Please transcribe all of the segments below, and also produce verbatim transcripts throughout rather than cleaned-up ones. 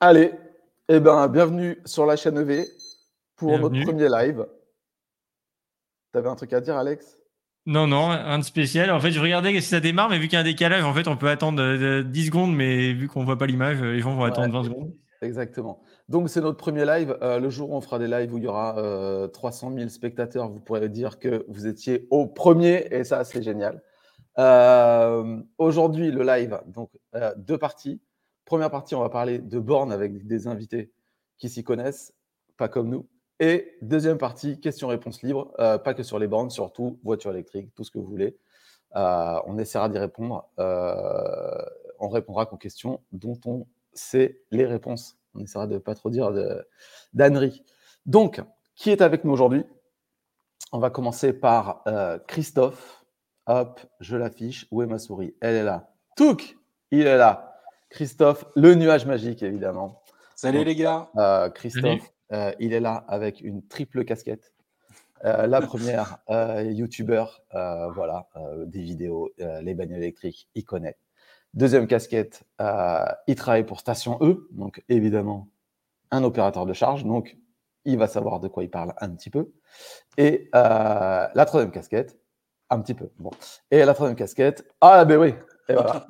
Allez, eh ben, bienvenue sur la chaîne E V pour notre Bienvenue. premier live. T'avais un truc à dire, Alex? Non, non, rien de spécial. En fait, je regardais si ça démarre, mais vu qu'il y a un décalage, en fait, on peut attendre euh, dix secondes, mais vu qu'on voit pas l'image, les gens vont Ouais, attendre vingt secondes. exactement. Donc, c'est notre premier live. Euh, le jour où on fera des lives où il y aura euh, trois cent mille spectateurs, vous pourrez dire que vous étiez au premier, et ça, c'est génial. Euh, aujourd'hui, le live, donc euh, deux parties. Première partie, on va parler de bornes avec des invités qui s'y connaissent, pas comme nous. Et deuxième partie, questions-réponses libres, euh, pas que sur les bornes, surtout voiture électrique, tout ce que vous voulez. Euh, on essaiera d'y répondre. Euh, on répondra qu'aux questions dont on sait les réponses. On essaiera de ne pas trop dire de, d'âneries. Donc, qui est avec nous aujourd'hui? On va commencer par euh, Christophe. Hop, je l'affiche. Où est ma souris? Elle est là. Touk, il est là. Christophe, le nuage magique, évidemment. Salut Donc, les gars. euh, Christophe, euh, il est là avec une triple casquette. Euh, la première, euh, youtubeur, euh, voilà, euh, des vidéos, euh, les bagnoles électriques, il connaît. Deuxième casquette, euh, il travaille pour Station E, donc évidemment un opérateur de charge, donc il va savoir de quoi il parle un petit peu. Et euh, la troisième casquette, un petit peu, bon. Et la troisième casquette, ah ben oui, et voilà.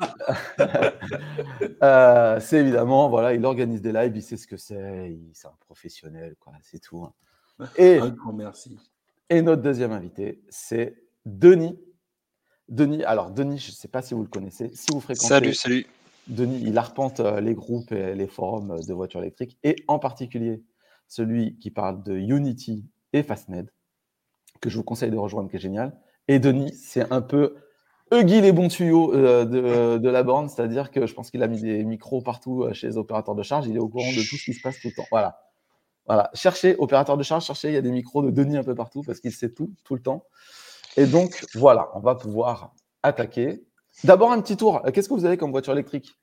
euh, c'est évidemment, voilà, il organise des lives, il sait ce que c'est, il, c'est un professionnel, quoi, c'est tout. Et, un grand merci. Et notre deuxième invité, c'est Denis. Denis, alors Denis, je ne sais pas si vous le connaissez, si vous fréquentez. Salut, salut. Denis, il arpente les groupes et les forums de voitures électriques, et en particulier celui qui parle de Unity et Fastned, que je vous conseille de rejoindre, qui est génial. Et Denis, c'est un peu Huggy les bons tuyaux euh, de, de la borne, c'est-à-dire que je pense qu'il a mis des micros partout chez les opérateurs de charge, il est au courant de tout ce qui se passe tout le temps. Voilà. Voilà. Cherchez, opérateur de charge, cherchez, il y a des micros de Denis un peu partout parce qu'il sait tout, tout le temps. Et donc, voilà, on va pouvoir attaquer. D'abord, un petit tour. Qu'est-ce que vous avez comme voiture électrique?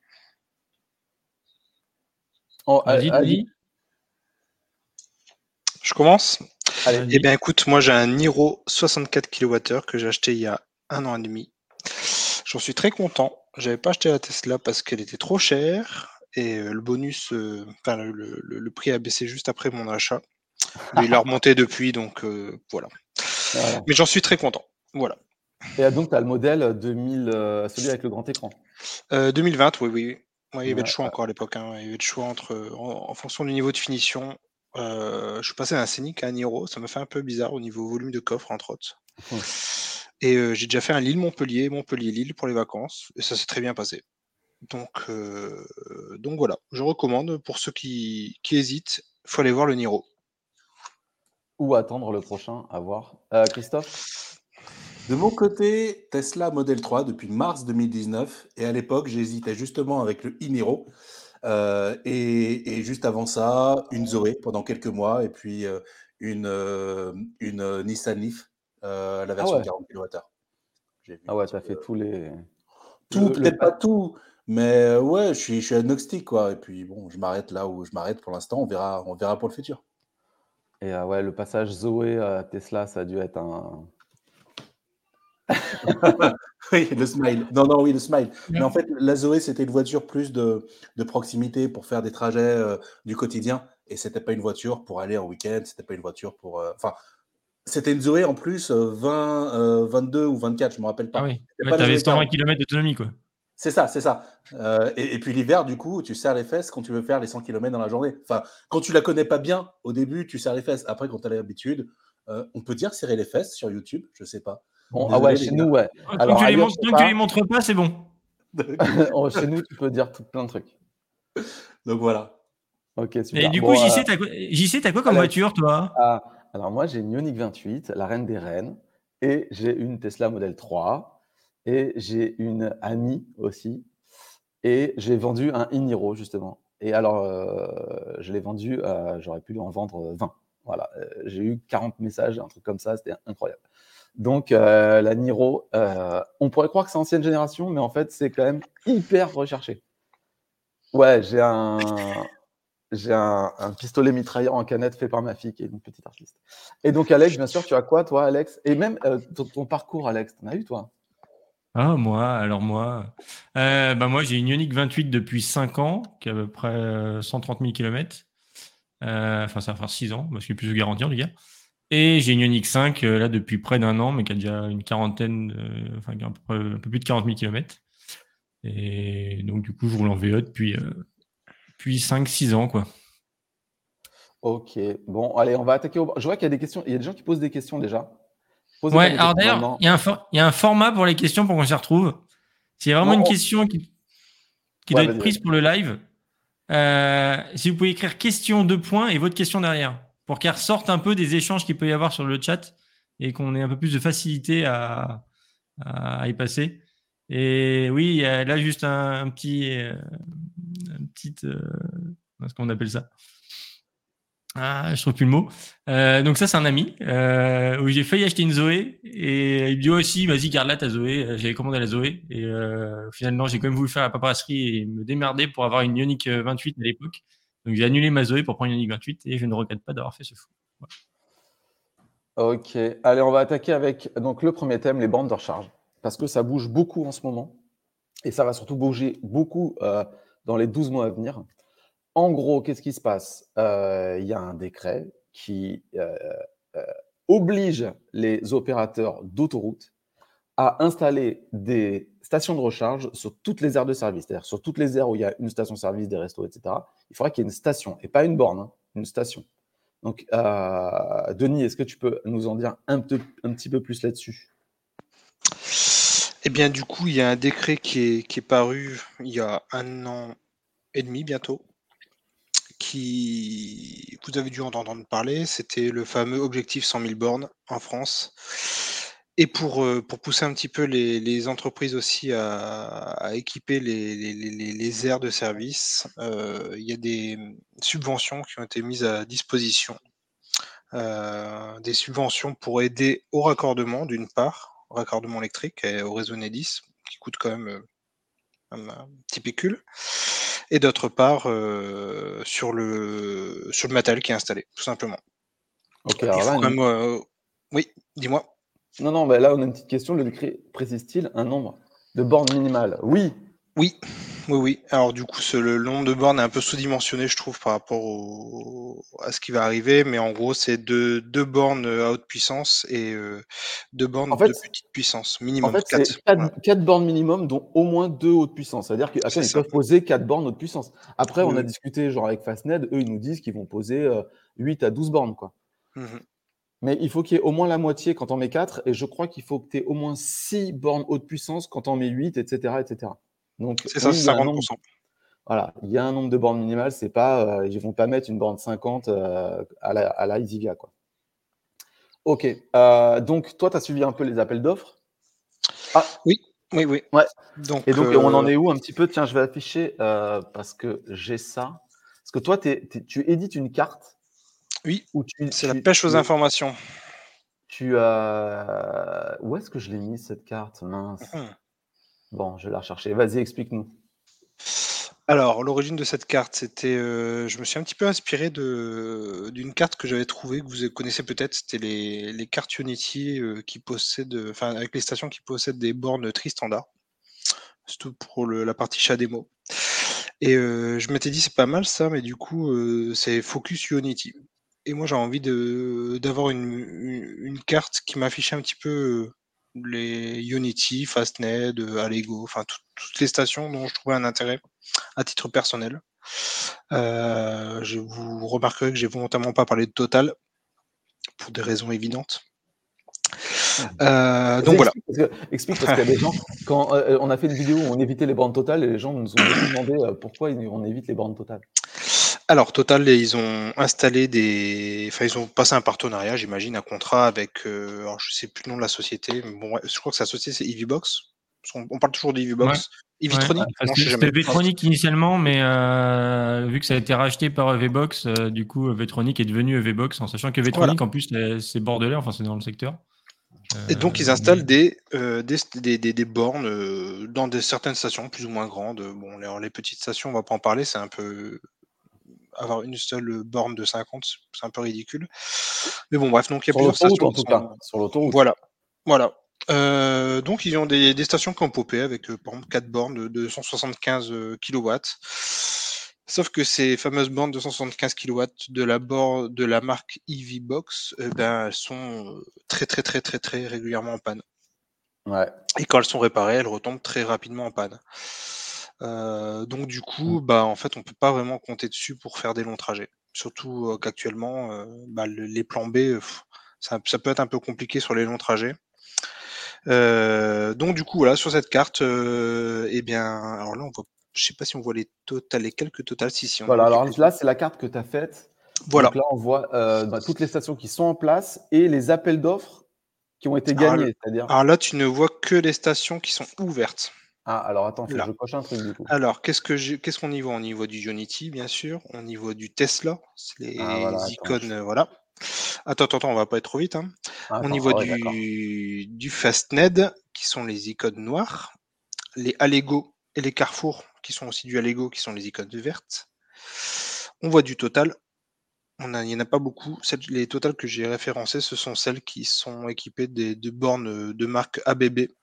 Oh, Vas-y, Denis. Je commence. Allez. Eh bien, écoute, moi, j'ai un Niro soixante-quatre kilowattheures que j'ai acheté il y a un an et demi. J'en suis très content. J'avais pas acheté la Tesla parce qu'elle était trop chère et euh, le bonus, euh, enfin, le, le, le prix a baissé juste après mon achat. Mais il a remonté depuis, donc euh, voilà. voilà. Mais j'en suis très content. Voilà. Et donc, tu as le modèle deux mille, euh, celui avec le grand écran. Euh, deux mille vingt, oui, oui. Ouais, il y avait ouais, le choix ouais. encore à l'époque. Hein. Il y avait le choix entre, en, en fonction du niveau de finition. Euh, je suis passé d'un Scénic à un Niro. Ça m'a fait un peu bizarre au niveau volume de coffre, entre autres. Mmh. Et euh, j'ai déjà fait un Lille-Montpellier, Montpellier-Lille pour les vacances. Et ça s'est très bien passé. Donc, euh, donc voilà, je recommande pour ceux qui, qui hésitent, il faut aller voir le Niro. Ou attendre le prochain à voir. Euh, Christophe? De mon côté, Tesla Model trois depuis mars deux mille dix-neuf. Et à l'époque, j'hésitais justement avec le e-Niro. Euh, et, et juste avant ça, une Zoé pendant quelques mois. Et puis euh, une, euh, une euh, Nissan Leaf, euh, la version ah ouais. quarante kilowattheures. Ah ouais, tu as fait tous les... Tout, le, peut-être le... pas tout. Mais ouais, je suis, je suis agnostique, quoi. Et puis bon, je m'arrête là où je m'arrête pour l'instant. On verra, on verra pour le futur. Et euh, ouais, le passage Zoé à Tesla, ça a dû être un... oui, le smile. Non, non, oui, le smile. Yeah. Mais en fait, la Zoé, c'était une voiture plus de, de proximité pour faire des trajets euh, du quotidien. Et c'était pas une voiture pour aller en week-end. C'était pas une voiture pour. Enfin, euh, c'était une Zoé en plus euh, vingt, euh, vingt-deux ou vingt-quatre, je me rappelle pas. Ah oui. Ouais, tu avais cent vingt kilomètres d'autonomie, quoi. C'est ça, c'est ça. Euh, et, et puis l'hiver, du coup, tu serres les fesses quand tu veux faire les cent kilomètres dans la journée. Enfin, quand tu la connais pas bien, au début, tu serres les fesses. Après, quand tu as l'habitude, euh, on peut dire serrer les fesses sur YouTube, je sais pas. Bon, Désolé, ah ouais, chez nous, ouais. Tant Alors, que tu les montres, tant que tu les montres pas, c'est bon. Chez nous, tu peux dire tout plein de trucs. Donc voilà. Ok, super. Et du coup, bon, J C, t'as quoi, J C, t'as quoi comme Alex, voiture, toi? ah, Alors moi, j'ai une Ioniq vingt-huit, la reine des reines, et j'ai une Tesla Model trois, et j'ai une Ami aussi, et j'ai vendu un e-Niro, justement. Et alors, euh, je l'ai vendu, euh, j'aurais pu en vendre vingt. Voilà, euh, j'ai eu quarante messages, un truc comme ça, c'était incroyable. Donc, euh, la Niro, euh, on pourrait croire que c'est ancienne génération, mais en fait, c'est quand même hyper recherché. Ouais, j'ai un... J'ai un, un pistolet mitrailleur en canette fait par ma fille, qui est une petite artiste. Et donc, Alex, bien sûr, tu as quoi, toi, Alex? Et même euh, ton, ton parcours, Alex, t'en as eu, toi? Ah, moi, alors moi, euh, bah moi j'ai une Ioniq vingt-huit depuis cinq ans, qui a à peu près euh, cent trente mille kilomètres. Euh, Enfin, ça va faire six ans, parce que plus de garantie en tout cas. Et j'ai une Ioniq cinq euh, là depuis près d'un an, mais qui a déjà une quarantaine, euh, enfin qui a un peu, près- un peu plus de quarante mille kilomètres. Et donc du coup, je roule en V E depuis, euh, depuis cinq six ans, quoi. Ok, bon, allez, on va attaquer au... Je vois qu'il y a des questions, il y a des gens qui posent des questions déjà. Posez pas Ouais, des alors questions d'ailleurs, maintenant. il y, a un for- il y a un format pour les questions pour qu'on s'y retrouve. S'il y a vraiment Non, une on- question qui, qui ouais, doit être vas-y, prise vas-y. pour le live, euh, si vous pouvez écrire question deux points et votre question derrière, pour qu'elle ressorte un peu des échanges qu'il peut y avoir sur le chat et qu'on ait un peu plus de facilité à, à y passer. Et oui, il y a là juste un, un petit, euh, un petit, euh, ce qu'on appelle ça. Ah, je trouve plus le mot. Euh, donc ça, c'est un ami euh, où j'ai failli acheter une Zoé et il me dit aussi, vas-y, garde-la ta Zoé. Euh, J'avais commandé la Zoé et euh, finalement, j'ai quand même voulu faire la paperasserie et me démerder pour avoir une Ioniq vingt-huit à l'époque. Donc j'ai annulé ma Zoé pour prendre une Ioniq vingt-huit et je ne regrette pas d'avoir fait ce fou. Voilà. Ok, allez, on va attaquer avec donc, le premier thème, les bornes de recharge. Parce que ça bouge beaucoup en ce moment. Et ça va surtout bouger beaucoup euh, dans les douze mois à venir. En gros, qu'est-ce qui se passe? Euh, Il y a un décret qui euh, euh, oblige les opérateurs d'autoroutes à installer des stations de recharge sur toutes les aires de service, c'est-à-dire sur toutes les aires où il y a une station-service, des restos, et cetera. Il faudra qu'il y ait une station, et pas une borne, hein, une station. Donc, euh, Denis, est-ce que tu peux nous en dire un, peu, un petit peu plus là-dessus? Eh bien, du coup, il y a un décret qui est, qui est paru il y a un an et demi bientôt, qui, vous avez dû en entendre parler, c'était le fameux objectif cent mille bornes en France. Et pour, euh, pour pousser un petit peu les, les entreprises aussi à, à équiper les, les, les, les aires de service, euh, il y a des subventions qui ont été mises à disposition. Euh, des subventions pour aider au raccordement, d'une part, au raccordement électrique et au réseau Enedis, qui coûte quand même euh, un, un petit pécule, et d'autre part euh, sur, le, sur le matériel qui est installé, tout simplement. Ok, Il alors faut là, quand une... même... euh, Oui, dis-moi. non, non, bah là, on a une petite question. Le décret précise-t-il un nombre de bornes minimales? Oui. Oui, oui, oui. Alors du coup, ce, le nombre de bornes est un peu sous-dimensionné, je trouve, par rapport au, à ce qui va arriver. Mais en gros, c'est deux, deux bornes à haute puissance et euh, deux En bornes de fait, petite puissance, en minimum fait quatre. c'est quatre, Voilà. quatre bornes minimum, dont au moins deux haute puissance. C'est-à-dire qu'ils C'est ils ça. peuvent poser quatre bornes haute puissance. Après, Oui, on a oui. discuté genre avec Fastned, eux, ils nous disent qu'ils vont poser euh, huit à douze bornes, quoi. Mhm. Mais il faut qu'il y ait au moins la moitié quand on met quatre, et je crois qu'il faut que tu aies au moins six bornes haute puissance quand on met huit, et cetera, et cetera. Donc C'est ça, oui, c'est il y a un cinquante nombre, pour cent. voilà, il y a un nombre de bornes minimales, c'est pas, euh, ils vont pas mettre une borne cinquante euh, à la, à la Easyvia, quoi. Ok, euh, donc toi, tu as suivi un peu les appels d'offres. Ah, Oui, oui, oui. ouais. Et Donc, donc, on en euh, est où un petit peu? Tiens, je vais afficher euh, parce que j'ai ça. Parce que toi, t'es- t'es- tu édites une carte oui, où tu, c'est la tu, pêche aux tu, informations. tu as... Où est-ce que je l'ai mis, cette carte? Mince. Mhm. Bon, je vais la rechercher. Vas-y, explique-nous. Alors, l'origine de cette carte, c'était, euh, je me suis un petit peu inspiré de d'une carte que j'avais trouvée, que vous connaissez peut-être, c'était les, les cartes Unity euh, qui possèdent, enfin, avec les stations qui possèdent des bornes tri-standard. Surtout pour le- la partie chat démo. Et euh, je m'étais dit, c'est pas mal ça, mais du coup, euh, c'est Focus Unity. Et moi, j'ai envie de d'avoir une, une, une carte qui m'affichait un petit peu euh, les Unity, Fastned, euh, Allego, enfin tout- toutes les stations dont je trouvais un intérêt à titre personnel. Euh, je vous remarquerez que j'ai volontairement pas parlé de Total pour des raisons évidentes. Euh, Vas-y, donc voilà. explique parce que- explique parce qu'il y a des gens, quand euh, on a fait une vidéo où on évitait les bornes totales, et les gens nous ont beaucoup demandé euh, pourquoi on évite les bornes totales. Alors Total, ils ont installé des, enfin ils ont passé un partenariat, j'imagine, un contrat avec, euh, alors je sais plus le nom de la société, mais bon, ouais, je crois que sa société c'est EVBox. Parce qu'on on parle toujours Ouais. d'EVBox. Ouais. Evitronic? Enfin, Non, je c'était sais c'était jamais. Ah, Vetronic initialement, mais euh, vu que ça a été racheté par Vbox, euh, du coup, Vetronic est devenu Vbox, en sachant que voilà. Vetronic, en plus, c'est c'est bordelais, enfin, c'est dans le secteur. Et donc Euh, ils installent des, euh, des, des, des- des bornes euh, dans des, certaines stations plus ou moins grandes. Bon, les, les petites stations, on va pas en parler, c'est un peu avoir une seule borne de cinquante, c'est un peu ridicule. Mais bon, bref, donc il y a Sur plusieurs l'autoroute, stations en qui tout cas. sont, Sur l'autoroute. voilà, voilà. Euh, donc, ils ont des, des stations qui ont popé avec, euh, par exemple, quatre bornes de deux cent soixante-quinze kilowatts. Sauf que ces fameuses bornes de deux cent soixante-quinze kilowatts de la, bord, de la marque EVBox, euh, ben, elles sont très, très, très, très, très régulièrement en panne. Ouais. Et quand elles sont réparées, elles retombent très rapidement en panne. Euh, donc, du coup, Mm. bah, en fait, on peut pas vraiment compter dessus pour faire des longs trajets. Surtout euh, qu'actuellement, euh, bah, le, les plans B, euh, pff, ça, ça peut être un peu compliqué sur les longs trajets. Euh, donc du coup voilà sur cette carte, euh, eh bien alors là on voit, je sais pas si on voit les totales, les quelques totales, si si on en Voilà, voit alors quelques-unes. là, c'est la carte que tu as faite. Voilà. Donc là, on voit euh, bah, toutes les stations qui sont en place et les appels d'offres qui ont été Alors, gagnés. C'est-à-dire. alors là tu ne vois que les stations qui sont ouvertes. Ah, alors attends, il faut que Là. je coche un truc du coup. Alors qu'est-ce que j'ai, qu'est-ce qu'on y voit? On y voit du Ionity bien sûr, on y voit du Tesla, c'est Ah, voilà, les attends. icônes, je- euh, voilà. Attends, attends, attends, on va pas être trop vite. Hein. On y Attends, voit ah ouais, d'accord. du, du Fastned qui sont les icônes noires, les Allego et les Carrefour qui sont aussi du Allego qui sont les icônes vertes. On voit du Total. On a, il n'y en a pas beaucoup. Celles, les Total que j'ai référencées, ce sont celles qui sont équipées des, de bornes de marque A B B.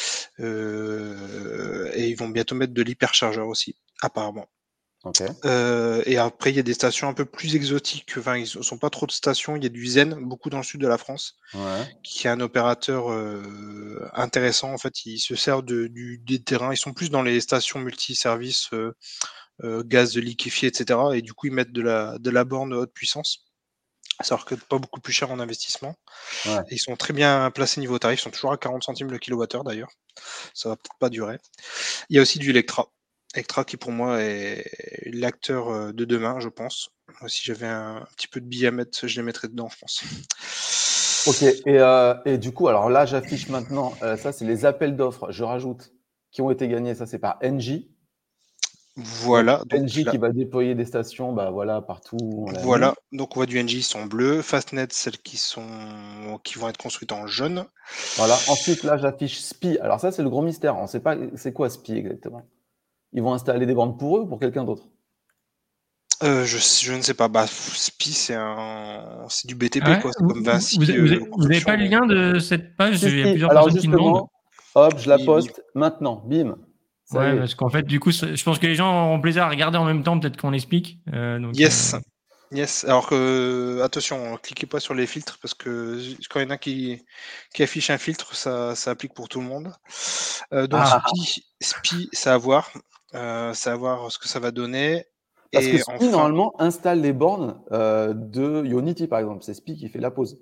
Euh, et ils vont bientôt mettre de l'hyperchargeur aussi, apparemment. Ok. Euh, et après, il y a des stations un peu plus exotiques. Enfin, ils ne sont pas trop de stations. Il y a du Zen, beaucoup dans le sud de la France, Ouais. qui est un opérateur euh, intéressant. En fait, il se sert de, du, des terrains. Ils sont plus dans les stations multiservices, euh, euh, gaz liquéfié, et cetera. Et du coup, ils mettent de la, de la borne haute puissance. Alors que pas beaucoup plus cher en investissement. Ouais. Et ils sont très bien placés niveau tarif. Ils sont toujours à quarante centimes le kilowattheure d'ailleurs. Ça va peut-être pas durer. Il y a aussi du Electra. Electra qui pour moi est l'acteur euh, de demain, je pense. Moi, si j'avais un, un petit peu de billets à mettre, je les mettrais dedans, je pense. Ok. Et, euh, et du coup, alors là, j'affiche maintenant, euh, ça, c'est les appels d'offres, je rajoute, qui ont été gagnés. Ça, c'est par Engie. Donc, Voilà, donc Engie là, qui va déployer des stations, bah voilà, partout où on l'a mis. voilà, donc on voit du N J, ils sont bleus. Fastnet, celles qui sont qui vont être construites en jaune. Voilà. Ensuite, là, j'affiche S P I. Alors ça, c'est le gros mystère. On ne sait pas c'est quoi S P I exactement. Ils vont installer des bornes pour eux ou pour quelqu'un d'autre? Euh, je, je ne sais pas. Bah, S P I, c'est un, c'est du B T P Ouais, quoi. C'est vous comme vous- Vinci vous euh, avez, vous avez Construction. pas le Donc, lien de cette page? Si, Il y a si. plusieurs Alors personnes qui demandent. justement, hop, je la oui, oui. poste maintenant. Bim. Ça y Ouais, est. parce qu'en fait, du coup, ça- je pense que les gens auront plaisir à regarder en même temps, peut-être qu'on l'explique. Euh, donc, Yes. euh, Yes. Alors que attention, cliquez pas sur les filtres parce que quand il y en a qui, qui affiche un filtre, ça, ça applique pour tout le monde. Euh, donc Ah, S P I, S P I, c'est à voir. Euh, c'est à voir ce que ça va donner. parce que Et S P I, enfin, normalement, installe les bornes euh, de Ionity, par exemple. C'est S P I qui fait la pause.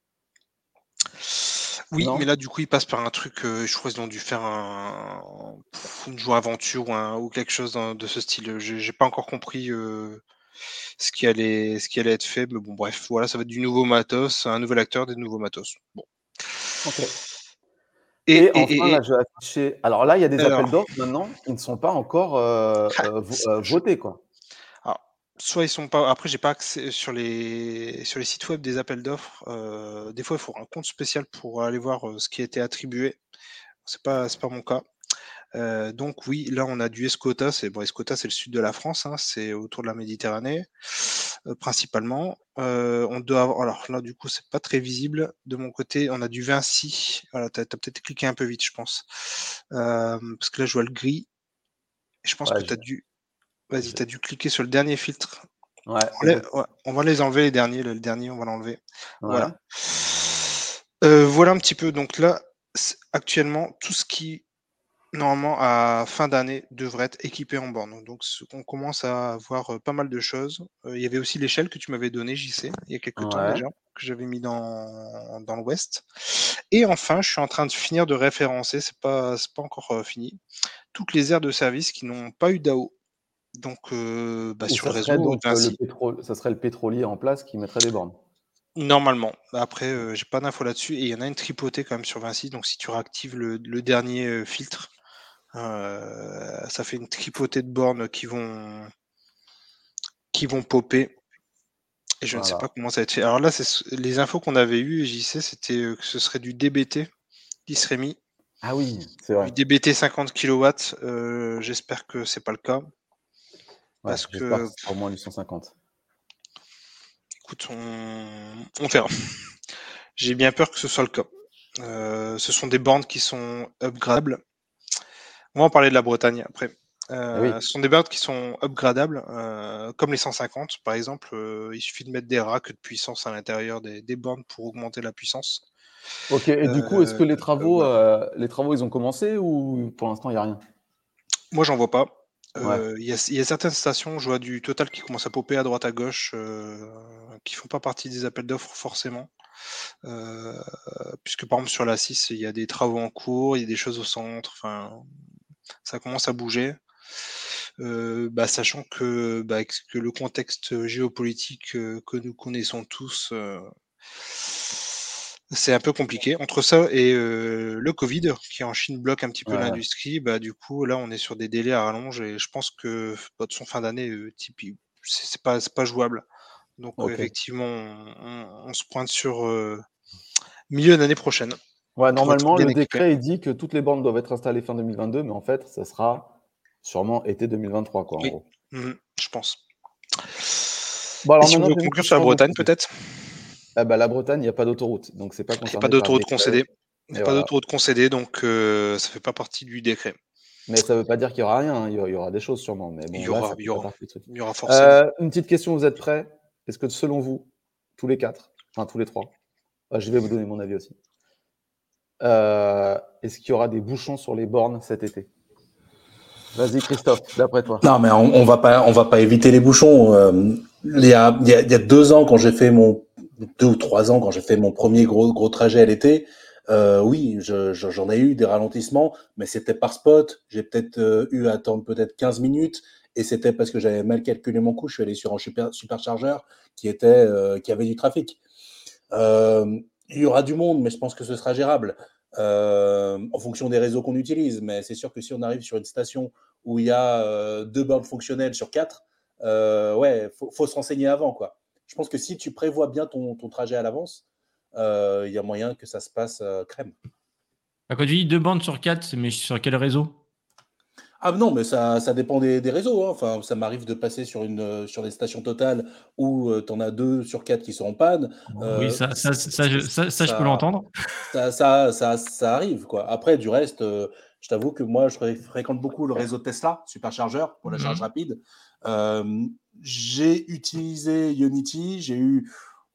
oui, mais Non? là du coup, ils passent par un truc. Euh, je crois qu'ils ont dû faire un, une joie aventure ou, un, ou quelque chose dans- de ce style. J'ai j'ai pas encore compris. Euh, ce qui allait, ce qui allait être fait. Mais bon, bref, voilà, ça va être du nouveau matos, un nouvel acteur, des nouveaux matos. Bon. Ok. Et, Et et, enfin, et, et là, je vais afficher. Alors là, il y a des alors, appels d'offres maintenant qui ne sont pas encore euh, euh, vo- euh, je- votés, quoi. alors, soit ils sont pas. Après, j'ai pas accès sur les sur les sites web des appels d'offres. Euh, des fois, il faut un compte spécial pour aller voir euh, ce qui a été attribué. C'est pas, c'est pas mon cas. Euh, donc oui, là on a du Escota, c'est bon, Escota c'est le sud de la France, hein, c'est autour de la Méditerranée euh, principalement. Euh, on doit avoir, alors là du coup c'est pas très visible. De mon côté, on a du Vinci. Voilà, t'as, t'as peut-être cliqué un peu vite, je pense, Euh, parce que là je vois le gris. Je pense que Ouais, je- t'as dû, vas-y, je- t'as dû cliquer sur le dernier filtre. ouais, On, les- effectivement. ouais, on va les enlever les derniers, le, le dernier on va l'enlever. Ouais. Voilà. Euh, voilà un petit peu. Donc là, c'est- actuellement tout ce qui normalement, à fin d'année, devrait être équipé en borne. Donc, ce- on commence à avoir euh, pas mal de choses. Euh, il y avait aussi l'échelle que tu m'avais donnée, J C, il y a quelques temps Ouais. déjà, que j'avais mis dans, dans l'Ouest. Et enfin, je suis en train de finir de référencer, c'est pas, c'est pas encore euh, fini, toutes les aires de service qui n'ont pas eu d'A O. Donc, euh, bah, Et sur ça le serait réseau donc euh, le Vinci. pétrole, ça serait le pétrolier en place qui mettrait les bornes. Normalement. Après, euh, j'ai pas d'infos là-dessus. Et il y en a une tripotée quand même sur Vinci. Donc, si tu réactives le, le dernier euh, filtre, Euh, ça fait une tripotée de bornes qui vont qui vont popper. Et je ne sais Voilà. pas comment ça va être fait. Alors là, c'est les infos qu'on avait eues, J C, c'était euh, que ce serait du D B T qui serait mis. Ah oui, c'est Du vrai. D B T cinquante kilowatts. Euh, j'espère que c'est pas le cas. Ouais, Parce j'espère que que, ce sera au moins du cent cinquante. écoute, on, on verra. J'ai bien peur que ce soit le cas. Euh, ce sont des bornes qui sont upgradables. On va en parler de la Bretagne après. Euh, oui. Ce sont des bornes qui sont upgradables, euh, comme les cent cinquante par exemple. Euh, il suffit de mettre des racks de puissance à l'intérieur des, des bornes pour augmenter la puissance. Ok, et du coup, est-ce que les Euh, travaux, voilà. euh, les travaux, ils ont commencé ou pour l'instant, il n'y a rien? Moi, j'en vois pas. Ouais. Euh, Il y, a, il y a certaines stations, je vois du Total qui commencent à popper à droite à gauche, euh, qui font pas partie des appels d'offres forcément. Euh, puisque par exemple sur la six, il y a des travaux en cours, il y a des choses au centre, enfin, ça commence à bouger. Euh, bah, sachant que, bah, que le contexte géopolitique euh, que nous connaissons tous, euh, c'est un peu compliqué. Entre ça et euh, le Covid, qui en Chine bloque un petit peu Ouais. l'industrie, bah, du coup, là, on est sur des délais à rallonge et je pense que bah, de son fin d'année, euh, type, c'est c'est pas, c'est pas jouable. Donc, euh, Ok. effectivement, on, on- on se pointe sur euh, milieu d'année prochaine Ouais, pour être normalement, bien le équipé. décret, il dit que toutes les bornes doivent être installées fin deux mille vingt-deux, mais en fait, ça sera sûrement été deux mille vingt-trois, quoi, en Oui, gros. Mhm, je pense. Bon, Et alors si on maintenant, veut j'ai une conclure sur la question à vous Bretagne, poser. peut-être? Ah bah, la Bretagne, il n'y a pas d'autoroute, donc c'est pas Il n'y a pas concerné par le d'autoroute décret. concédée. Il n'y a Et pas voilà. d'autoroute concédée, donc euh, ça fait pas partie du décret. Mais ça ne veut pas dire qu'il n'y aura rien, hein. Il y aura- il y aura des choses sûrement, mais Il bon, y là, aura, ça il fait y pas aura, partie du truc. il y aura forcément. Euh, une petite question, vous êtes prêts? Est-ce que selon vous, tous les quatre, enfin tous les trois, ah, je vais vous donner mon avis aussi. Euh, est-ce qu'il y aura des bouchons sur les bornes cet été? Vas-y, Christophe, d'après toi. Non, mais on, on va pas, on va pas éviter les bouchons. Euh, il y a, il y a, il y a deux ans quand j'ai fait mon, deux ou trois ans quand j'ai fait mon premier gros gros trajet à l'été, euh, oui, je, je- j'en ai eu des ralentissements, mais c'était par spot. J'ai peut-être euh, eu à attendre peut-être quinze minutes, et c'était parce que j'avais mal calculé mon coup. Je suis allé sur un super superchargeur qui était, euh, qui avait du trafic. Euh, il y aura du monde, mais je pense que ce sera gérable euh, en fonction des réseaux qu'on utilise. Mais c'est sûr que si on arrive sur une station où il y a euh, deux bornes fonctionnelles sur quatre, euh, ouais, faut, faut se renseigner avant, quoi. Je pense que si tu prévois bien ton, ton trajet à l'avance, euh, il y a moyen que ça se passe euh, crème. Bah, quand tu dis deux bandes sur quatre, mais sur quel réseau? Ah non, mais ça, ça dépend des, des réseaux, hein. Enfin, ça m'arrive de passer sur, une, euh, sur des stations totales où tu en as deux sur quatre qui sont en panne. Oui, Euh, ça, ça, ça, je, ça, ça, je peux ça, l'entendre. Ça, ça, ça, ça arrive, quoi. Après, du reste, euh, je t'avoue que moi, je fré- fréquente beaucoup le réseau Tesla, superchargeur pour la charge Mhm. rapide. Euh, j'ai utilisé Unity, j'ai eu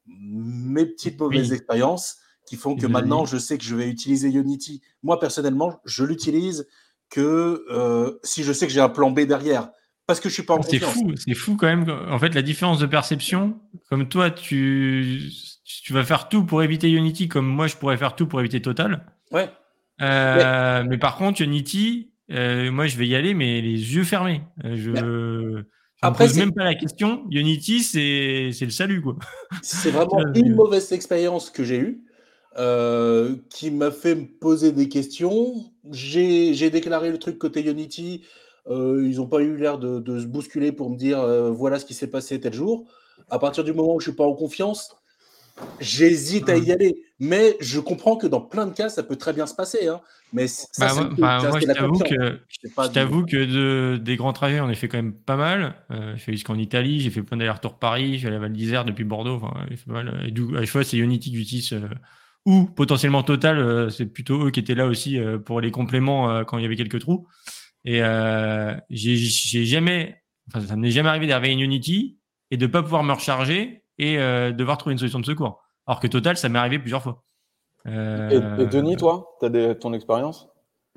mes petites mauvaises Oui, expériences qui font tu que nous as maintenant, dit. je sais que je vais utiliser Unity. Moi, personnellement, je l'utilise que euh, si je sais que j'ai un plan B derrière, parce que je suis pas en C'est confiance. fou, c'est fou quand même. En fait, la différence de perception, comme toi, tu, tu vas faire tout pour éviter Unity, comme moi, je pourrais faire tout pour éviter Total. Ouais. Mais, Euh, mais par contre, Unity, euh, moi, je vais y aller, mais les yeux fermés. Euh, mais je, je me après, pose c'est même pas la question. Unity, c'est, c'est le salut, quoi. c'est Tu vois, vraiment une c'est- mauvaise expérience que j'ai eue. Euh, qui m'a fait me poser des questions. J'ai j'ai déclaré le truc côté Unity. Euh, ils n'ont pas eu l'air de, de se bousculer pour me dire euh, voilà ce qui s'est passé tel jour. À partir du moment où je suis pas en confiance, j'hésite à y Hum. aller. Mais je comprends que dans plein de cas, ça peut très bien se passer, hein. Mais c- ça, Bah, c'est moi, le truc, enfin, hein, moi, c'est je la t'avoue confiance. que, C'est je pas du. t'avoue que de, des grands trajets, on a fait quand même pas mal. Euh, j'ai fait jusqu'en Italie, j'ai fait plein d'allers-retours Paris, j'ai allé à Val d'Isère depuis Bordeaux. Enfin, j'ai fait pas mal. Et d'où, à chaque fois, c'est Unity que j'utilise. Euh, ou potentiellement Total, euh, c'est plutôt eux qui étaient là aussi euh, pour les compléments euh, quand il y avait quelques trous. Et euh, j'ai, j'ai jamais, enfin, ça m'est jamais arrivé d'arriver à une Unity et de pas pouvoir me recharger et euh, devoir trouver une solution de secours. Alors que Total, ça m'est arrivé plusieurs fois. Et, et Euh, Denis, toi, tu as ton expérience?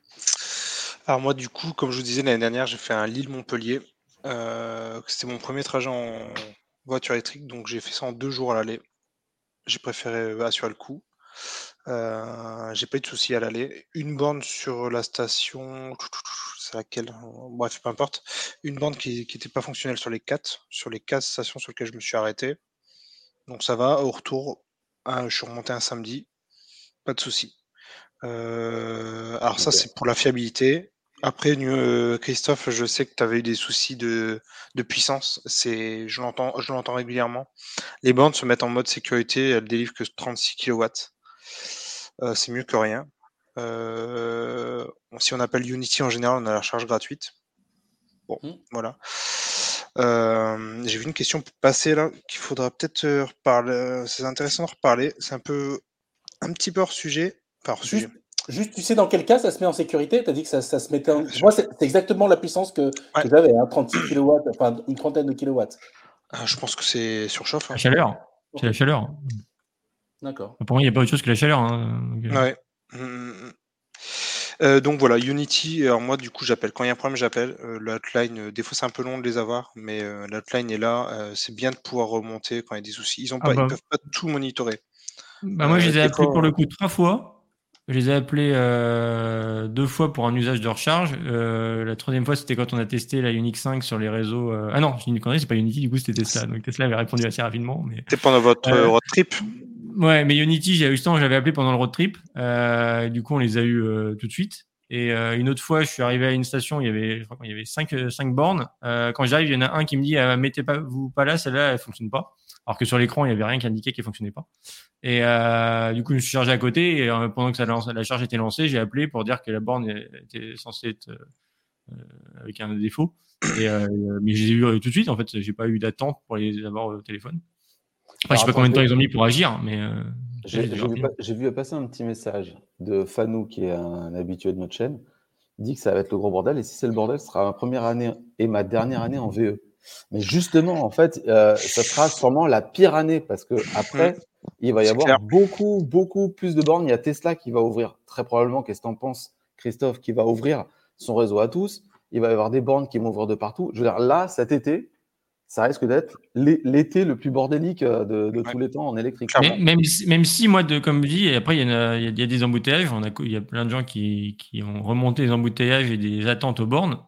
Alors moi, du coup, comme je vous disais, l'année dernière, j'ai fait un Lille-Montpellier. Euh, c'était mon premier trajet en voiture électrique, donc j'ai fait ça en deux jours à l'aller. J'ai préféré euh, assurer le coup. Euh, j'ai pas eu de soucis à l'aller. Une borne sur la station, c'est laquelle? Bref, peu importe. Une borne qui n'était pas fonctionnelle sur les quatre, sur les quatre stations sur lesquelles je me suis arrêté. Donc ça va. Au retour, hein, je suis remonté un samedi, pas de soucis. Euh, alors ça, Ok. c'est pour la fiabilité. Après, euh, Christophe, je sais que tu avais eu des soucis de, de puissance. C'est, je l'entends, je l'entends régulièrement. Les bornes se mettent en mode sécurité, elles délivrent que trente-six kilowatts. Euh, c'est mieux que rien. Euh, si on appelle Unity en général, on a la charge gratuite. Bon, Hmm. voilà. Euh, j'ai vu une question passer là qu'il faudra peut-être reparler. C'est intéressant de reparler. C'est un peu, un petit peu hors sujet. Pas hors sujet. Juste, juste, tu sais dans quel cas ça se met en sécurité? Tu as dit que ça, ça se mettait en... Moi, c'est c'est exactement la puissance que, Ouais. que j'avais, hein, trente-six kilowatts, enfin une trentaine de kilowatts. Ah, je pense que c'est surchauffe. La Hein. chaleur. C'est Ok. la chaleur. D'accord. Pour moi, il n'y a pas autre chose que la chaleur. Hein. Donc, euh, Ouais. Mmh. Euh, donc voilà, Unity. Alors moi, du coup, j'appelle. Quand il y a un problème, j'appelle. Euh, la hotline, euh, des fois, c'est un peu long de les avoir, mais euh, la hotline est là. Euh, c'est bien de pouvoir remonter quand il y a des soucis. Ils ont Ah pas, ils bah, peuvent pas tout monitorer. bah moi, je Euh, les ai des appelés pour fois, le coup trois fois. Je les ai appelés euh, deux fois pour un usage de recharge. Euh, la troisième fois, c'était quand on a testé la Unix cinq sur les réseaux. euh, Ah non, j'ai une connerie, c'est pas Unity, du coup, c'était Tesla. Donc Tesla avait répondu assez rapidement. Mais... c'était pendant votre Euh, road trip. Ouais, mais Unity, j'ai eu ce temps, j'avais appelé pendant le road trip. Euh, du coup, on les a eu euh, tout de suite. Et euh, une autre fois, je suis arrivé à une station, il y avait, je crois qu'il y avait cinq, euh, cinq bornes. Euh, quand j'arrive, il y en a un qui me dit, ah, mettez pas, vous pas là, celle-là, elle fonctionne pas. Alors que sur l'écran, il y avait rien qui indiquait qu'elle fonctionnait pas. Et euh, du coup, je me suis chargé à côté. Et euh, pendant que ça lance, la charge était lancée, j'ai appelé pour dire que la borne était censée être euh, avec un défaut. Et euh, mais je les ai eu euh, tout de suite. En fait, j'ai pas eu d'attente pour les avoir au téléphone. Après, Alors, je sais pas attends, combien de temps j'ai- ils ont mis pour agir, mais euh, je j'ai les ai eu j'ai vu, rapidement. pa- j'ai vu passer un petit message de Fanou, qui est un habitué de notre chaîne. Il dit que ça va être le gros bordel, et si c'est le bordel, ce sera ma première année et ma dernière année en V E. Mais justement, en fait, euh, ça sera sûrement la pire année, parce que Mmh, après, il va y c'est avoir clair. beaucoup, beaucoup plus de bornes. Il y a Tesla qui va ouvrir, très probablement, qu'est-ce que tu en penses, Christophe, qui va ouvrir son réseau à tous. Il va y avoir des bornes qui vont ouvrir de partout. Je veux dire, là, cet été, ça risque d'être l'é- l'été le plus bordélique euh, de, de Ouais, tous les temps en électrique. clairement. Mais même si, même si moi, de, comme je dis, et après, il y, en a, il y a- il y a des embouteillages. On a, il y a plein de gens qui, qui ont remonté les embouteillages et des attentes aux bornes.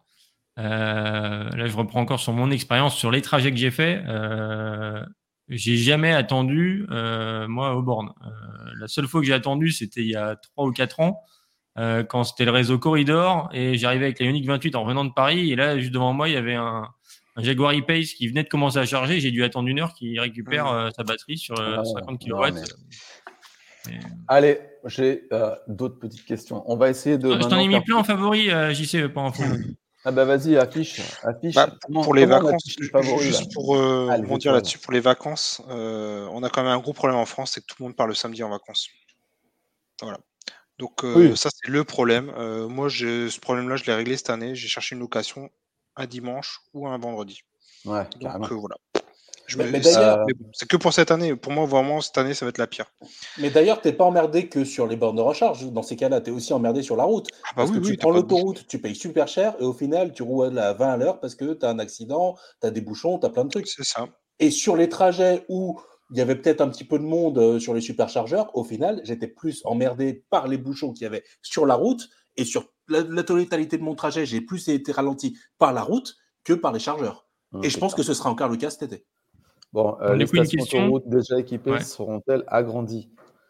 Euh, là, je reprends encore sur mon expérience, sur les trajets que j'ai faits. Euh, j'ai jamais attendu, euh, moi, aux bornes. Euh, la seule fois que j'ai attendu, c'était il y a trois ou quatre ans, euh, quand c'était le réseau Corridor, et j'arrivais avec la Ioniq vingt-huit en revenant de Paris, et là, juste devant moi, il y avait un, un Jaguar E-Pace qui venait de commencer à charger. J'ai dû attendre une heure qu'il récupère Mmh. euh, sa batterie sur euh, Ah, cinquante non, kilowatts. mais... Mais... Allez, j'ai euh, d'autres petites questions. On va essayer de Je t'en maintenant ai mis faire... plein en favori, euh, J C, pas en fond. Ah bah vas-y, affiche, affiche. Bah, pour, Comment, pour les comment on vacances, affiche les ju- favoris là? juste pour euh, Ah, les rebondir étoiles. là-dessus, pour les vacances, euh, on a quand même un gros problème en France, c'est que tout le monde part le samedi en vacances. Voilà. Donc euh, Oui. ça, c'est le problème. Euh, moi, je, ce problème-là, je l'ai réglé cette année. J'ai cherché une location un dimanche ou un vendredi. Ouais, Donc carrément. euh, voilà. Je Mais, me, mais c'est, d'ailleurs, Euh, mais bon, c'est que pour cette année. Pour moi, vraiment, cette année, ça va être la pire. mais d'ailleurs, t'es pas emmerdé que sur les bornes de recharge. Dans ces cas-là, tu es aussi emmerdé sur la route. Ah bah Parce oui, que tu oui, t'as prends pas de bouchon. l'autoroute, tu payes super cher et au final, tu roules à vingt à l'heure parce que tu as un accident, tu as des bouchons, tu as plein de trucs. C'est ça. Et sur les trajets où il y avait peut-être un petit peu de monde euh, sur les superchargeurs, au final, j'étais plus emmerdé par les bouchons qu'il y avait sur la route. Et sur la, la totalité de mon trajet, j'ai plus été ralenti par la route que par les chargeurs. Et je pense que ce sera encore le cas cet été. Bon, euh, Alors, les du coup, une stations question. autoroutes déjà équipées Ouais. seront-elles agrandies?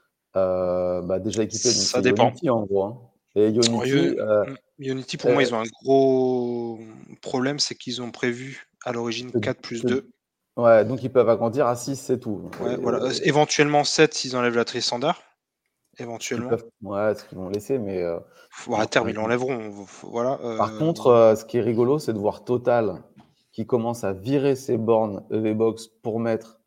Euh, bah, déjà équipées, donc Ça c'est dépend. Ionity en gros. Hein. Et Alors, Ionity, Ion- euh, mm, Unity, pour moi, euh, ils ont un gros problème, c'est qu'ils ont prévu à l'origine que- quatre plus que- deux. ouais, donc ils peuvent agrandir à six, c'est tout. Ouais, Et, voilà. euh, Euh, éventuellement sept s'ils enlèvent la trille standard. ce qu'ils Éventuellement. peuvent, ouais, ce qu'ils vont laisser, mais euh, Faut- à bon, terme, ouais. ils l'enlèveront. Voilà. Par euh, contre, euh, ce qui est rigolo, c'est de voir Total qui commence à virer ses bornes E V Box pour mettre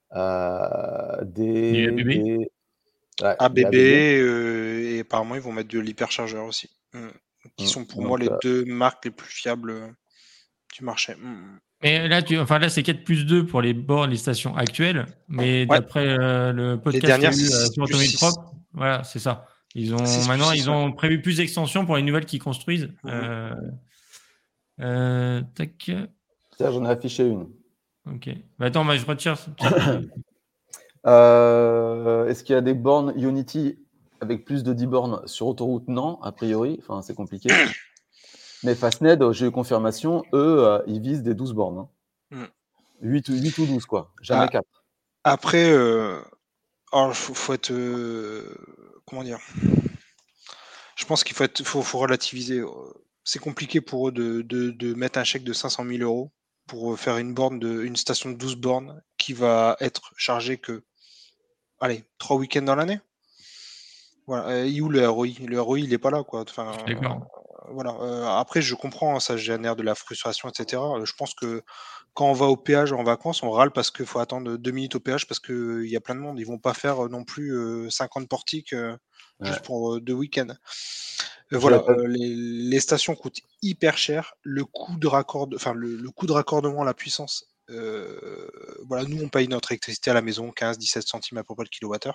euh, Du des, A B B. des, ouais, des A B B, A B B. euh, et apparemment, ils vont mettre de l'hyperchargeur aussi. Mm. Qui Mm. sont pour moi Donc, les euh, deux marques les plus fiables euh, du marché. Mm. Mais là, tu, enfin, là, c'est quatre plus deux pour les bornes, les stations actuelles. Mais Ouais, d'après euh, le les podcast qu'il y dernières, a c'est eu euh, six sur plus Automobile six. Propre, voilà, c'est ça. Ils ont six plus maintenant, six, ils ouais. ont prévu plus d'extensions pour les nouvelles qu'ils construisent. Mhm. Euh, euh, tac. tiens, j'en ai affiché une. Ok. Bah, attends, bah, je retire. Tiens, je- Euh, Est-ce qu'il y a des bornes Unity avec plus de dix bornes sur autoroute? Non, a priori. Enfin, c'est compliqué. Mais Fastned, j'ai eu confirmation, eux, euh, ils visent des douze bornes. Hein. Mm. huit, ou- huit ou douze, quoi. Jamais Ah, quatre. après, euh, alors, faut, faut être. euh, comment dire? Je pense qu'il faut, être, faut, faut relativiser. C'est compliqué pour eux de, de, de mettre un chèque de cinq cent mille euros pour faire une borne de, une station de douze bornes qui va être chargée que, allez, trois week-ends dans l'année. Voilà. Euh, il est où le R O I? Le R O I, il est pas là, quoi. Enfin, D'accord. voilà. Euh, après, je comprends, hein, ça génère de la frustration, et cetera. Euh, Je pense que quand on va au péage en vacances, on râle parce qu'il faut attendre deux minutes au péage parce qu'il y a plein de monde. Ils vont pas faire euh, non plus euh, cinquante portiques euh, juste Ouais. pour euh, deux week-ends. Euh, Je voilà, l'ai pas- euh, les, les stations coûtent hyper cher. Le coût de raccord, enfin le, le coût de raccordement à la puissance. euh, voilà, nous on paye notre électricité à la maison, quinze à dix-sept centimes à peu près le kilowattheure.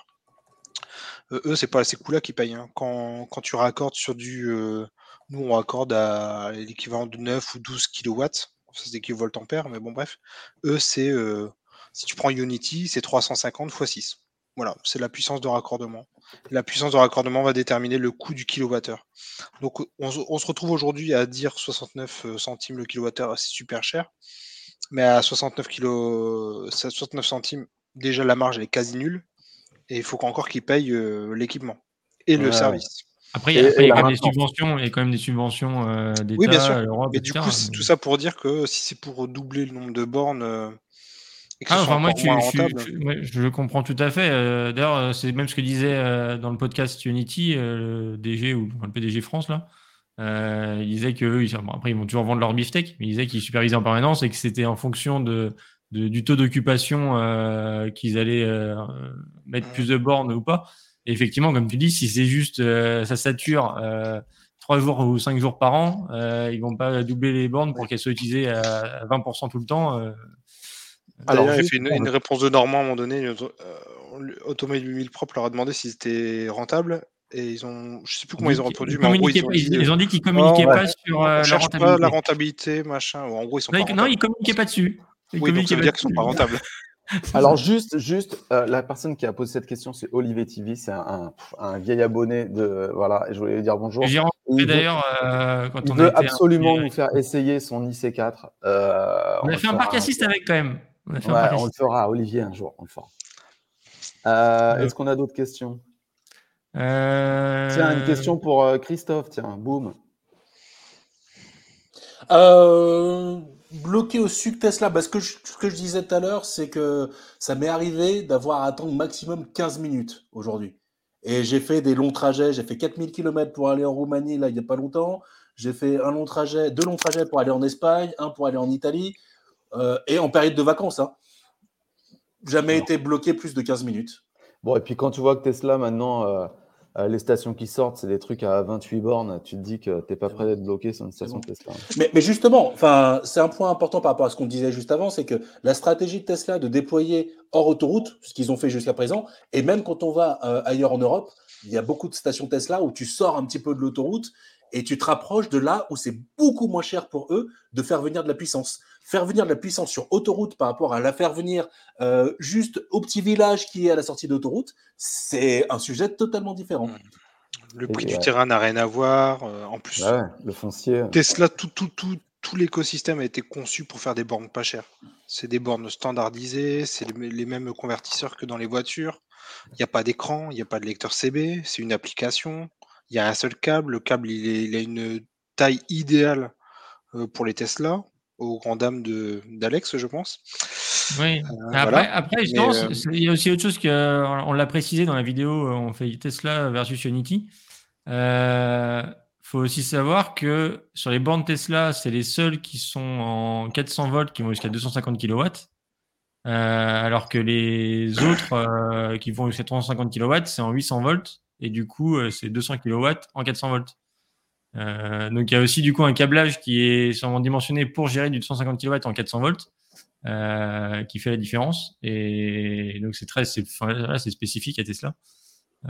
Euh, eux, c'est pas ces coûts-là qui payent, hein. Quand, quand tu raccordes sur du. euh, nous, on raccorde à l'équivalent de neuf ou douze kilowatts. Ça, c'est des kilovoltampères, mais bon, bref. Eux, c'est. euh, si tu prends Unity, c'est trois cent cinquante fois six. Voilà, c'est la puissance de raccordement. La puissance de raccordement va déterminer le coût du kilowattheure. Donc, on, se- on se retrouve aujourd'hui à dire soixante-neuf centimes le kilowattheure, c'est super cher. Mais à soixante-neuf, kilo, soixante-neuf centimes, déjà la marge elle est quasi nulle. Et il faut encore qu'ils payent euh, l'équipement et le Ouais. service. Après, il y Et- a, après, et il y a la quand même des maintenance. subventions, il y a quand même des subventions euh, Oui, bien sûr. d'État, Europe, Mais du et cetera. coup, c'est tout ça pour dire que si c'est pour doubler le nombre de bornes euh, et que ce Ah, soit enfin, moi, encore je, moins je, rentable. je, moi, je le comprends tout à fait. Euh, D'ailleurs, euh, c'est même ce que disait euh, dans le podcast Unity, euh, le D G ou enfin, le P D G France, là. Euh, il disait que eux, ils, bon, après, ils vont toujours vendre leur beefsteak, mais il disait qu'ils supervisaient en permanence et que c'était en fonction de, de- du taux d'occupation euh, qu'ils allaient euh, mettre Mhm. plus de bornes ou pas. Et effectivement, comme tu dis, si c'est juste euh, ça sature euh, trois jours ou cinq jours par an, euh, ils vont pas doubler les bornes pour qu'elles soient utilisées à, à vingt pour cent tout le temps. Euh, Alors, D'ailleurs, il juste fait une, pour une le- réponse de Normand à un moment donné. Une auto- euh, Automobile huit mille Propre leur a demandé si c'était rentable. Et ils ont, je sais plus comment dit ils ont qu'ils répondu, mais en gros, communiquaient ils ont pas, dit ils, euh, ils ont dit qu'ils oh, communiquaient on, pas Ouais. sur on- on euh, leur cherche pas la rentabilité. rentabilité, machin. En gros, ils sont Non, pas ils, non, rentables. ils communiquaient pas dessus. Ils Oui, donc communiquaient ça veut pas dire qu'ils sont dessus. pas rentables. C'est Alors ça. juste, juste euh, la personne qui a posé cette question, c'est Olivier T V, c'est un, un- un vieil abonné de voilà, et je voulais lui dire bonjour. Que j'ai Et rencontré il veut, d'ailleurs euh, quand il on a veut été. absolument nous faire essayer son I C quatre. Euh, On on a le fait un parc fera un assist jour. avec quand même. On a fait un Ouais, parc on le assist. fera, Olivier, un jour, on le fera. Euh, Euh, Est-ce qu'on a d'autres questions? euh, Tiens, une question pour euh, Christophe, tiens, boum. Euh, bloqué au sucre Tesla, bah, ce, que je, ce que je disais tout à l'heure, c'est que ça m'est arrivé d'avoir à attendre maximum quinze minutes aujourd'hui. Et j'ai fait des longs trajets, j'ai fait quatre mille kilomètres pour aller en Roumanie, là, il n'y a pas longtemps. J'ai fait un long trajet, deux longs trajets pour aller en Espagne, un pour aller en Italie, euh, et en période de vacances. Hein. Jamais Non. été bloqué plus de quinze minutes. Bon, et puis quand tu vois que Tesla, maintenant, euh, euh, les stations qui sortent, c'est des trucs à vingt-huit bornes, tu te dis que tu n'es pas C'est prêt bon. d'être bloqué sur une C'est station bon. Tesla. Mais, mais justement, enfin, c'est un point important par rapport à ce qu'on disait juste avant, c'est que la stratégie de Tesla de déployer hors autoroute, ce qu'ils ont fait jusqu'à présent, et même quand on va euh, ailleurs en Europe, il y a beaucoup de stations Tesla où tu sors un petit peu de l'autoroute et tu te rapproches de là où c'est beaucoup moins cher pour eux de faire venir de la puissance. Faire venir de la puissance sur autoroute par rapport à la faire venir euh, juste au petit village qui est à la sortie d'autoroute, c'est un sujet totalement différent. Le Et, prix du ouais. terrain n'a rien à voir. euh, en plus, Ouais, le foncier. Tesla, tout, tout, tout, tout l'écosystème a été conçu pour faire des bornes pas chères. C'est des bornes standardisées, c'est les, les mêmes convertisseurs que dans les voitures. Il n'y a pas d'écran, il n'y a pas de lecteur C B, c'est une application. Il y a un seul câble. Le câble, il, est- il a une taille idéale euh, pour les Tesla, aux grand dames de- d'Alex, je pense. Oui. Euh, Après, voilà. après, je Mais, pense, euh, c'est- il y a aussi autre chose que euh, on l'a précisé dans la vidéo. euh, On fait Tesla versus Unity. Euh, faut aussi savoir que sur les bornes Tesla, c'est les seuls qui sont en quatre cents volts qui vont jusqu'à deux cent cinquante kilowatts. Euh, alors que les autres euh, qui vont jusqu'à trois cent cinquante kilowatts, c'est en huit cents volts. Et du coup, euh, c'est deux cents kilowatts en quatre cents volts. Euh, donc, il y a aussi du coup un câblage qui est sûrement dimensionné pour gérer du deux cent cinquante kilowatts en quatre cents volts, euh, qui fait la différence. Et donc, c'est très, c'est, enfin, là, c'est spécifique à Tesla. Euh,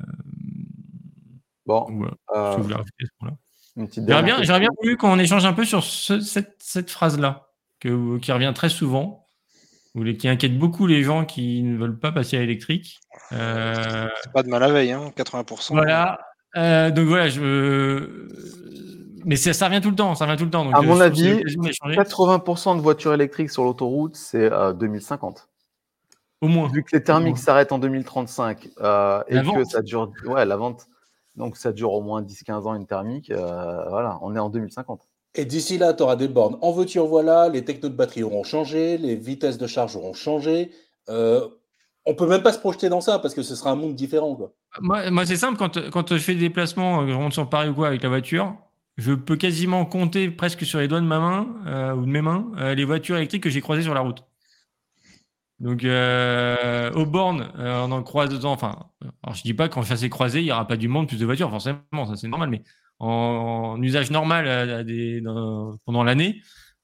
Bon, donc voilà, euh, si vous voulez rajouter ce point-là. une petite J'aurais dernière bien, j'aurais bien question. voulu qu'on échange un peu sur ce- cette, cette phrase-là, que, qui revient très souvent, ou les- qui inquiète beaucoup les gens qui ne veulent pas passer à l'électrique. Euh, c'est pas demain la veille, hein, quatre-vingts pour cent. voilà. Euh, donc voilà, je. Mais ça, ça revient tout le temps, ça revient tout le temps. Donc À euh, mon je trouve que c'est avis, l'occasion d'échanger. quatre-vingts pour cent de voitures électriques sur l'autoroute, c'est euh, deux mille cinquante. Au moins. Vu que les Au thermiques moins. s'arrêtent en deux mille trente-cinq euh, et La que vente. ça dure, ouais, la vente, donc ça dure au moins dix à quinze ans une thermique, euh, voilà, on est en deux mille cinquante. Et d'ici là, tu auras des bornes en voiture, voilà, les technos de batterie auront changé, les vitesses de charge auront changé. Euh, on peut même pas se projeter dans ça parce que ce sera un monde différent. Quoi. Moi, moi c'est simple, quand, quand je fais des déplacements, euh, je rentre sur Paris ou quoi avec la voiture, je peux quasiment compter presque sur les doigts de ma main euh, ou de mes mains euh, les voitures électriques que j'ai croisées sur la route. Donc, euh, aux bornes, euh, en en croisant, enfin, alors je dis pas qu'en chassé croisé, il y aura pas du monde, plus de voitures, forcément, ça c'est normal, mais en, en usage normal à, à des, dans- pendant l'année,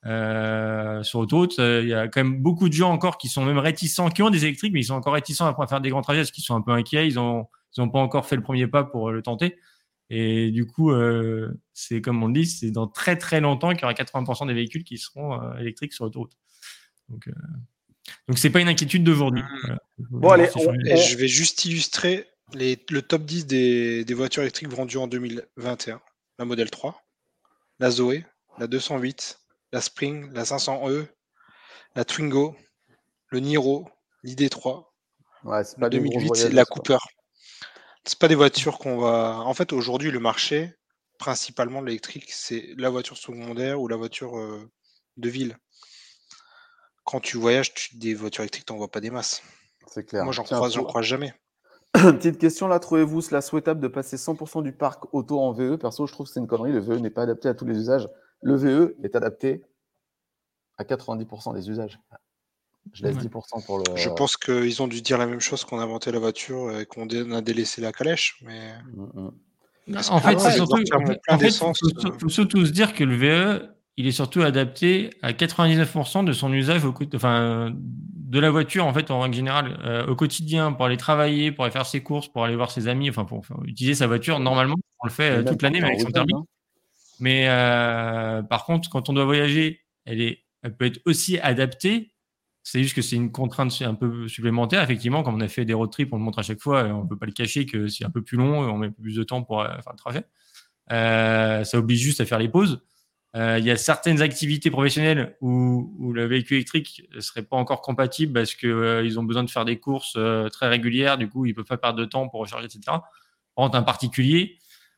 euh, sur autoroute, euh, il y a quand même beaucoup de gens encore qui sont même réticents, qui ont des électriques, mais ils sont encore réticents à faire des grands trajets parce qu'ils sont un peu inquiets, ils ont, ils ont pas encore fait le premier pas pour le tenter. Et du coup, euh, c'est comme on le dit, c'est dans très très longtemps qu'il y aura quatre-vingts pour cent des véhicules qui seront euh, électriques sur l'autoroute. Donc, euh, donc c'est pas une inquiétude d'aujourd'hui. Voilà. Bon, allez, on- Et je vais juste illustrer les, le top dix des, des voitures électriques vendues en deux mille vingt et un. La Model trois, la Zoé, la deux cent huit, la Spring, la cinq cents E, la Twingo, le Niro, l'I D trois, Ouais, c'est le pas des grosses deux mille huit, voyageuses, la quoi. Cooper. C'est pas des voitures qu'on va. En fait, aujourd'hui, le marché, principalement l'électrique, c'est la voiture secondaire ou la voiture euh, de ville. Quand tu voyages, tu... des voitures électriques, t'en vois pas des masses. C'est clair. Moi, j'en Tiens, croise, j'en pour- croise jamais. Petite question là, trouvez-vous cela souhaitable de passer cent pour cent du parc auto en V E? Perso, je trouve que c'est une connerie. Le V E n'est pas adapté à tous les usages. Le V E est adapté à quatre-vingt-dix pour cent des usages. Je laisse Ouais. dix pour cent pour le. Je pense qu'ils ont dû dire la même chose qu'on a inventé la voiture et qu'on dé- a délaissé la calèche. Mais Mm, mm. Parce En que fait, moi, c'est je vais surtout. devoir faire En mon fait, plein en fait, d'essence, faut, euh. faut surtout se dire que le V E, il est surtout adapté à quatre-vingt-dix-neuf pour cent de son usage au, quot- enfin, de la voiture en fait en règle générale euh, au quotidien pour aller travailler, pour aller faire ses courses, pour aller voir ses amis, enfin pour, enfin, utiliser sa voiture. Normalement, on le fait Et euh, même toute l'année, mais parfois en avec son week-end, permis. hein. Mais euh, par contre, quand on doit voyager, elle est, elle peut être aussi adaptée. C'est juste que c'est une contrainte un peu supplémentaire. Effectivement, comme on a fait des road trips, on le montre à chaque fois, et on peut pas le cacher que c'est un peu plus long, on met un peu plus de temps pour euh, faire le trajet. Euh, ça oblige juste à faire les pauses. Euh, Il y a certaines activités professionnelles où, où le véhicule électrique ne serait pas encore compatible parce que euh, ils ont besoin de faire des courses euh, très régulières. Du coup, ils peuvent pas perdre de temps pour recharger, et cetera. Par contre, un particulier,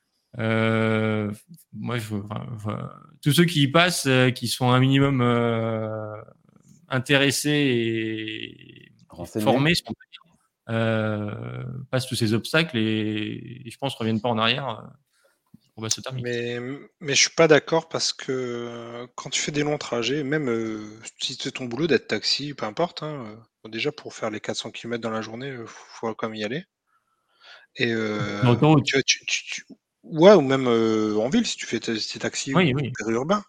euh, moi, je, enfin, enfin, tous ceux qui y passent, euh, qui sont un minimum euh, intéressés et, et Renseigné. formés, si on peut dire, euh, passent tous ces obstacles et, et je pense reviennent pas en arrière euh, pour battre ce thermique. Mais, mais je suis pas d'accord parce que euh, quand tu fais des longs trajets, même euh, si c'est ton boulot d'être taxi, peu importe, hein, euh, bon, déjà pour faire les quatre cents kilomètres dans la journée, il faut, faut quand même y aller. Et euh, Sur l'autoroute. tu, vois, tu, tu, tu- ouais, ou même euh, en ville, si tu fais tes tes taxis Oui, ou oui. périurbain,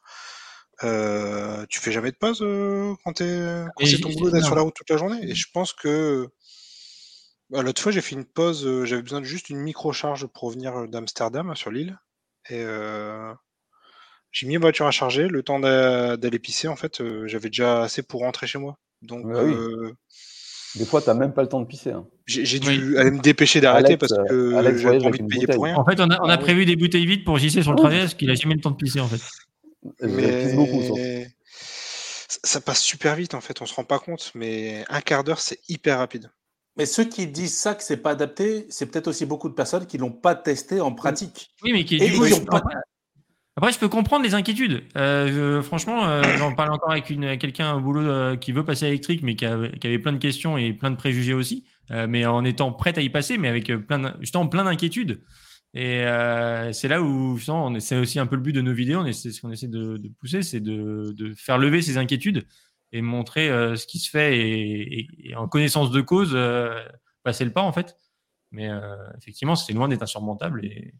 euh, tu fais jamais de pause euh, quand, t'es- quand Et c'est j'ai- ton j'ai- boulot d'être sur non. la route toute la journée. Et je pense que bah, l'autre fois, j'ai fait une pause, euh, j'avais besoin de juste une micro-charge pour venir d'Amsterdam sur l'île. Et euh, j'ai mis ma voiture à charger, le temps d'a- d'aller pisser, en fait, euh, j'avais déjà assez pour rentrer chez moi. Donc, Ouais, oui. euh, Des fois, tu n'as même pas le temps de pisser, hein. j'ai j'ai Oui. dû aller me dépêcher d'arrêter Alex, parce euh, que Alex j'avais voyage pas envie avec de une payer pour bouteille. rien. En fait, on a, on a Ah oui. prévu des bouteilles vides pour J C sur le Ah oui. trajet parce qu'il a jamais le temps de pisser en fait. Je pisse beaucoup, surtout. Mais ça ça passe super vite, en fait, on se rend pas compte. Mais un quart d'heure, c'est hyper rapide. Mais ceux qui disent ça, que c'est pas adapté, c'est peut-être aussi beaucoup de personnes qui l'ont pas testé en pratique. Oui, mais qui Et, du et coup, qui je- ont pas. après, après, je peux comprendre les inquiétudes. Euh, je- franchement, euh, j'en parlais encore avec une, quelqu'un au boulot euh, qui veut passer à électrique, mais qui avait, qui avait plein de questions et plein de préjugés aussi, euh, mais en étant prête à y passer, mais avec euh, plein, de- justement plein d'inquiétudes. Et euh, c'est là où justement, on essaie aussi un peu le but de nos vidéos, on essaie, ce qu'on essaie de, de pousser, c'est de, de faire lever ces inquiétudes et montrer euh, ce qui se fait et, et- et en connaissance de cause, euh, passer le pas en fait. Mais euh, effectivement, c'est loin d'être insurmontable. Et,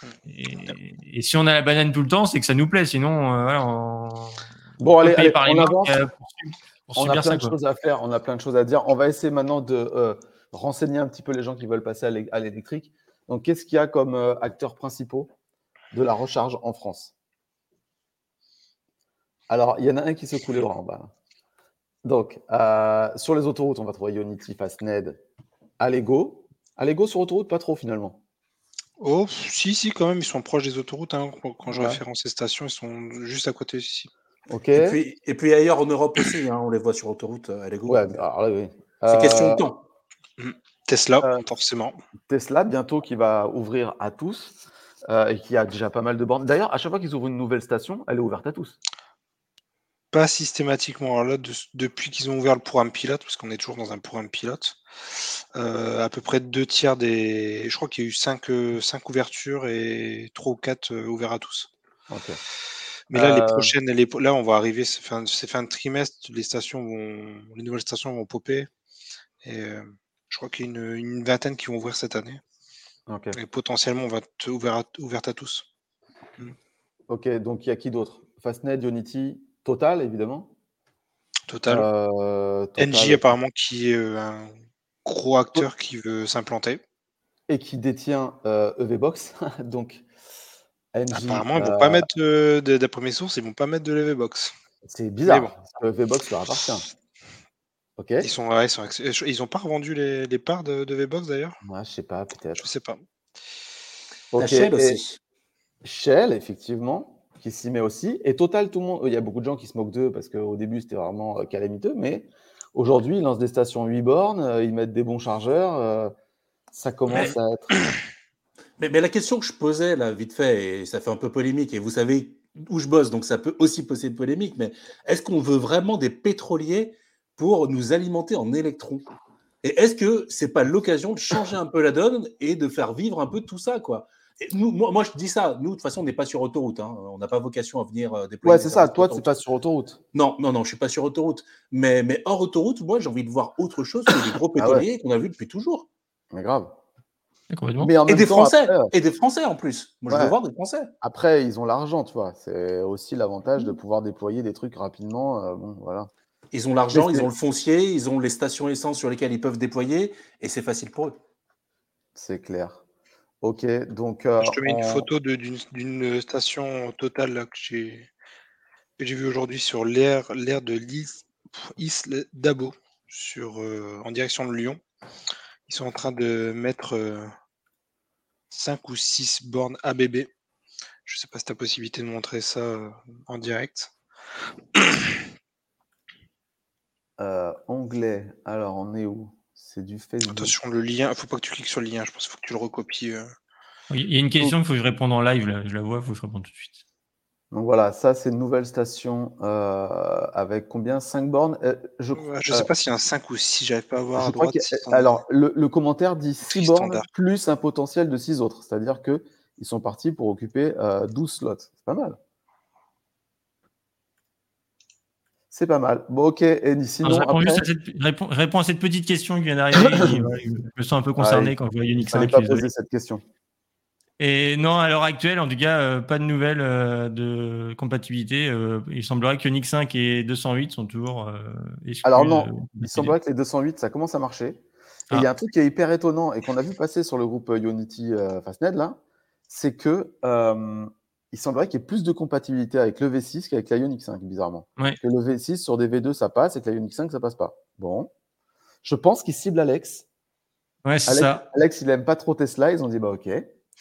et, et si on a la banane tout le temps, c'est que ça nous plaît. Sinon, euh, voilà, on Bon, on allez, peut payer allez, par les on marques avance. euh, pour, sub- pour On a subir plein ça. de Quoi. choses à faire, on a plein de choses à dire. On va essayer maintenant de euh, renseigner un petit peu les gens qui veulent passer à l'é- à l'électrique. Donc, qu'est-ce qu'il y a comme euh, acteurs principaux de la recharge en France? Alors, il y en a un qui secoue les bras en bas. Donc, euh, sur les autoroutes, on va trouver Ionity, Fastned, Allego. Allego sur autoroute, pas trop finalement. Oh, si, si, quand même, ils sont proches des autoroutes. Hein. Quand quand je Ouais. référence ces stations, ils sont juste à côté ici. Ok. Et puis, et puis ailleurs en Europe aussi, hein, on les voit sur autoroute euh, à Lego. Ouais, alors là, oui. C'est question Euh, de temps. Mm. Tesla, Euh, forcément. Tesla, bientôt, qui va ouvrir à tous euh, et qui a déjà pas mal de bornes. D'ailleurs, à chaque fois qu'ils ouvrent une nouvelle station, elle est ouverte à tous. Pas systématiquement. Alors là, de- depuis qu'ils ont ouvert le programme pilote, parce qu'on est toujours dans un programme pilote, euh, à peu près deux tiers des. Je crois qu'il y a eu cinq, euh, cinq ouvertures et trois ou quatre euh, ouverts à tous. Ok. Mais là, les Euh, prochaines, les, là, on va arriver, c'est fin, c'est fin de trimestre, les stations vont, les nouvelles stations vont popper. Et euh, je crois qu'il y a une, une vingtaine qui vont ouvrir cette année. ok. Et potentiellement, on va être ouvert à, ouverte à tous. Mm. Ok, donc il y a qui d'autre? Fastnet, Unity, Total, évidemment. Total. Euh, N J, Total apparemment, qui est euh, un gros acteur qui veut s'implanter. et qui détient euh, EVBox. Donc, N J, Apparemment, ils vont euh, pas mettre, euh, de- d'après mes sources, ils vont pas mettre de l'E V box. c'est Mais bizarre, bon, parce que EVBox leur appartient. Ok. ils sont, ouais, ils sont, acc- ils ont pas revendu les, les parts de, de V-Box d'ailleurs. Moi, je sais pas, Je peut-être. sais pas. T'as Ok. Shell Et aussi. Shell, effectivement, qui s'y met aussi. Et Total, tout le monde. Il y a beaucoup de gens qui se moquent d'eux parce qu'au début, c'était vraiment euh, calamiteux. Mais aujourd'hui, ils lancent des stations huit bornes, euh, ils mettent des bons chargeurs. euh, ça commence Mais, à être. mais, mais la question que je posais, là, vite fait, et ça fait un peu polémique, et vous savez où je bosse, donc ça peut aussi poser de polémique, mais est-ce qu'on veut vraiment des pétroliers pour nous alimenter en électrons? Et est-ce que c'est pas l'occasion de changer un peu la donne et de faire vivre un peu tout ça, quoi? Et nous, moi, moi, je dis ça, nous, de toute façon, on n'est pas sur autoroute, hein. On n'a pas vocation à venir euh, déployer Ouais, des c'est ça. services sur Toi, c'est autoroute. pas sur autoroute. Non, non, non, je suis pas sur autoroute. Mais, mais hors autoroute, moi, j'ai envie de voir autre chose que les gros Ah ouais, pétroliers qu'on a vus depuis toujours. mais grave. Ouais, complètement. Mais en Et même des temps, Français, après, euh, et des Français en plus. Moi, je veux ouais, voir des Français. après, ils ont l'argent, tu vois. C'est aussi l'avantage de Mmh. pouvoir déployer des trucs rapidement. euh, bon, voilà. Ils ont Mais l'argent, ils c'est ont le foncier, ils ont les stations essence sur lesquelles ils peuvent déployer, et c'est facile pour eux. c'est clair. Ok, donc euh, Je te mets une en... photo de- d'une d'une station totale là, que j'ai que j'ai vue aujourd'hui sur l'air l'air de l'Is- Isle d'Abo, sur euh, en direction de Lyon. Ils sont en train de mettre euh, cinq ou six bornes A B B. Je sais pas si tu as possibilité de montrer ça euh, en direct. euh, onglet, alors on est où? C'est du Facebook. Attention, le lien, faut pas que tu cliques sur le lien, je pense qu'il faut que tu le recopies. euh. Il y a une question qu'il faut que je réponde en live, là. Je la vois, il faut que je réponde tout de suite. Donc voilà, ça c'est une nouvelle station euh, avec combien? cinq bornes? Euh, je, Ouais, je euh, sais pas s'il y a un cinq ou six, j'arrive pas à voir je à crois droite que. s'ils sont Alors, le, le commentaire dit six prix bornes standard. plus un potentiel de six autres. C'est-à-dire qu'ils sont partis pour occuper euh, douze slots. C'est pas mal. C'est pas mal. Bon, ok. Et Alors, je sinon, réponds après, juste à cette, je réponds, je réponds à cette petite question qui vient d'arriver. Il dit, ouais, je me sens un peu concerné ouais, quand je vois il Unix fallait cinq, je pas suis désolé. poser cette question. Et non, à l'heure actuelle, en tout cas, euh, pas de nouvelles euh, de compatibilité. Euh, il semblerait que Unix cinq et deux cent huit sont toujours euh, exclus. Alors de- non, de il B P D. semblerait que les deux cent huit, ça commence à marcher. Et il y Ah. a un truc qui est hyper étonnant et qu'on a vu passer sur le groupe euh, Unity euh, Fastnet, là, c'est que euh, il semblerait qu'il y ait plus de compatibilité avec le V six qu'avec la Unix cinq, bizarrement. Ouais. Que le V six sur des V deux, ça passe et que la Unix cinq, ça passe pas. Bon. Je pense qu'ils ciblent Alex. Ouais, c'est Alex, ça. Alex, il aime pas trop Tesla. Ils ont dit, bah ok.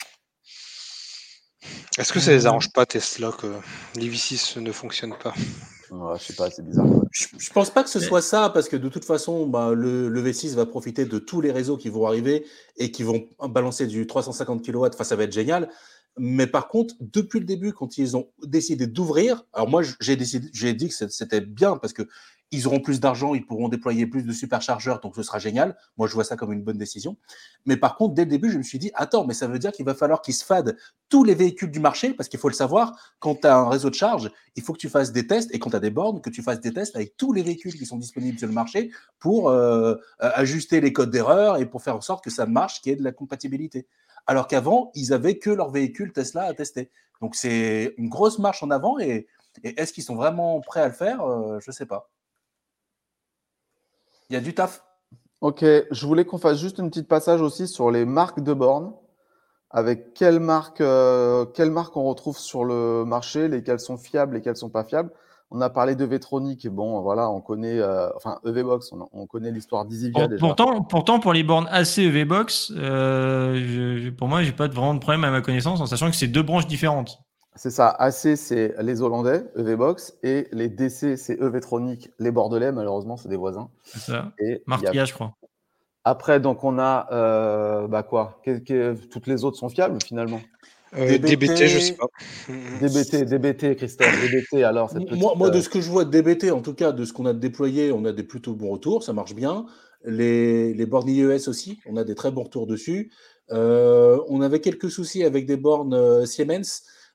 Est-ce que ça les arrange pas Tesla que les V six ne fonctionnent pas? Ouais, je sais pas, c'est bizarre. Quoi. Je, je pense pas que ce Mais- soit ça, parce que de toute façon, bah, le, le V six va profiter de tous les réseaux qui vont arriver et qui vont balancer du trois cent cinquante kilowatts. Enfin, ça va être génial. Mais par contre, depuis le début, quand ils ont décidé d'ouvrir, alors moi, j'ai décidé, j'ai dit que c'était bien parce que ils auront plus d'argent, ils pourront déployer plus de superchargeurs, donc ce sera génial. Moi, je vois ça comme une bonne décision. Mais par contre, dès le début, je me suis dit, attends, mais ça veut dire qu'il va falloir qu'ils se fadent tous les véhicules du marché, parce qu'il faut le savoir, quand tu as un réseau de charge, il faut que tu fasses des tests, et quand tu as des bornes, que tu fasses des tests avec tous les véhicules qui sont disponibles sur le marché pour euh, ajuster les codes d'erreur et pour faire en sorte que ça marche, qu'il y ait de la compatibilité. Alors qu'avant, ils avaient que leurs véhicules Tesla à tester. Donc c'est une grosse marche en avant, et, et est-ce qu'ils sont vraiment prêts à le faire? euh, Je ne sais pas. Il y a du taf. Ok, je voulais qu'on fasse juste une petite passage aussi sur les marques de bornes. Avec quelles marques, euh, quelles marques on retrouve sur le marché, lesquelles sont fiables, lesquelles sont pas fiables. On a parlé de Vetronic, bon voilà, on connaît, euh, enfin EVBox, on, on connaît l'histoire d'Isivia Pour- déjà. pourtant, pourtant, pour les bornes A C E V Box, euh, je- je- pour moi, j'ai pas de- vraiment de problème à ma connaissance, en sachant que c'est deux branches différentes. C'est ça, A C c'est les Hollandais, EVBox, et les D C c'est Evetronic, les Bordelais, malheureusement c'est des voisins. C'est ça. Et il y a- Marquia, je crois. Après, donc on a, euh, bah quoi, que- que- toutes les autres sont fiables finalement. Euh, D B T, je sais pas. D B T, D B T, Christophe, D B T, alors cette petite. Moi, moi, de euh, ce que je vois de D B T, en tout cas, de ce qu'on a déployé, on a des plutôt bons retours, ça marche bien. Les, les bornes I E S aussi, on a des très bons retours dessus. Euh, on avait quelques soucis avec des bornes euh, Siemens,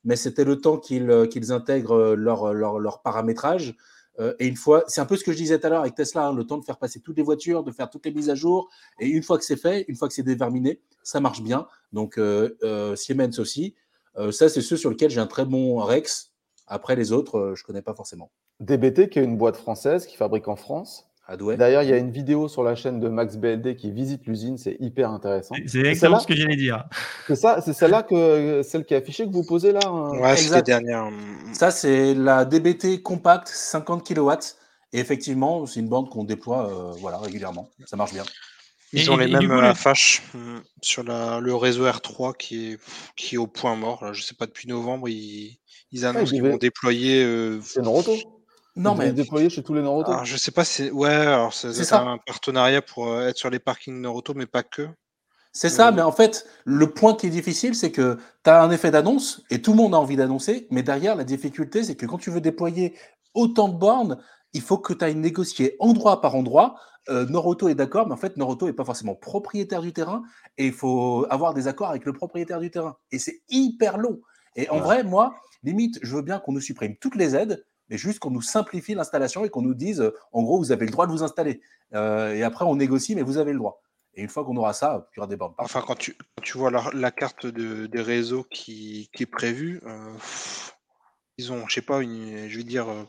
mais c'était le temps qu'ils, euh, qu'ils intègrent leur, leur, leur paramétrage. Euh, et une fois, c'est un peu ce que je disais tout à l'heure avec Tesla, hein, le temps de faire passer toutes les voitures, de faire toutes les mises à jour. Et une fois que c'est fait, une fois que c'est déverminé, ça marche bien. Donc, euh, euh, Siemens aussi. Euh, ça, c'est ceux sur lesquels j'ai un très bon Rex. Après, les autres, euh, je ne connais pas forcément. D B T, qui est une boîte française qui fabrique en France. Ah, Douai. D'ailleurs, il y a une vidéo sur la chaîne de Max B L D qui visite l'usine, c'est hyper intéressant. C'est exactement ce que j'allais dire. C'est ça, c'est celle-là que celle qui est affichée que vous posez là. Hein. Ouais, c'est les Exact. dernières. Ça, c'est la D B T Compact cinquante kilowatts. Et effectivement, c'est une bande qu'on déploie euh, voilà, régulièrement. Ça marche bien. Ils Et- ont et- les et du mêmes coup, le- Apache mm, sur la, le réseau R trois qui est, qui est au point mort. Là, je sais pas, depuis novembre, ils, ils annoncent Ah, ils qu'ils devaient- vont déployer. euh, C'est Noroto. Non, Ils devaient mais se déployer chez tous les Noroto. alors, je sais pas si. Ouais, alors c'est C'est c'est ça. un partenariat pour euh, être sur les parkings Noroto, mais pas que. c'est ça, Euh, mais en fait, le point qui est difficile, c'est que tu as un effet d'annonce et tout le monde a envie d'annoncer, mais derrière, la difficulté, c'est que quand tu veux déployer autant de bornes, il faut que tu ailles négocier endroit par endroit. Euh, Noroto est d'accord, mais en fait, Noroto n'est pas forcément propriétaire du terrain et il faut avoir des accords avec le propriétaire du terrain. Et c'est hyper long. Et en Ouais. vrai, moi, limite, je veux bien qu'on nous supprime toutes les aides, mais juste qu'on nous simplifie l'installation et qu'on nous dise, euh, en gros, vous avez le droit de vous installer. Euh, et après, on négocie, mais vous avez le droit. Et une fois qu'on aura ça, il y aura des bornes partout. Enfin, quand tu, quand tu vois la, la carte de, des réseaux qui, qui est prévue, euh, pff, ils ont, je sais pas, une, je vais dire, euh,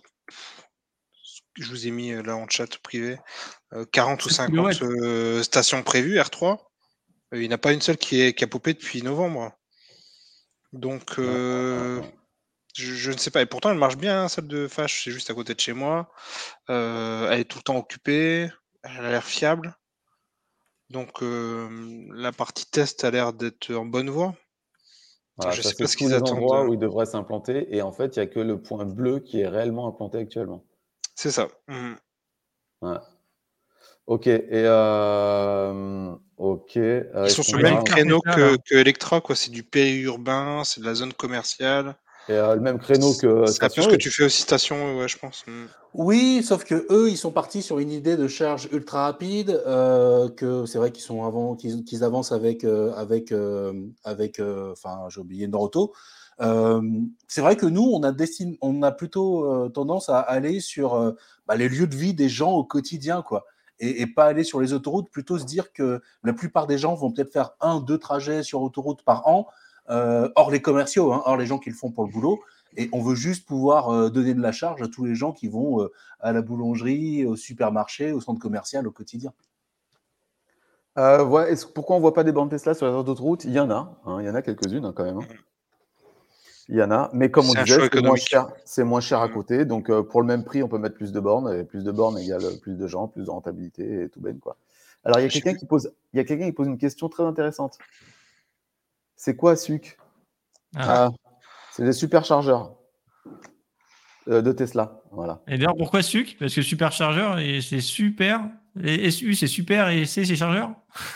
je vous ai mis euh, là en chat privé, euh, quarante ou sept cinquante kilowatts. euh, stations prévues R trois. Euh, il n'y en a pas une seule qui, est, qui a popé depuis novembre. Donc, euh, Ouais. je, je ne sais pas. Et pourtant, elle marche bien, hein, celle de Fash. C'est juste à côté de chez moi. Euh, elle est tout le temps occupée. Elle a l'air fiable. Donc, euh, la partie test a l'air d'être en bonne voie. Voilà, je ça, sais pas c'est ce tous qu'ils les attendent. endroits où il devrait s'implanter. Et en fait, il n'y a que le point bleu qui est réellement implanté actuellement. C'est ça. Mhm. Ouais. Ok. Et euh, ok. euh, Ils est-ce sont qu'on sur le les même parle- experts créneau Tesla, que, là. que Electra, quoi. C'est du périurbain, c'est de la zone commerciale. Et euh, le même créneau que C'est un peu Station ce que E. tu fais aussi station, ouais, je pense. Mm. Oui, sauf que eux, ils sont partis sur une idée de charge ultra rapide. Euh, que c'est vrai qu'ils sont avant, qu'ils, qu'ils avancent avec, euh, avec, euh, avec, euh, enfin, j'ai oublié Noroto. Euh, c'est vrai que nous, on a destine, on a plutôt euh, tendance à aller sur euh, bah, les lieux de vie des gens au quotidien, quoi, et, et pas aller sur les autoroutes. Plutôt se dire que la plupart des gens vont peut-être faire un, deux trajets sur autoroute par an, euh, hors les commerciaux, hein, hors les gens qui le font pour le boulot. Et on veut juste pouvoir euh, donner de la charge à tous les gens qui vont euh, à la boulangerie, au supermarché, au centre commercial au quotidien. Euh, ouais, est-ce- pourquoi on ne voit pas des bandes Tesla sur les aires d'autoroute? Il y en a. Hein, il y en a quelques-unes hein, quand même. hein. Il y en a. Mais comme on C'est un disait, choix c'est moins économique. cher. C'est moins cher à Mm. côté. Donc euh, pour le même prix, on peut mettre plus de bornes. Et plus de bornes égale plus de gens, plus de rentabilité et tout ben quoi. Alors il y a Je sais quelqu'un plus. qui pose, il y a quelqu'un qui pose une question très intéressante. C'est quoi S U C? Ah. Ah, c'est des superchargeurs euh, de Tesla. Voilà. Et d'ailleurs, pourquoi S U C? Parce que superchargeur, et c'est super. Et S U, c'est super et C, c'est chargeur.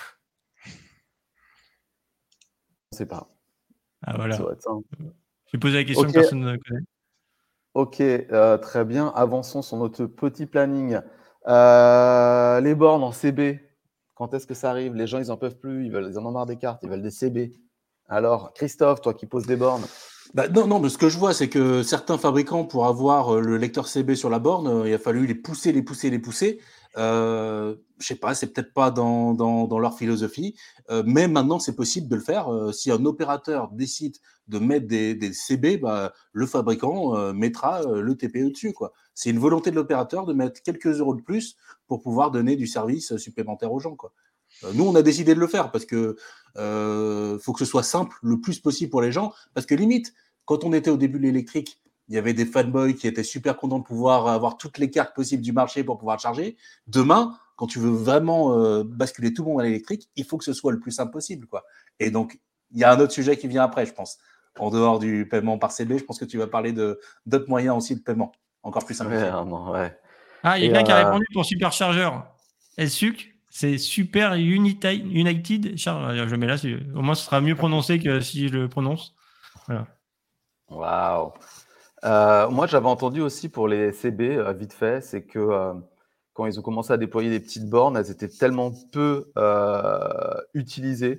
On ne sait pas. Ah Ça voilà. doit être ça. hein. J'ai posé la question Ok. que personne ne connaît. Ok, euh, très bien. Avançons sur notre petit planning. Euh, les bornes en C B, quand est-ce que ça arrive? Les gens, ils en peuvent plus. Ils, veulent, ils en ont marre des cartes. Ils veulent des C B. Alors, Christophe, toi qui poses des bornes. Bah, non, non, mais ce que je vois, c'est que certains fabricants, pour avoir euh, le lecteur C B sur la borne, euh, il a fallu les pousser, les pousser, les pousser. Euh, je sais pas, c'est peut-être pas dans, dans, dans leur philosophie, euh, mais maintenant c'est possible de le faire. Euh, si un opérateur décide de mettre des, des C B, bah, le fabricant euh, mettra euh, le T P E dessus, quoi. C'est une volonté de l'opérateur de mettre quelques euros de plus pour pouvoir donner du service supplémentaire aux gens, quoi. Euh, nous, on a décidé de le faire parce que euh, faut que ce soit simple le plus possible pour les gens. Parce que limite, quand on était au début de l'électrique, il y avait des fanboys qui étaient super contents de pouvoir avoir toutes les cartes possibles du marché pour pouvoir charger. Demain, quand tu veux vraiment euh, basculer tout le monde à l'électrique, il faut que ce soit le plus simple possible, quoi. Et donc, il y a un autre sujet qui vient après, je pense. En dehors du paiement par C B, je pense que tu vas parler de d'autres moyens aussi de paiement, encore plus simplifiés. Ouais, non, ouais. Ah, il y a Et, quelqu'un qui a euh, répondu pour superchargeur. S U C, c'est Super Uniti- United Charger. Je le mets là, c'est- au moins ce sera mieux prononcé que si je le prononce. Voilà. Waouh. Euh, moi, j'avais entendu aussi pour les C B, euh, vite fait, c'est que euh, quand ils ont commencé à déployer des petites bornes, elles étaient tellement peu euh, utilisées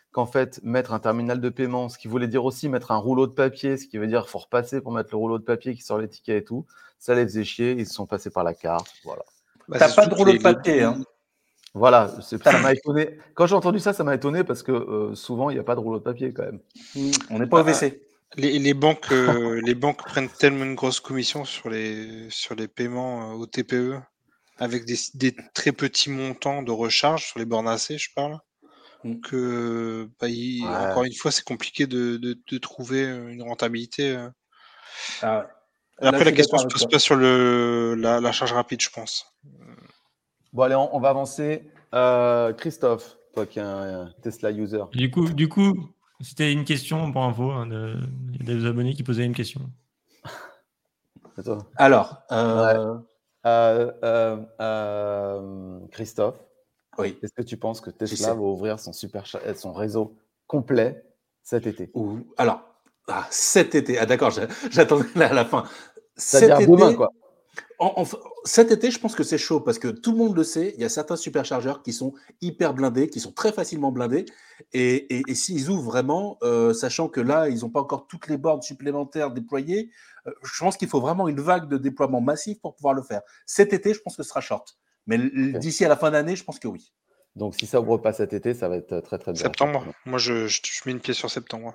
qu'en fait, mettre un terminal de paiement, ce qui voulait dire aussi mettre un rouleau de papier, ce qui veut dire qu'il faut repasser pour mettre le rouleau de papier qui sort les tickets et tout, ça les faisait chier, ils se sont passés par la carte, voilà. Bah, T'as c'est pas surtout de que rouleau les, de papier, hein. Voilà, c'est- ça m'a étonné. Quand j'ai entendu ça, ça m'a étonné parce que euh, souvent, il n'y a pas de rouleau de papier quand même. Mm, On n'est pas au Bah, V C. les, les banques, euh, les banques prennent tellement une grosse commission sur les, sur les paiements euh, au T P E, avec des, des très petits montants de recharge sur les bornes A C, je parle, Mm. que bah, il- Ouais. encore une fois, c'est compliqué de, de, de trouver euh, une rentabilité. euh. Ah ouais. Et après, Là, je la suis question d'accord se avec pose toi. pas sur le, la, la charge rapide, je pense. Bon, allez, on, on va avancer. Euh, Christophe, toi qui es un, un Tesla user. Du coup, du coup, c'était une question pour info, hein, de, il y a des abonnés qui posaient une question. C'est toi. Alors, euh, Euh, euh, euh, Christophe, oui, est-ce que tu penses que j'y Tesla sais. va ouvrir son, super cha- son réseau complet cet été? Ou, alors, ah, cet été, ah d'accord, j'a- j'attendais là à la fin. C'est-à-dire Cet demain, été, quoi. en- en- cet été, je pense que c'est chaud parce que tout le monde le sait, il y a certains superchargeurs qui sont hyper blindés, qui sont très facilement blindés. Et, et- et s'ils ouvrent vraiment, euh, sachant que là, ils n'ont pas encore toutes les bornes supplémentaires déployées, euh, je pense qu'il faut vraiment une vague de déploiement massif pour pouvoir le faire. Cet été, je pense que ce sera short. Mais l- Ok. d'ici à la fin d'année, je pense que oui. Donc, si ça ouvre pas cet été, ça va être très, très bien. Septembre. effectivement. Moi, je, je, je mets une pièce sur septembre.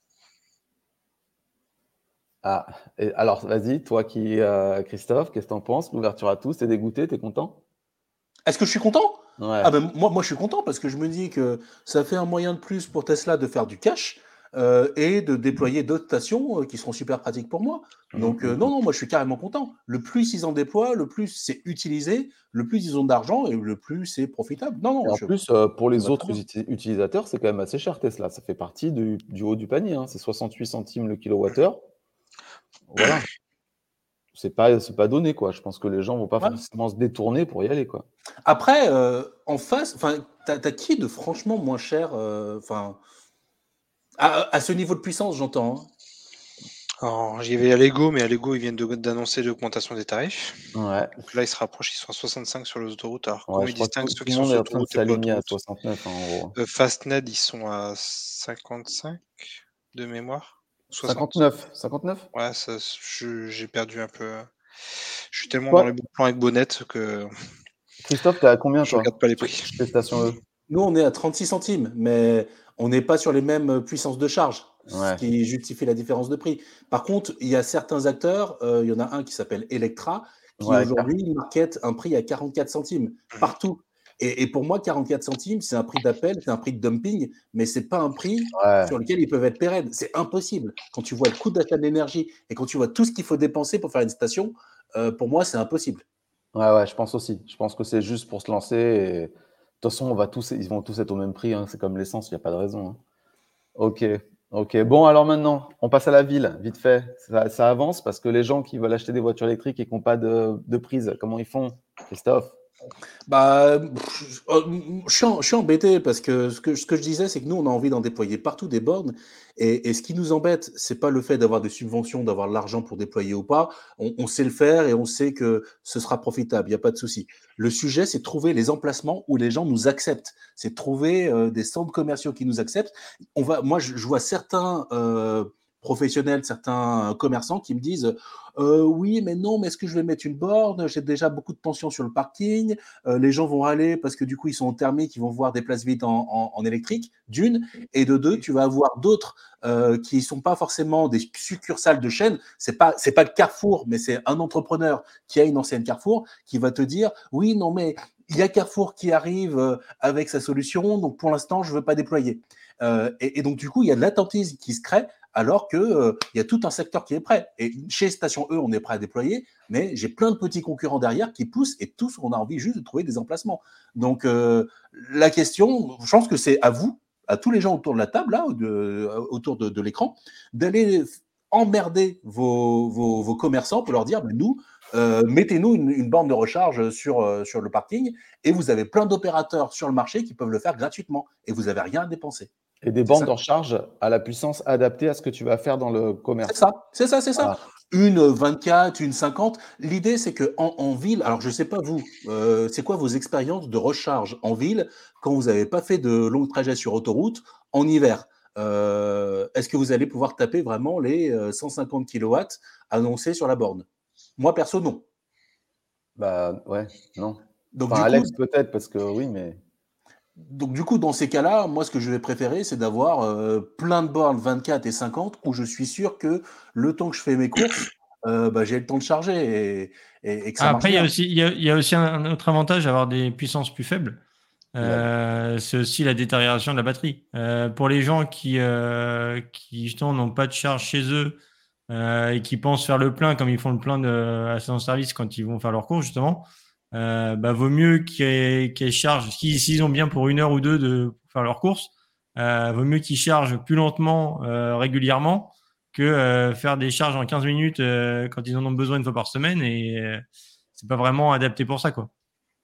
Ah, et alors, vas-y, toi qui, euh, Christophe, qu'est-ce que t'en penses? L'ouverture à tous, t'es dégoûté, t'es content? Est-ce que je suis content? Ouais. Ah ben moi, moi je suis content parce que je me dis que ça fait un moyen de plus pour Tesla de faire du cash euh, et de déployer d'autres stations euh, qui seront super pratiques pour moi. Donc euh, non, non, moi je suis carrément content. Le plus ils en déploient, le plus c'est utilisé, le plus ils ont d'argent et le plus c'est profitable. Non, Et non, en je, plus, euh, pour ça me les va très autres bien. uti- utilisateurs, c'est quand même assez cher Tesla. Ça fait partie du, du haut du panier, hein. C'est soixante-huit centimes le kilowattheure. Voilà. C'est pas, c'est pas donné, quoi. Je pense que les gens vont pas Ouais. forcément se détourner pour y aller, quoi. Après, euh, en face, enfin, t'as, t'as qui de franchement moins cher, euh, enfin, à, à ce niveau de puissance, j'entends. Hein. Alors, j'y vais à Lego, mais à Lego, ils viennent de- d'annoncer l'augmentation des tarifs. Ouais. Donc là, ils se rapprochent, ils sont à soixante-cinq sur les autoroutes. Alors, Ouais, comment je ils crois que distinguent tout, ceux tout qui le sont monde sur est en train de autoroute et pas s'aligner à autoroute? soixante-neuf, hein, en gros. Euh, Fastned, ils sont à cinquante-cinq de mémoire. soixante. cinquante-neuf. cinquante-neuf? Ouais, ça, je- j'ai perdu un peu. Je suis tellement Toi, dans les bons plans avec Bonnette que Christophe, t'es à combien, je toi, regarde pas les chez, prix. chez Station E? Nous, on est à trente-six centimes, mais on n'est pas sur les mêmes puissances de charge, ce Ouais. qui justifie la différence de prix. Par contre, il y a certains acteurs, euh, il y en a un qui s'appelle Electra, qui Ouais, aujourd'hui market un prix à quarante-quatre centimes Mhm. partout. Et, et pour moi, quarante-quatre centimes, c'est un prix d'appel, c'est un prix de dumping, mais c'est pas un prix ouais. sur lequel ils peuvent être pérennes. C'est impossible. Quand tu vois le coût d'achat d'énergie et quand tu vois tout ce qu'il faut dépenser pour faire une station, euh, pour moi, c'est impossible. Ouais, ouais, je pense aussi. Je pense que c'est juste pour se lancer. Et... De toute façon, on va tous, ils vont tous être au même prix, hein. C'est comme l'essence, il n'y a pas de raison, hein. Ok, ok. Bon, alors maintenant, on passe à la ville, vite fait. Ça, ça avance parce que les gens qui veulent acheter des voitures électriques et qui n'ont pas de, de prise, comment ils font, Christophe? Bah, pff, euh, je suis, en- je suis embêté parce que ce que, ce que je disais, c'est que nous, on a envie d'en déployer partout des bornes. Et, et ce qui nous embête, c'est pas le fait d'avoir des subventions, d'avoir de l'argent pour déployer ou pas. On, on sait le faire et on sait que ce sera profitable, il n'y a pas de souci. Le sujet, c'est de trouver les emplacements où les gens nous acceptent. C'est de trouver euh, des centres commerciaux qui nous acceptent. On va, moi, je, je vois certains euh, professionnels, certains commerçants qui me disent euh, oui, mais non, mais est-ce que je vais mettre une borne? J'ai déjà beaucoup de tension sur le parking. Euh, les gens vont râler parce que du coup, ils sont en thermique, ils vont voir des places vides en, en, en électrique, d'une. Et de deux, tu vas avoir d'autres euh, qui ne sont pas forcément des succursales de chaînes. Ce n'est pas, c'est pas le Carrefour, mais c'est un entrepreneur qui a une ancienne Carrefour qui va te dire oui, non, mais il y a Carrefour qui arrive euh, avec sa solution, donc pour l'instant, je ne veux pas déployer. Euh, et, et donc, du coup, il y a de l'attentisme qui se crée alors qu'il euh, y a tout un secteur qui est prêt. Et chez Station E, on est prêt à déployer, mais j'ai plein de petits concurrents derrière qui poussent et tous, on a envie juste de trouver des emplacements. Donc, euh, la question, je pense que c'est à vous, à tous les gens autour de la table, là, de, autour de, de l'écran, d'aller emmerder vos, vos, vos commerçants pour leur dire, ben nous, euh, mettez-nous une, une borne de recharge sur, euh, sur le parking et vous avez plein d'opérateurs sur le marché qui peuvent le faire gratuitement et vous n'avez rien à dépenser. Et des C'est bornes ça. de recharge à la puissance adaptée à ce que tu vas faire dans le C'est commerce. ça, c'est ça, c'est ça. Voilà. Une vingt-quatre, une cinquante. L'idée, c'est qu'en en ville, alors je sais pas vous, heu, c'est quoi vos expériences de recharge en ville quand vous avez pas fait de longs trajets sur autoroute en hiver? Heu, est-ce que vous allez pouvoir taper vraiment les, heu, cent cinquante kilowatts annoncés sur la borne? Moi perso, non. Bah, ouais, non. Donc Enfin, du coup Alex peut-être parce que oui, mais donc du coup, dans ces cas-là, moi, ce que je vais préférer, c'est d'avoir, heu, plein de bornes vingt-quatre et cinquante où je suis sûr que le temps que je fais mes courses, heu, bah, j'ai le temps de charger et et et que ça marche Après, il y a bien. aussi, il y a, il y a aussi un, un autre avantage à avoir des puissances plus faibles. ouais. Euh, c'est aussi la détérioration de la batterie. Euh, pour les gens qui, euh, qui justement n'ont pas de charge chez eux euh, et qui pensent faire le plein comme ils font le plein de à la station-service quand ils vont faire leur course justement, euh, bah, vaut mieux qu'ils qu'ils chargent. S'ils s'ils ont bien pour une heure ou deux de faire leur course, euh, vaut mieux qu'ils chargent plus lentement euh, régulièrement que euh, faire des charges en quinze minutes euh, quand ils en ont besoin une fois par semaine et euh, c'est pas vraiment adapté pour ça quoi.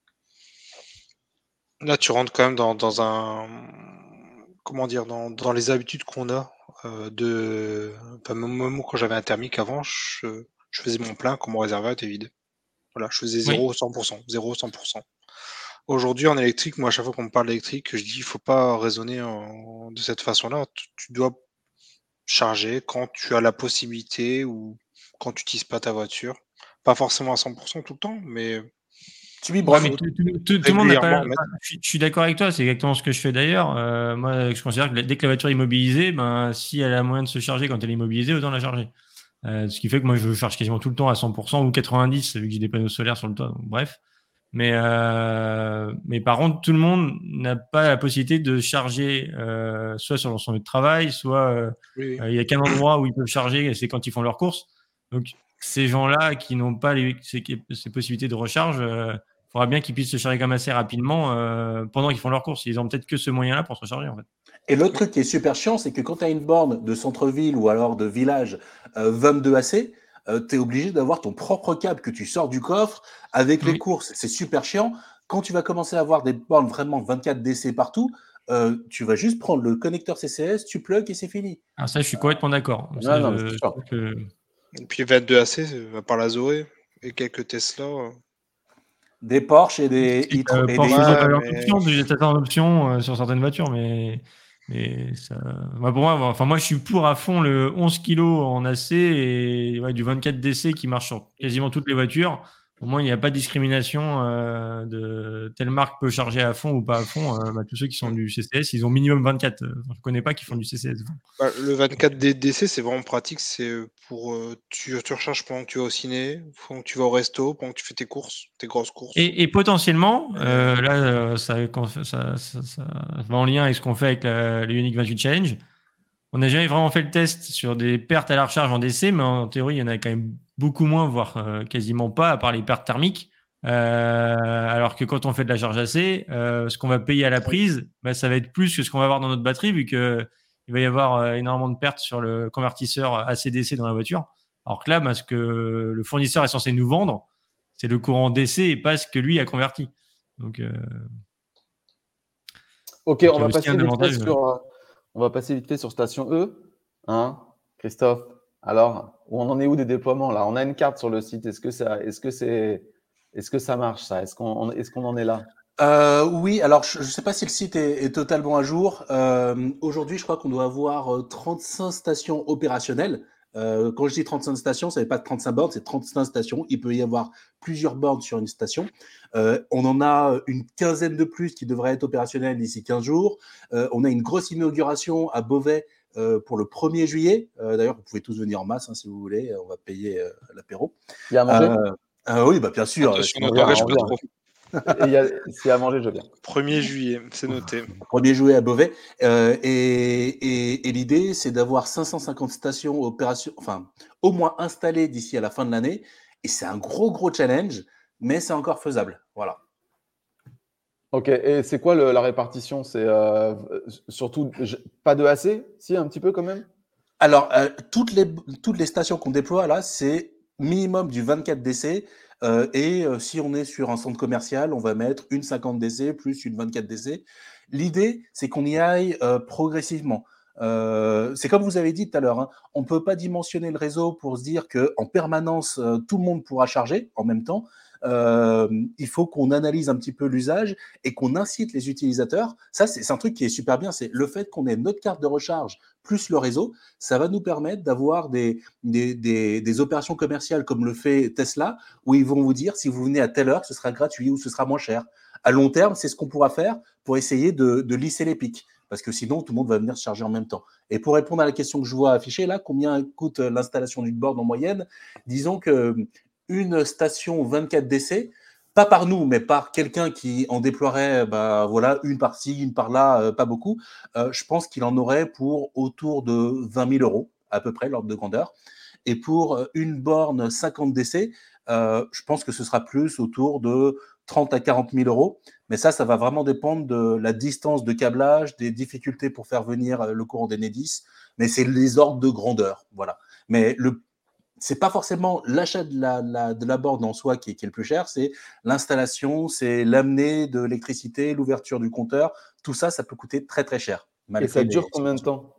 Là, tu rentres quand même dans, dans un. Comment dire, dans, dans les habitudes qu'on a. Euh, de. Enfin, même même quand j'avais un thermique avant, je, je faisais mon plein quand mon réservoir était vide. Voilà, je faisais Oui. zéro, cent pour cent. zéro, cent pour cent. Aujourd'hui, en électrique, moi, à chaque fois qu'on me parle d'électrique, je dis il faut pas raisonner en- de cette façon-là. Tu, tu dois charger quand tu as la possibilité ou quand tu n'utilises pas ta voiture. Pas forcément à cent pour cent tout le temps, mais Tu Ouais, mais biberonnes. tout, tout- tout- tout le monde n'a pas. régulièrement Enfin, mettre. je, suis je suis d'accord avec toi, c'est exactement ce que je fais d'ailleurs. Euh, moi, je considère que dès que la voiture est immobilisée, ben, si elle a moyen de se charger quand elle est immobilisée, autant la charger. Euh, ce qui fait que moi, je charge quasiment tout le temps à cent pour cent ou quatre-vingt-dix, vu que j'ai des panneaux solaires sur le toit. Donc, bref. Mais, euh, mais par contre, tout le monde n'a pas la possibilité de charger euh, soit sur son lieu de travail, soit euh, Oui, oui. euh, il y a qu'un endroit où ils peuvent charger, et c'est quand ils font leurs courses. Donc, ces gens-là qui n'ont pas les, ces, ces possibilités de recharge, euh, il faudra bien qu'ils puissent se charger quand même assez rapidement euh, pendant qu'ils font leurs courses. Ils ont peut-être que ce moyen-là pour se recharger, en fait. Et l'autre Oui. truc qui est super chiant, c'est que quand tu as une borne de centre-ville ou alors de village euh, vingt-deux A C, euh, tu es obligé d'avoir ton propre câble que tu sors du coffre avec les Oui. courses. C'est super chiant. Quand tu vas commencer à avoir des bornes vraiment vingt-quatre D C partout, euh, tu vas juste prendre le connecteur C C S, tu plugs et c'est fini. Alors ça, je suis complètement d'accord. Ça, Ouais, non, mais je, c'est je sûr. trouve que... Et puis vingt-deux A C, à part la Zoé et quelques Tesla. euh, Des Porsche et des Et, e-tro- euh, et Porsche, des ils ont Ouais, pas e-tron. en mais option, des peut-être en option euh, sur certaines voitures, mais, mais ça, moi, pour moi, enfin, moi, je suis pour à fond le onze kilos en A C et ouais, du vingt-quatre D C qui marche sur quasiment toutes les voitures. Au moins, il n'y a pas de discrimination euh, de telle marque peut charger à fond ou pas à fond. Euh, bah, tous ceux qui sont hmm. du C C S, ils ont minimum vingt-quatre. Euh, je ne connais pas qui font du C C S. Bah, le vingt-quatre D D C, c'est vraiment pratique. C'est euh, pour. euh, tu, tu recharges pendant que tu vas au ciné, pendant que tu vas au resto, pendant que tu fais tes courses, tes grosses courses. Et, et potentiellement, Et, euh, euh, là, euh, ça, ça, ça, ça, ça va en lien avec ce qu'on fait avec la, le Unique vingt-huit Challenge. On n'a jamais vraiment fait le test sur des pertes à la recharge en D C, mais en théorie, il y en a quand même beaucoup moins, voire euh, quasiment pas, à part les pertes thermiques. Euh, alors que quand on fait de la charge A C, euh, ce qu'on va payer à la prise, bah, ça va être plus que ce qu'on va avoir dans notre batterie, vu que il va y avoir euh, énormément de pertes sur le convertisseur A C D C dans la voiture. Alors que là, bah, ce que le fournisseur est censé nous vendre, c'est le courant D C et pas ce que lui a converti. Donc, euh, Ok, donc on il y a va aussi passer un vite fait avantage. sur, euh, on va passer vite fait sur station E. Hein, Christophe, alors, où on en est où des déploiements là? On a une carte sur le site. Est-ce que ça, est-ce que c'est, est-ce que ça marche ça? Est-ce qu'on, est-ce qu'on en est là? Euh, oui, alors je ne sais pas si le site est, est totalement à jour. Euh, aujourd'hui, je crois qu'on doit avoir euh, trente-cinq stations opérationnelles. Euh, quand je dis trente-cinq stations, ça n'est pas trente-cinq bornes, c'est trente-cinq stations. Il peut y avoir plusieurs bornes sur une station. Euh, on en a une quinzaine de plus qui devraient être opérationnelles d'ici quinze jours. Euh, on a une grosse inauguration à Beauvais euh, pour le premier juillet. Euh, d'ailleurs, vous pouvez tous venir en masse hein, si vous voulez. On va payer euh, l'apéro. Il y a à manger? Euh, euh, oui, bah, bien sûr. attention, Sinon, On ne il y vient, aurait t'engage on pas vient. trop. Et il y a, s'il y a à manger, je viens. premier juillet, c'est noté. Premier jouet à Beauvais. Euh, et et, et l'idée, c'est d'avoir cinq cent cinquante stations opération, enfin, au moins installées d'ici à la fin de l'année. Et c'est un gros, gros challenge, mais c'est encore faisable. Voilà. Ok, et c'est quoi le- la répartition? C'est euh, surtout je- pas de A C? Si, un petit peu quand même? Alors, euh, toutes, les, toutes les stations qu'on déploie là, c'est minimum du vingt-quatre D C. Euh, et euh, si on est sur un centre commercial, on va mettre une cinquante D C plus une vingt-quatre D C. L'idée, c'est qu'on y aille euh, progressivement. Euh, c'est comme vous avez dit tout à l'heure, hein, on ne peut pas dimensionner le réseau pour se dire qu'en permanence, euh, tout le monde pourra charger en même temps. Euh, il faut qu'on analyse un petit peu l'usage et qu'on incite les utilisateurs. Ça, c'est, c'est un truc qui est super bien, c'est le fait qu'on ait notre carte de recharge plus le réseau, ça va nous permettre d'avoir des, des, des, des opérations commerciales comme le fait Tesla, où ils vont vous dire si vous venez à telle heure, ce sera gratuit ou ce sera moins cher. À long terme, c'est ce qu'on pourra faire pour essayer de, de lisser les pics, parce que sinon, tout le monde va venir se charger en même temps. Et pour répondre à la question que je vois affichée là, combien coûte l'installation d'une borne en moyenne? Disons que une station vingt-quatre D C, pas par nous, mais par quelqu'un qui en déploierait bah, voilà, une par-ci, une par-là, euh, pas beaucoup, euh, je pense qu'il en aurait pour autour de vingt mille euros, à peu près, l'ordre de grandeur. Et pour une borne cinquante D C, euh, je pense que ce sera plus autour de trente à quarante mille euros. Mais ça, ça va vraiment dépendre de la distance de câblage, des difficultés pour faire venir le courant d'Enedis. Mais c'est les ordres de grandeur. Voilà. Mais le c'est pas forcément l'achat de la, la, de la borne en soi qui est, qui est le plus cher, c'est l'installation, c'est l'amener de l'électricité, l'ouverture du compteur. Tout ça, ça peut coûter très très cher. Et ça dure combien de temps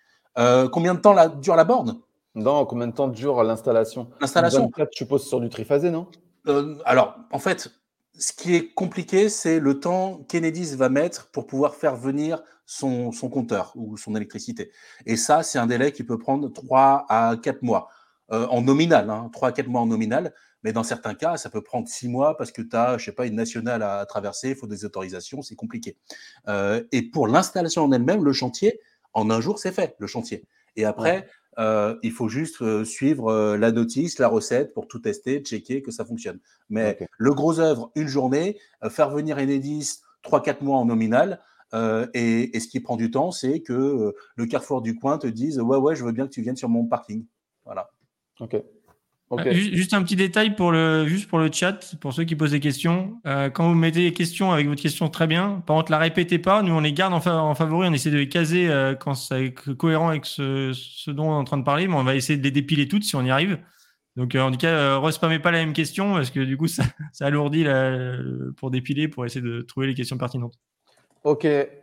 euh, Combien de temps la, dure la borne? Non, combien de temps dure l'installation? L'installation vingt-quatre, je suppose, sur du triphasé, non euh, Alors, en fait, ce qui est compliqué, c'est le temps qu'Enedis va mettre pour pouvoir faire venir son, son compteur ou son électricité. Et ça, c'est un délai qui peut prendre trois à quatre mois. Euh, en nominal, hein, trois à quatre mois en nominal, mais dans certains cas, ça peut prendre six mois parce que tu as, je sais pas, une nationale à traverser, il faut des autorisations, c'est compliqué. Euh, et pour l'installation en elle-même, le chantier, en un jour, c'est fait, le chantier. Et après, ouais. euh, il faut juste euh, suivre euh, la notice, la recette pour tout tester, checker que ça fonctionne. Mais okay. le gros œuvre, une journée, euh, faire venir Enedis trois à quatre mois en nominal, Euh, et, et ce qui prend du temps, c'est que euh, le Carrefour du coin te dise ouais ouais je veux bien que tu viennes sur mon parking. Voilà. Ok. okay. Euh, juste un petit détail pour le juste pour le chat, pour ceux qui posent des questions. Euh, quand vous mettez des questions avec votre question, très bien. Par contre, la répétez pas. Nous, on les garde en, fa- en favori. On essaie de les caser euh, quand c'est cohérent avec ce, ce dont on est en train de parler, mais on va essayer de les dépiler toutes si on y arrive. Donc, euh, en tout cas, euh, respammez pas la même question parce que du coup, ça, ça alourdit la, pour dépiler, pour essayer de trouver les questions pertinentes. Ok,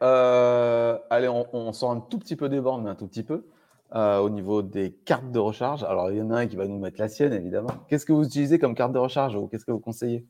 euh, allez, on, on sort un tout petit peu des bornes, mais un tout petit peu, euh, au niveau des cartes de recharge. Alors, il y en a un qui va nous mettre la sienne, évidemment. Qu'est-ce que vous utilisez comme carte de recharge ou qu'est-ce que vous conseillez?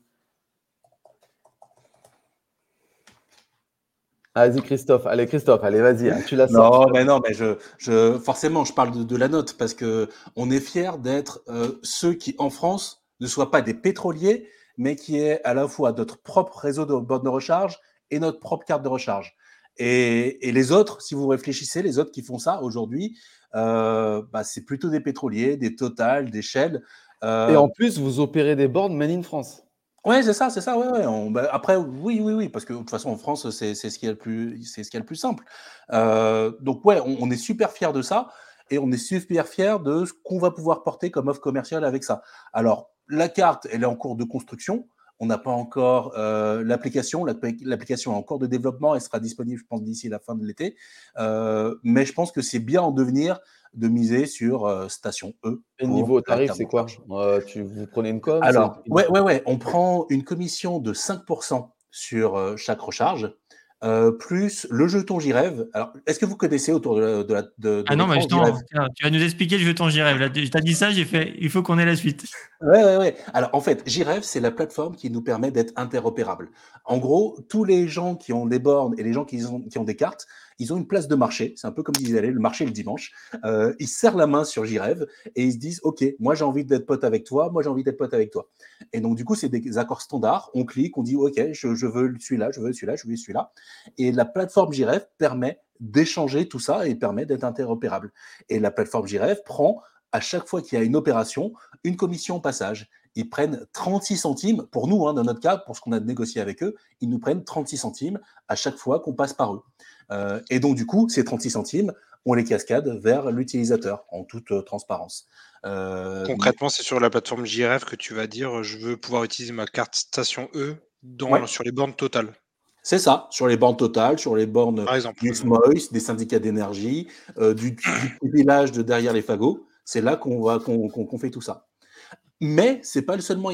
Vas-y, Christophe. Allez, Christophe, allez, vas-y, hein, tu la sors. Non, mais non, mais je, je, forcément, je parle de, de la note parce que on est fiers d'être euh, ceux qui, en France, ne soient pas des pétroliers, mais qui aient à la fois notre propre réseau de bornes de recharge et notre propre carte de recharge. Et, et les autres, si vous réfléchissez, les autres qui font ça aujourd'hui, euh, bah, c'est plutôt des pétroliers, des Total, des Shell. Euh... Et en plus, vous opérez des bornes made in France. Ouais, c'est ça, c'est ça. Ouais, ouais. On, bah, après, oui, oui, oui, parce que de toute façon, en France, c'est, c'est ce qui est le plus, c'est ce qui est le plus simple. Euh, donc, ouais, on, on est super fiers de ça et on est super fiers de ce qu'on va pouvoir porter comme offre commerciale avec ça. Alors, la carte, elle est en cours de construction. On n'a pas encore euh, l'application. L'application est en cours de développement. Elle sera disponible, je pense, d'ici la fin de l'été. Euh, mais je pense que c'est bien en devenir de miser sur euh, station E. Et niveau tarif, c'est quoi? euh, tu, Vous prenez une com? Alors, ouais, ouais, ouais. On prend une commission de cinq pour cent sur euh, chaque recharge. Euh, plus le jeton J-Rêve. Alors, est-ce que vous connaissez autour de la. De la de, de ah non, mais justement, tu vas nous expliquer le jeton J-Rêve. Là, tu as dit ça, j'ai fait, il faut qu'on ait la suite. Ouais, ouais, ouais. Alors, en fait, J-Rêve, c'est la plateforme qui nous permet d'être interopérables. En gros, tous les gens qui ont des bornes et les gens qui ont, qui ont des cartes, ils ont une place de marché. C'est un peu comme ils allaient le marché le dimanche. Euh, ils se serrent la main sur J-Rêve et ils se disent, OK, moi, j'ai envie d'être pote avec toi. Moi, j'ai envie d'être pote avec toi. Et donc, du coup, c'est des accords standards. On clique, on dit, OK, je, je veux celui-là, je veux celui-là, je veux celui-là. Et la plateforme J-Rêve permet d'échanger tout ça et permet d'être interopérable. Et la plateforme J-Rêve prend, à chaque fois qu'il y a une opération, une commission au passage. Ils prennent trente-six centimes, pour nous, hein, dans notre cas, pour ce qu'on a négocié avec eux, ils nous prennent trente-six centimes à chaque fois qu'on passe par eux. Euh, et donc, du coup, ces trente-six centimes, on les cascade vers l'utilisateur, en toute euh, transparence. Euh, Concrètement, mais... c'est sur la plateforme J R F que tu vas dire, je veux pouvoir utiliser ma carte station E dans, ouais. sur les bornes totales. C'est ça, sur les bornes totales, sur les bornes Par exemple, du S M O I S, des syndicats d'énergie, euh, du, du village de derrière les fagots. C'est là qu'on va qu'on, qu'on, qu'on fait tout ça. Mais c'est pas le seul moyen.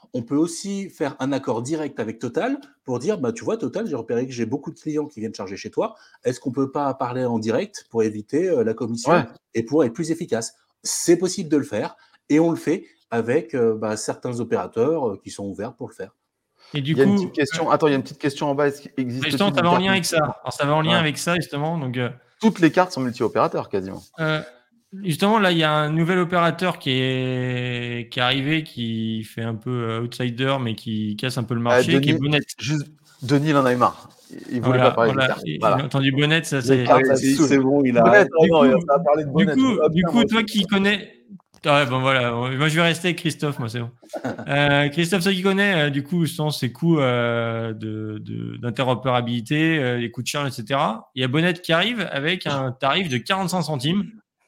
on peut aussi faire un accord direct avec Total pour dire, bah, tu vois, Total, j'ai repéré que j'ai beaucoup de clients qui viennent charger chez toi. Est-ce qu'on ne peut pas parler en direct pour éviter euh, la commission Ouais. et pour être plus efficace? C'est possible de le faire et on le fait avec euh, bah, certains opérateurs euh, qui sont ouverts pour le faire. Et du Il y a une coup, petite question. Attends, il y a une petite question en bas. Est-ce qu'il existe justement, ça va en lien avec ça. Alors, ça va en lien Ouais. avec ça, justement. Donc, euh, Toutes les cartes sont multi-opérateurs quasiment. euh, justement, là, il y a un nouvel opérateur qui est, qui est arrivé, qui fait un peu euh, outsider, mais qui casse un peu le marché, Euh, qui est Denis, Bonnet. juste, Denis, il en a eu marre. Il voulait Voilà, pas parler voilà. des cartes. Il- Voilà. Il a entendu Bonnet, ça Les c'est. cartes, ça c'est, saoule. c'est bon, il Bonnet, arrête. oh Du non, coup, ça va parler de Du Bonnet. coup, Ah, du putain, coup moi toi aussi. qui connais. Ah ouais, bon voilà, moi je vais rester avec Christophe, moi c'est bon. Euh, Christophe, toi qui connais, euh, du coup, sans ces coûts euh, de, de, d'interopérabilité, euh, les coûts de charge, et cetera. Il y a Bonnet qui arrive avec un tarif de quarante-cinq centimes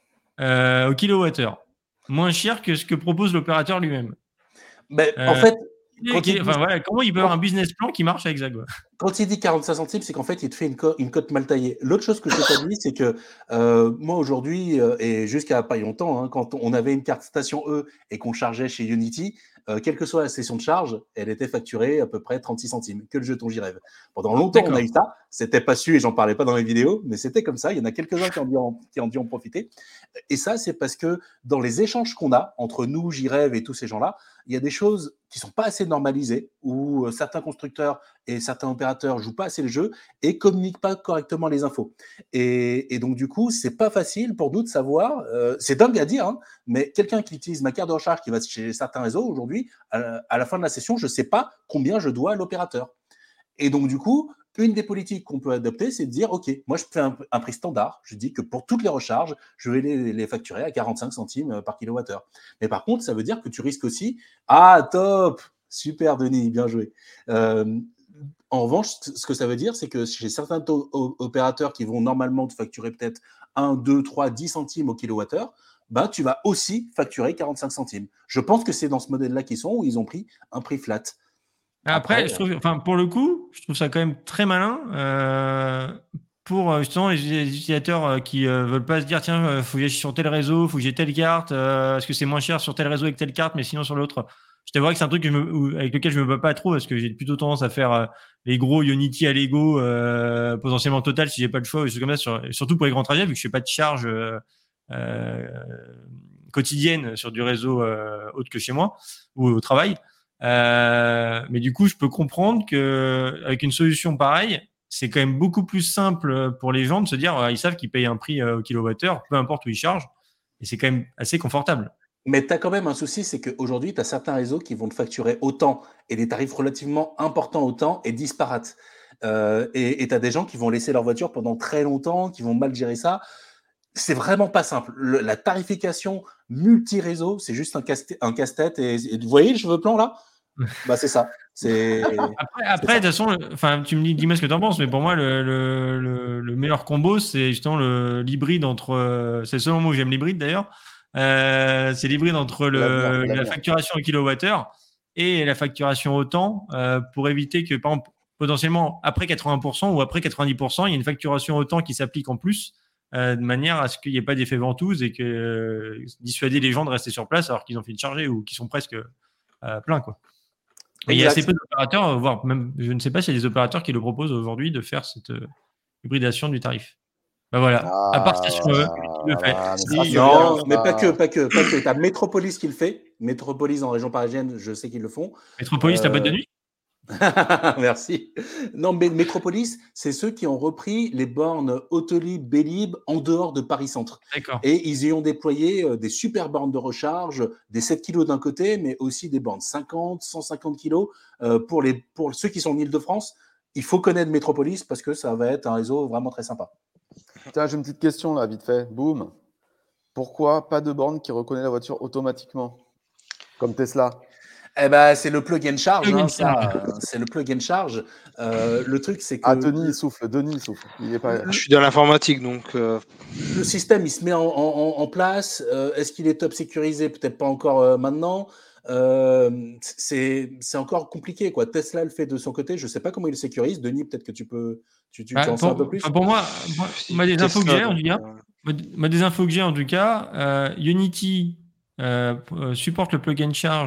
euh, au kilowattheure, moins cher que ce que propose l'opérateur lui-même. Mais Euh, en fait, et- quand et- il, enfin dit, voilà, comment il peut avoir un business plan qui marche avec ça, quoi. quand il dit quarante-cinq centimes, c'est qu'en fait, il te fait une, co- une cote mal taillée. L'autre chose que je t'ai pas dit, c'est que euh, moi aujourd'hui, euh, et jusqu'à pas longtemps, hein, quand on avait une carte station E et qu'on chargeait chez Unity, euh, quelle que soit la session de charge, elle était facturée à peu près trente-six centimes, que le jeton J-Rêve. Pendant longtemps, on a D'accord. eu ça. C'était pas su et j'en parlais pas dans les vidéos, mais c'était comme ça. Il y en a quelques-uns qui ont dû en, qui ont dû en profiter. Et ça, c'est parce que dans les échanges qu'on a entre nous, J-Rêve et tous ces gens-là, il y a des choses qui sont pas assez normalisées, où euh, certains constructeurs et certains opérateurs jouent pas assez le jeu et communiquent pas correctement les infos. Et, et donc, du coup, c'est pas facile pour nous de savoir, euh, c'est dingue à dire, hein, mais quelqu'un qui utilise ma carte de recharge qui va chez certains réseaux aujourd'hui, à, à la fin de la session, je sais pas combien je dois à l'opérateur. Et donc, du coup, une des politiques qu'on peut adopter, c'est de dire, OK, moi, je fais un, un prix standard. Je dis que pour toutes les recharges, je vais les, les facturer à quarante-cinq centimes par kilowattheure. Mais par contre, ça veut dire que tu risques aussi, ah, top, super, Denis, bien joué. Euh, en revanche, ce que ça veut dire, c'est que chez certains opérateurs qui vont normalement te facturer peut-être un, deux, trois, dix centimes au kilowattheure, bah, tu vas aussi facturer quarante-cinq centimes. Je pense que c'est dans ce modèle-là qu'ils sont, où ils ont pris un prix flat. Après, Après, je trouve, enfin, pour le coup, je trouve ça quand même très malin euh, pour justement les, les utilisateurs qui euh, veulent pas se dire tiens, euh, faut que j'aille sur tel réseau, faut que j'ai telle carte, euh, est-ce que c'est moins cher sur tel réseau avec telle carte, mais sinon sur l'autre. Je t'avoue que c'est un truc que je me, où, avec lequel je me bats pas trop parce que j'ai plutôt tendance à faire euh, les gros Unity à Lego, euh, potentiellement Total si j'ai pas le choix, ou des choses comme ça, sur, surtout pour les grands trajets vu que je fais pas de charge euh, euh, quotidienne sur du réseau euh, autre que chez moi ou au travail. Euh, mais du coup, je peux comprendre que avec une solution pareille, c'est quand même beaucoup plus simple pour les gens de se dire, euh, ils savent qu'ils payent un prix euh, au kilowattheure, peu importe où ils chargent, et c'est quand même assez confortable. Mais tu as quand même un souci, c'est qu'aujourd'hui, tu as certains réseaux qui vont te facturer autant et des tarifs relativement importants autant et disparates. Euh, et tu as des gens qui vont laisser leur voiture pendant très longtemps, qui vont mal gérer ça. C'est vraiment pas simple. Le, la tarification multi-réseau, c'est juste un casse-tête. Un casse-tête et, et vous voyez le cheveu plan là? Bah, c'est ça. C'est, après, après de toute façon, enfin, tu me dis, dis-moi ce que tu en penses, mais pour moi, le, le, le, le meilleur combo, c'est justement le, l'hybride entre. Euh, c'est le seul moment où j'aime l'hybride d'ailleurs. Euh, c'est l'hybride entre le, L'avenir, la l'avenir. facturation au kilowattheure et la facturation au temps euh, pour éviter que, par exemple, potentiellement après quatre-vingts pour cent ou après quatre-vingt-dix pour cent, il y a une facturation au temps qui s'applique en plus euh, de manière à ce qu'il n'y ait pas d'effet ventouse et que euh, dissuader les gens de rester sur place alors qu'ils ont fini de charger ou qu'ils sont presque euh, pleins, quoi. Et il y a assez peu d'opérateurs, voire même, je ne sais pas s'il y a des opérateurs qui le proposent aujourd'hui de faire cette euh, hybridation du tarif. Ben voilà, Ah, à part Station E, qui le fait. voilà, mais Si, ça, c'est non, bien, mais ça. pas que, pas que, pas que. T'as Métropolis qui le fait. Métropolis en région parisienne, je sais qu'ils le font. Métropolis, Euh, ta boîte de nuit? Merci. Non, mais Métropolis, c'est ceux qui ont repris les bornes Autolib, Bélib en dehors de Paris-Centre. D'accord. Et ils y ont déployé euh, des super bornes de recharge, des sept kilos d'un côté, mais aussi des bornes cinquante, cent cinquante kilos. Euh, pour, les, pour ceux qui sont en Ile-de-France, il faut connaître Métropolis parce que ça va être un réseau vraiment très sympa. Tiens, j'ai une petite question là, vite fait. Boum. Pourquoi pas de borne qui reconnaît la voiture automatiquement, comme Tesla? Eh ben, c'est le plug and charge, Plug and hein, ça. euh, C'est le plug and charge. Euh, le truc, c'est que Ah, Denis, il souffle. Denis, il souffle. Il est pas. Je suis dans l'informatique, donc. Euh... le système, il se met en, en, en place. Euh, est-ce qu'il est top sécurisé? Peut-être pas encore euh, maintenant. Euh, c'est, c'est encore compliqué, quoi. Tesla le fait de son côté. Je sais pas comment il le sécurise. Denis, peut-être que tu peux, tu, tu, Bah, tu en sais pour, un peu plus. enfin, pour moi, moi, moi, des infos que j'ai, en tout cas, euh... moi, moi, des infos que j'ai en tout cas, euh, Unity euh, supporte le plug and charge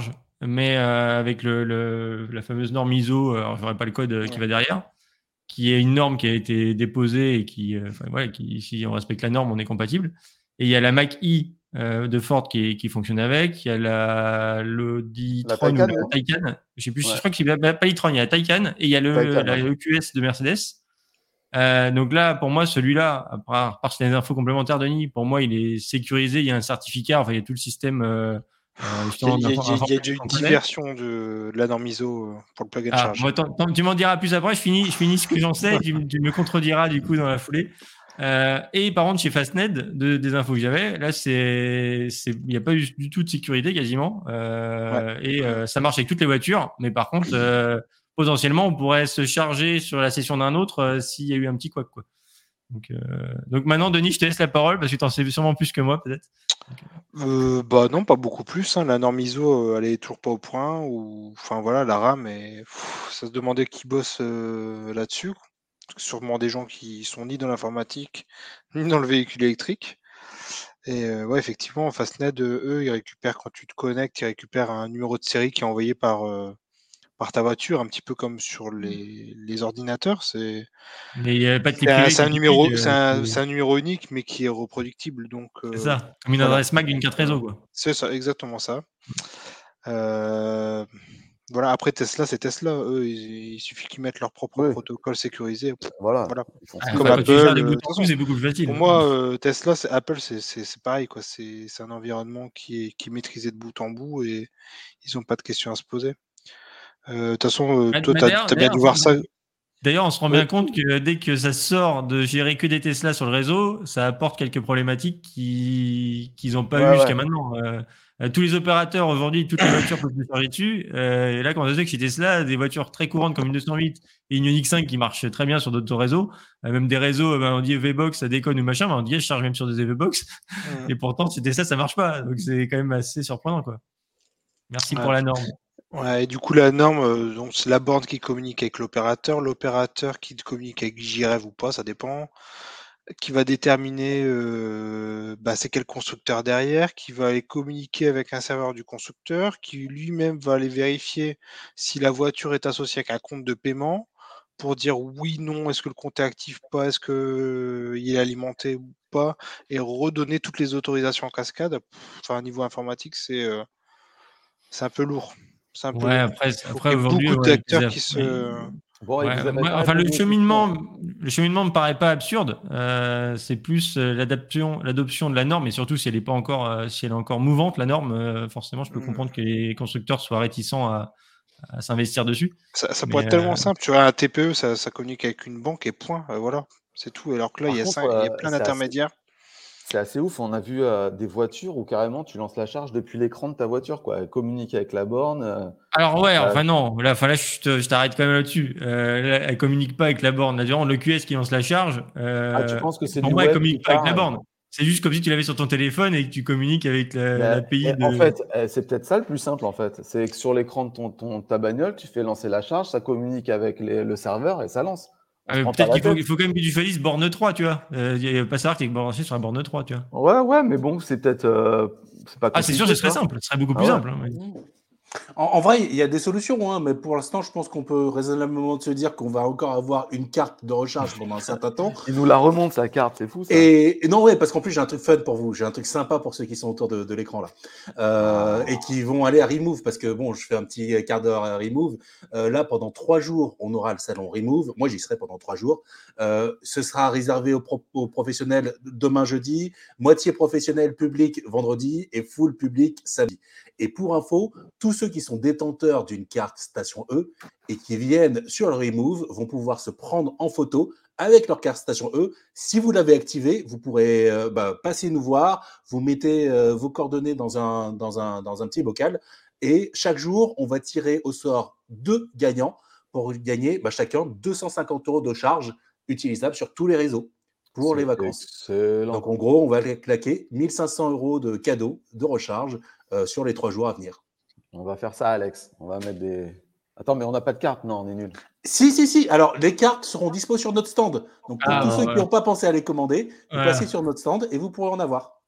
mais euh, avec le, le, la fameuse norme I S O, alors je n'aurai pas le code euh, qui va derrière, qui est une norme qui a été déposée et qui, euh, enfin, voilà, qui, si on respecte la norme, on est compatible. Et il y a la Mach-E euh, de Ford qui, qui fonctionne avec. Il y a la l'Audi-tron ou la Taycan. Je sais plus, ouais. Je crois que c'est pas l'e-tron, il y a la Taycan et il y a le, Taycan, la ouais. E Q S de Mercedes. Euh, donc là, pour moi, celui-là, à part, à part si les infos complémentaires, Denis, pour moi, il est sécurisé. Il y a un certificat. Enfin, il y a tout le système. Euh, euh, justement, il y a, il y a, il y a déjà eu dix versions de, de la norme I S O pour le plug and ah, charge. Bon, attends, attends, tu m'en diras plus après. Je finis, je finis ce que j'en sais. tu, tu me contrediras du coup dans la foulée. Euh, et par contre, chez Fastned, de, des infos que j'avais, là, c'est, c'est, il n'y a pas eu du tout de sécurité quasiment. Euh, ouais. Et euh, ça marche avec toutes les voitures, mais par contre. Euh, potentiellement, on pourrait se charger sur la session d'un autre euh, s'il y a eu un petit couac, quoi. Donc, euh, donc maintenant, Denis, je te laisse la parole parce que tu en sais sûrement plus que moi, peut-être. Euh, bah non, pas beaucoup plus. Hein. La norme I S O, elle est toujours pas au point. Ou, enfin voilà, la RAM, et pff, ça se demandait qui bosse euh, là-dessus. Sûrement des gens qui sont ni dans l'informatique ni dans le véhicule électrique. Et euh, ouais, effectivement, Fastned, eux, ils récupèrent quand tu te connectes, ils récupèrent un numéro de série qui est envoyé par euh, par ta voiture, un petit peu comme sur les, les ordinateurs. C'est, mais il n'y a pas de c'est, un, c'est, un numéro, euh, c'est, un, c'est un numéro unique, mais qui est reproductible. Donc, euh, c'est ça, comme une voilà. Adresse M A C d'une carte réseau. Quoi. C'est ça, exactement ça. Euh, voilà, après Tesla, c'est Tesla. Eux, il, il suffit qu'ils mettent leur propre oui. protocole sécurisé. Voilà. voilà. Ah, comme Apple, euh, des boutons, façon, c'est beaucoup plus facile. Pour moi, euh, Tesla, c'est Apple, c'est, c'est, c'est pareil. Quoi. C'est, c'est un environnement qui est, qui est maîtrisé de bout en bout et ils n'ont pas de questions à se poser. De euh, toute façon, euh, toi, tu as bien dû voir ça. D'ailleurs, on se rend ouais. bien compte que dès que ça sort de gérer que des Tesla sur le réseau, ça apporte quelques problématiques qui qu'ils n'ont pas ouais, eu ouais. jusqu'à maintenant. Euh, tous les opérateurs aujourd'hui, toutes les voitures peuvent se charger dessus. Euh, et là, quand on sait que chez Tesla, des voitures très courantes comme une deux cent huit et une Ioniq cinq qui marchent très bien sur d'autres réseaux, euh, même des réseaux, ben, on dit E V-Box, ça déconne ou machin, ben, on dit je charge même sur des E V-Box. Ouais. Et pourtant, chez Tesla, ça marche pas. Donc c'est quand même assez surprenant, quoi. Merci ouais. pour la norme. Ouais, et du coup, la norme, euh, donc, c'est la borne qui communique avec l'opérateur, l'opérateur qui communique avec J R E V ou pas, ça dépend, qui va déterminer euh, bah, c'est quel constructeur derrière, qui va aller communiquer avec un serveur du constructeur, qui lui-même va aller vérifier si la voiture est associée avec un compte de paiement pour dire oui, non, est-ce que le compte est actif, pas, est-ce qu'il est alimenté ou pas, et redonner toutes les autorisations en cascade. Enfin, au niveau informatique, c'est, euh, c'est un peu lourd. C'est un peu ouais, après, après il y a aujourd'hui, beaucoup ouais, d'acteurs qui se. Bon, ouais, ouais, enfin, le cheminement, le cheminement me paraît pas absurde. Euh, c'est plus euh, l'adoption, l'adoption de la norme, et surtout si elle est pas encore, euh, si elle est encore mouvante, la norme. Euh, forcément, je peux mmh. comprendre que les constructeurs soient réticents à, à s'investir dessus. Ça, ça pourrait Mais, être tellement euh... simple. Tu vois, un T P E, ça, ça communique avec une banque et point. Euh, voilà, c'est tout. Alors que là, il y a, contre, cinq, euh, il y a plein d'intermédiaires. Assez... C'est assez ouf. On a vu euh, des voitures où carrément tu lances la charge depuis l'écran de ta voiture, quoi. Elle communique avec la borne. Euh, Alors ouais, euh, enfin non. Là, enfin là, je, te, je t'arrête quand même là-dessus. Euh, là, elle communique pas avec la borne. Là, le Q S qui lance la charge. Euh, ah, tu penses que c'est pour du moi, web elle communique pas part, avec la borne. C'est juste comme si tu l'avais sur ton téléphone et que tu communiques avec la, bah, l'A P I de. En fait, c'est peut-être ça le plus simple en fait. C'est que sur l'écran de ton, ton ta bagnole, tu fais lancer la charge, ça communique avec les, le serveur et ça lance. Ah, peut-être qu'il faut, il faut quand même que tu choisisses borne trois, tu vois. Il euh, n'y a pas savoir que tu es branché sur la borne trois, tu vois. Ouais, ouais, mais bon, c'est peut-être. Euh, c'est pas ah, c'est sûr, ce serait simple. Ce serait beaucoup plus ah, ouais. simple. Hein, ouais. En, en vrai, il y a des solutions, hein, mais pour l'instant, je pense qu'on peut raisonnablement se dire qu'on va encore avoir une carte de recharge pendant un certain temps. Il nous la remonte, sa carte, c'est fou ça. Et, et non, ouais, parce qu'en plus, j'ai un truc fun pour vous. J'ai un truc sympa pour ceux qui sont autour de, de l'écran là. Euh, oh. Et qui vont aller à Remove, parce que bon, je fais un petit quart d'heure à Remove. Euh, là, pendant trois jours, on aura le salon Remove. Moi, j'y serai pendant trois jours. Euh, ce sera réservé aux, pro- aux professionnels demain jeudi, moitié professionnel public vendredi et full public samedi. Et pour info, tous ceux qui sont détenteurs d'une carte Station E et qui viennent sur le Remove vont pouvoir se prendre en photo avec leur carte Station E. Si vous l'avez activée, vous pourrez euh, bah, passer nous voir, vous mettez euh, vos coordonnées dans un, dans, un, dans un petit bocal et chaque jour, on va tirer au sort deux gagnants pour gagner bah, chacun deux cent cinquante euros de charge utilisable sur tous les réseaux pour C'est les vacances. Excellent. Donc en gros, on va claquer mille cinq cents euros de cadeaux de recharge euh, sur les trois jours à venir. On va faire ça, Alex. On va mettre des... Attends, mais on n'a pas de carte. Non, on est nul. Si, si, si. Alors, les cartes seront dispo sur notre stand. Donc, pour Ah, tous ouais, ceux ouais. qui n'ont pas pensé à les commander, vous Ouais. passez sur notre stand et vous pourrez en avoir.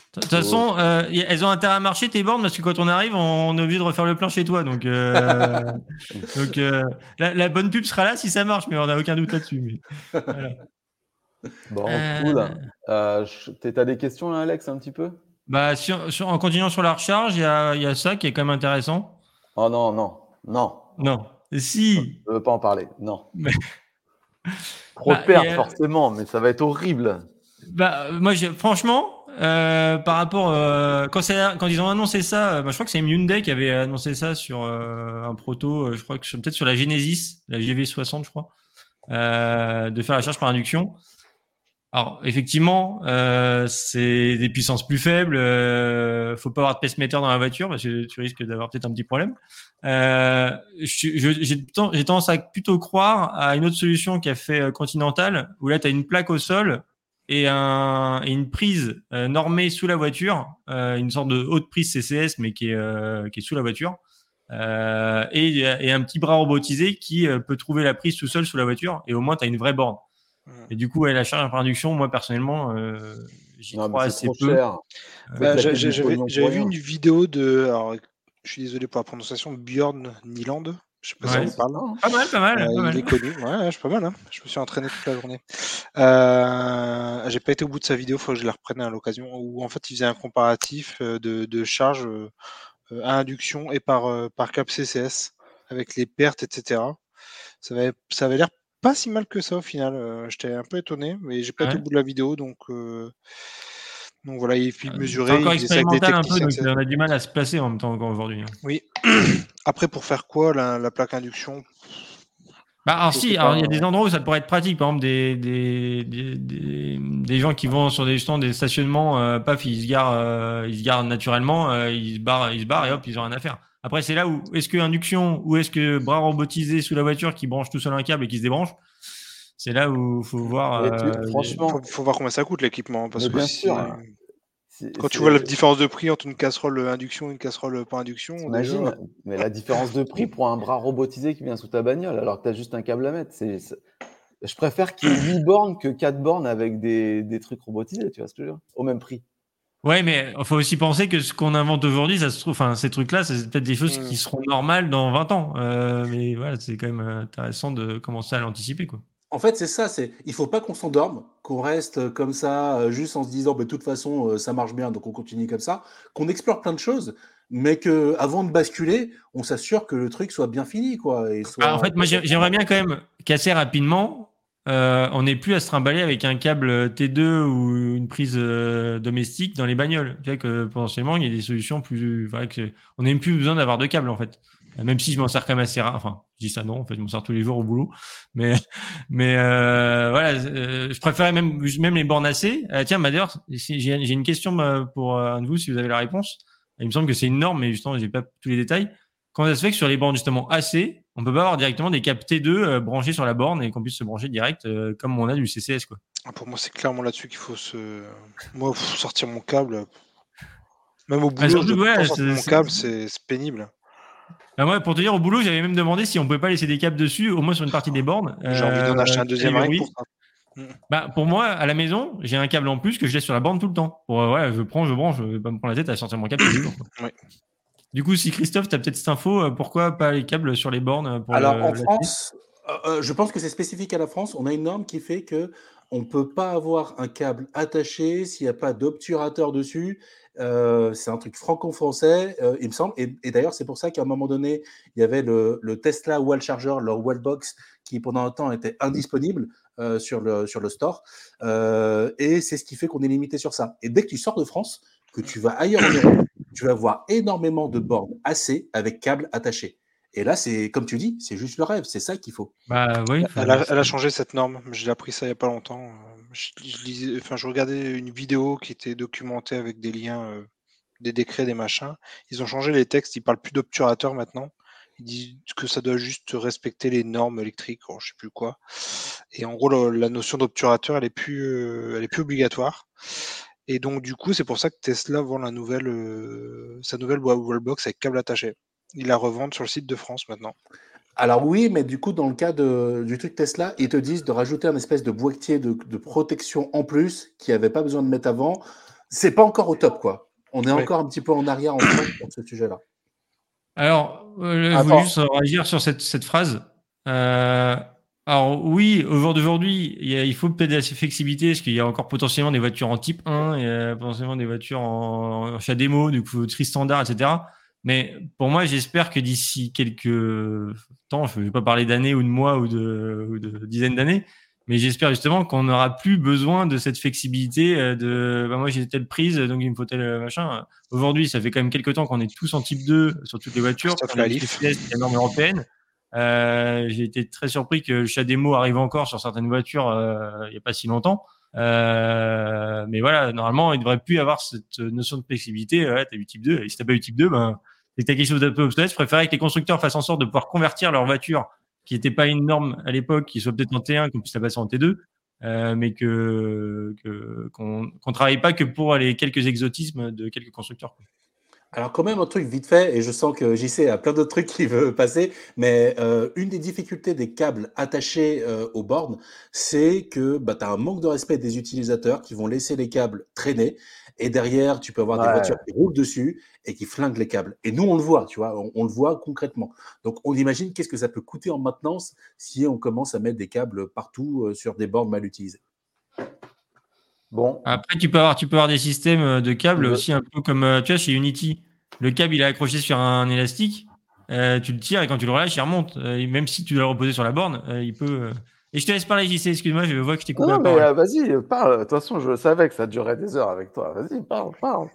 De toute façon, euh, elles ont intérêt à marcher tes bornes parce que quand on arrive, on est obligé de refaire le plein chez toi. Donc, euh, donc euh, la, la bonne pub sera là si ça marche, mais on n'a aucun doute là-dessus. Mais, voilà. Bon, Euh, cool. Euh, je- t'as des questions là, Alex, un petit peu? Bah, sur, sur- en continuant sur la recharge, il y a, il y a ça qui est quand même intéressant. Oh non, non, non. Non. Si. Je veux pas en parler. Non. Mais- Trop Bah, de pertes, et, euh, forcément, mais ça va être horrible. Bah, moi, j'ai- franchement, euh, par rapport euh, quand, c'est- quand ils ont annoncé ça, euh, bah, je crois que c'est Hyundai qui avait annoncé ça sur euh, un proto, euh, je crois que sur- peut-être sur la Genesis, la G V soixante, je crois, euh, de faire la charge par induction. Alors, effectivement, euh, c'est des puissances plus faibles. Euh, faut pas avoir de pacemaker dans la voiture parce que tu risques d'avoir peut-être un petit problème. Euh, je- je- j'ai ten- j'ai tendance à plutôt croire à une autre solution qu'a fait euh, Continental, où là, tu as une plaque au sol et, un, et une prise euh, normée sous la voiture, euh, une sorte de haute prise C C S, mais qui est, euh, qui est sous la voiture. Euh, et, et un petit bras robotisé qui euh, peut trouver la prise tout seul sous la voiture. Et au moins, tu as une vraie borne. Et du coup, ouais, la charge par induction, moi personnellement, euh, j'y Non, mais crois c'est assez trop peu. cher. Euh, Bah, Faites j'a- claquer j'a- du j'avais pognon pour j'avais vu rien. une vidéo de. Alors, je suis désolé pour la prononciation, Björn Nyland. Je sais pas si ça Ouais. vous parle. Ah, Pas mal, pas mal, Euh, pas il mal. est connu. Ouais, ouais, je suis pas mal. Hein. Je me suis entraîné toute la journée. Euh, j'ai pas été au bout de sa vidéo, faut que je la reprenne à l'occasion. Où en fait, il faisait un comparatif euh, de, de charge euh, à induction et par, euh, par câble C C S avec les pertes, et cetera. Ça avait, ça avait l'air pas si mal que ça au final. Euh, J'étais un peu étonné, mais j'ai pas été Ouais. au bout de la vidéo, donc. Euh... Donc voilà, il, il C'est mesurait, encore il faisait ça avec des expérimental un peu, techniciens. donc et cetera. on a du mal à se placer en même temps encore aujourd'hui. Oui. Après, pour faire quoi la, la plaque induction? Bah, alors Je si, sais alors pas. il y a des endroits où ça pourrait être pratique, par exemple des des des, des, des gens qui vont sur des stands, des stationnements, euh, paf, ils se garent, euh, ils se garent naturellement, euh, ils se barrent, ils se barrent et hop, ils ont rien à faire. Après, c'est là où est-ce que induction ou est-ce que bras robotisé sous la voiture qui branche tout seul un câble et qui se débranche, c'est là où faut voir. Mais tu- euh, franchement, Faut, faut voir combien ça coûte l'équipement, parce mais que bien si, sûr, c'est- quand tu vois la c'est- différence de prix entre une casserole induction et une casserole pas induction, déjà. t'imagines, mais la différence de prix pour un bras robotisé qui vient sous ta bagnole alors que tu as juste un câble à mettre, c'est, c'est- je préfère qu'il y ait huit bornes que quatre bornes avec des, des trucs robotisés, tu vois ce que je veux dire? Au même prix. Ouais, mais il faut aussi penser que ce qu'on invente aujourd'hui, ça se trouve, enfin, ces trucs-là, c'est peut-être des choses Mm. qui seront normales dans vingt ans. Euh, mais voilà, c'est quand même intéressant de commencer à l'anticiper, quoi. En fait, c'est ça, c'est il faut pas qu'on s'endorme, qu'on reste comme ça, euh, juste en se disant, bah, de toute façon, euh, ça marche bien, donc on continue comme ça, qu'on explore plein de choses, mais que avant de basculer, on s'assure que le truc soit bien fini, quoi, et soit. Ah, en fait, moi, j'ai- j'aimerais bien quand même qu'assez rapidement, euh, on n'ait plus à se trimballer avec un câble T deux ou une prise euh, domestique dans les bagnoles. Tu vois que potentiellement, il y a des solutions plus. Voilà, que, on n'a même plus besoin d'avoir de câble, en fait. Même si je m'en sers quand même assez rare. Enfin, je dis ça non, en fait, je m'en sers tous les jours au boulot. Mais, mais euh, voilà, euh, je préférais même, même les bornes A C. Euh, tiens, bah, d'ailleurs, si- j'ai j'ai une question euh, pour un de vous, si vous avez la réponse. Il me semble que c'est une norme, mais justement, j'ai pas tous les détails. Comment ça se fait que sur les bornes justement A C, on peut pas avoir directement des câbles T deux euh, branchés sur la borne et qu'on puisse se brancher direct euh, comme on a du C C S, quoi. Ah, pour moi, c'est clairement là-dessus qu'il faut se. Moi, pff, sortir mon câble. Même au Bah, boulot, surtout, je dois tout le ouais, temps sortir c'est- mon c'est- câble, c'est c'est pénible. Bah, moi, pour te dire, au boulot, j'avais même demandé si on pouvait pas laisser des câbles dessus, au moins sur une partie des bornes. J'ai envie d'en Euh, acheter un qui deuxième avaient rien que oui. pour ça. Bah, pour moi, à la maison, j'ai un câble en plus que je laisse sur la borne tout le temps. Pour, euh, ouais, je prends, je branche, je vais pas me prendre la tête à sortir mon câble tous les jours, quoi. Ouais. Du coup, si Christophe, tu as peut-être cette info, euh, pourquoi pas les câbles sur les bornes pour Alors le- en la- France, euh, euh, je pense que c'est spécifique à la France. On a une norme qui fait que on peut pas avoir un câble attaché s'il n'y a pas d'obturateur dessus. Euh, c'est un truc franco-français, euh, il me semble. Et, et d'ailleurs, c'est pour ça qu'à un moment donné, il y avait le, le Tesla Wall Charger, leur Wallbox, qui pendant un temps était indisponible euh, sur, le, sur le store. Euh, et c'est ce qui fait qu'on est limité sur ça. Et dès que tu sors de France, que tu vas ailleurs en Europe, tu vas voir énormément de bornes A C avec câbles attachés. Et là, c'est comme tu dis, c'est juste le rêve, c'est ça qu'il faut. Bah oui. Elle a, elle a changé cette norme. J'ai appris ça il n'y a pas longtemps. Je, je lisais, enfin, je regardais une vidéo qui était documentée avec des liens, euh, des décrets, des machins. Ils ont changé les textes. Ils parlent plus d'obturateur maintenant. Ils disent que ça doit juste respecter les normes électriques, oh, je sais plus quoi. Et en gros, la, la notion d'obturateur, elle est plus, euh, elle est plus obligatoire. Et donc, du coup, c'est pour ça que Tesla vend la nouvelle, euh, sa nouvelle Wallbox avec câble attaché. Ils la revendent sur le site de France maintenant. Alors oui, mais du coup, dans le cas de, du truc Tesla, ils te disent de rajouter un espèce de boîtier de, de protection en plus qu'ils n'avaient pas besoin de mettre avant. c'est pas encore au top, quoi. On est Ouais. encore un petit peu en arrière en France pour ce sujet-là. Alors, euh, je Attends. voulais juste réagir sur cette, cette phrase. Euh, alors oui, au jour d'aujourd'hui, il, y a- il faut peut-être de la flexibilité parce qu'il y a encore potentiellement des voitures en type un, il y a potentiellement des voitures en, en chat démo, du coup tri standard, et cetera. Mais pour moi, j'espère que d'ici quelques temps, je ne vais pas parler d'années ou de mois ou de, ou de dizaines d'années, mais j'espère justement qu'on n'aura plus besoin de cette flexibilité euh, de bah, moi j'ai telle prise, donc il me faut tel euh, machin. Aujourd'hui, ça fait quand même quelques temps qu'on est tous en type deux sur toutes les voitures. Christophe On a Lalif. discuté de la norme européenne. Euh, j'ai été très surpris que le chat démo arrive encore sur certaines voitures euh, il n'y a pas si longtemps. Euh, mais voilà, normalement, il ne devrait plus y avoir cette notion de flexibilité. Ouais, tu as eu type deux, et si tu n'as pas eu type deux, ben, c'est que tu as quelque chose d'un peu obsolète. Je préférais que les constructeurs fassent en sorte de pouvoir convertir leur voiture, qui n'était pas une norme à l'époque, qui soit peut-être en T un, qu'on puisse la passer en T deux, euh, mais que, que, qu'on, qu'on travaille pas que pour les quelques exotismes de quelques constructeurs. Alors quand même un truc vite fait, et je sens que J C a plein d'autres trucs qu'il veut passer, mais euh, une des difficultés des câbles attachés euh, aux bornes, c'est que bah, tu as un manque de respect des utilisateurs qui vont laisser les câbles traîner, et derrière tu peux avoir des Ouais. voitures qui roulent dessus et qui flinguent les câbles. Et nous on le voit, tu vois, on, on le voit concrètement. Donc on imagine qu'est-ce que ça peut coûter en maintenance si on commence à mettre des câbles partout euh, sur des bornes mal utilisées. Bon, Après, tu peux avoir, tu peux avoir des systèmes de câbles Je- aussi un peu comme, euh, tu vois, chez Unity. Le câble, il est accroché sur un élastique. euh, tu le tires et quand tu le relâches, il remonte. Euh, et même si tu dois le reposer sur la borne, euh, il peut. euh. Et je te laisse parler, J C. Excuse-moi, je vois que je t'ai Non, coupé non, la mais parole. euh, vas-y, parle. De toute façon, je savais que ça durait des heures avec toi. Vas-y, parle, parle.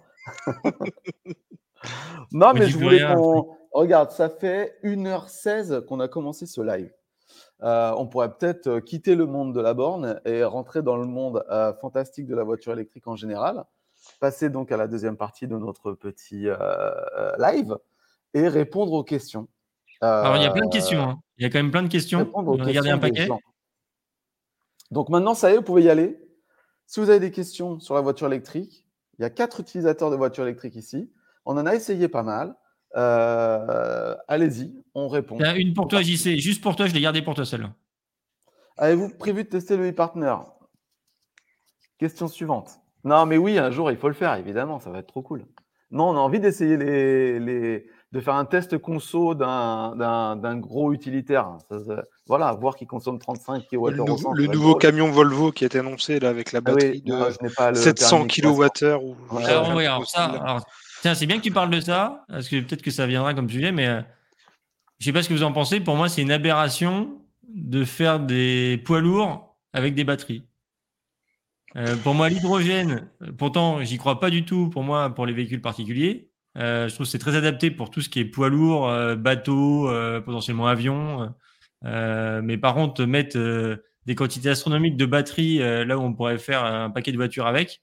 Non, Me mais dis je plus voulais rien. qu'on. Regarde, ça fait une heure seize qu'on a commencé ce live. Euh, on pourrait peut-être euh, quitter le monde de la borne et rentrer dans le monde euh, fantastique de la voiture électrique en général. Passer donc à la deuxième partie de notre petit euh, euh, live et répondre aux questions. Alors, il y a Euh, plein de questions. hein. Il y a quand même plein de questions. répondre aux Regardez questions un des gens. paquet. Donc maintenant, ça y est, vous pouvez y aller. Si vous avez des questions sur la voiture électrique, il y a quatre utilisateurs de voitures électriques ici. On en a essayé pas mal. Euh, allez-y, on répond. Il y en a une pour C'est toi, parti. J C. Juste pour toi, je l'ai gardée pour toi, celle-là. Avez-vous prévu de tester le e-partner? Question suivante. Non, mais oui, un jour, il faut le faire, évidemment, ça va être trop cool. Non, on a envie d'essayer les, les, de faire un test conso d'un, d'un, d'un gros utilitaire. Ça, ça, voilà, voir qu'il consomme trente-cinq Le, kilowattheures au nou- cent, le ça va être nouveau drôle. camion Volvo qui a été annoncé là avec la Ah oui, batterie non, de je n'ai pas le sept cents permis croissant. kilowattheures ou Ouais, j'ai Alors, j'ai un oui, peu alors ça, hostile. alors, tiens, c'est bien que tu parles de ça, parce que peut-être que ça viendra comme sujet, mais euh, je sais pas ce que vous en pensez. Pour moi, c'est une aberration de faire des poids lourds avec des batteries. Euh, pour moi, l'hydrogène, euh, pourtant, j'y crois pas du tout. Pour moi, pour les véhicules particuliers, Euh, je trouve que c'est très adapté pour tout ce qui est poids lourd, euh, bateau, euh, potentiellement avion. Euh, mais par contre, mettre euh, des quantités astronomiques de batteries euh, là où on pourrait faire un paquet de voitures avec,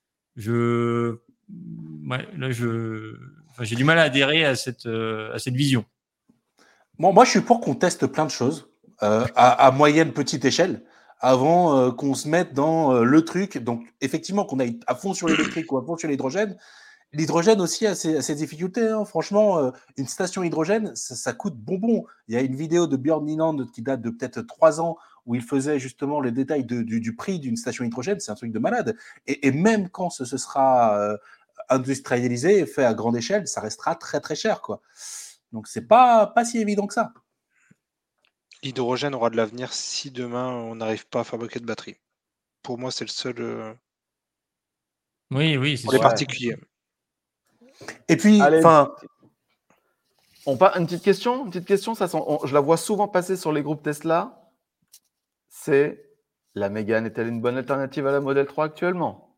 je, ouais, là, je, enfin, j'ai du mal à adhérer à cette, euh, à cette vision. Bon, moi, je suis pour qu'on teste plein de choses euh, à, à moyenne, petite échelle avant euh, qu'on se mette dans euh, le truc. Donc, effectivement, qu'on aille à fond sur l'électrique ou à fond sur l'hydrogène. L'hydrogène aussi a ses, a ses difficultés. Hein. Franchement, euh, une station hydrogène, ça, ça coûte bonbon. Il y a une vidéo de Björn Nyland qui date de peut-être trois ans où il faisait justement les détails de, du, du prix d'une station hydrogène. C'est un truc de malade. Et, et même quand ce, ce sera euh, industrialisé, fait à grande échelle, ça restera très très cher, quoi. Donc, c'est pas, pas si évident que ça. L'hydrogène aura de l'avenir si demain on n'arrive pas à fabriquer de batterie. Pour moi, c'est le seul euh, Oui, oui, c'est pour les Ouais. sûr. particuliers. Et puis, Allez, enfin, on pa- une petite question, une petite question, ça sent- on- je la vois souvent passer sur les groupes Tesla. C'est la Mégane est-elle une bonne alternative à la Model trois actuellement?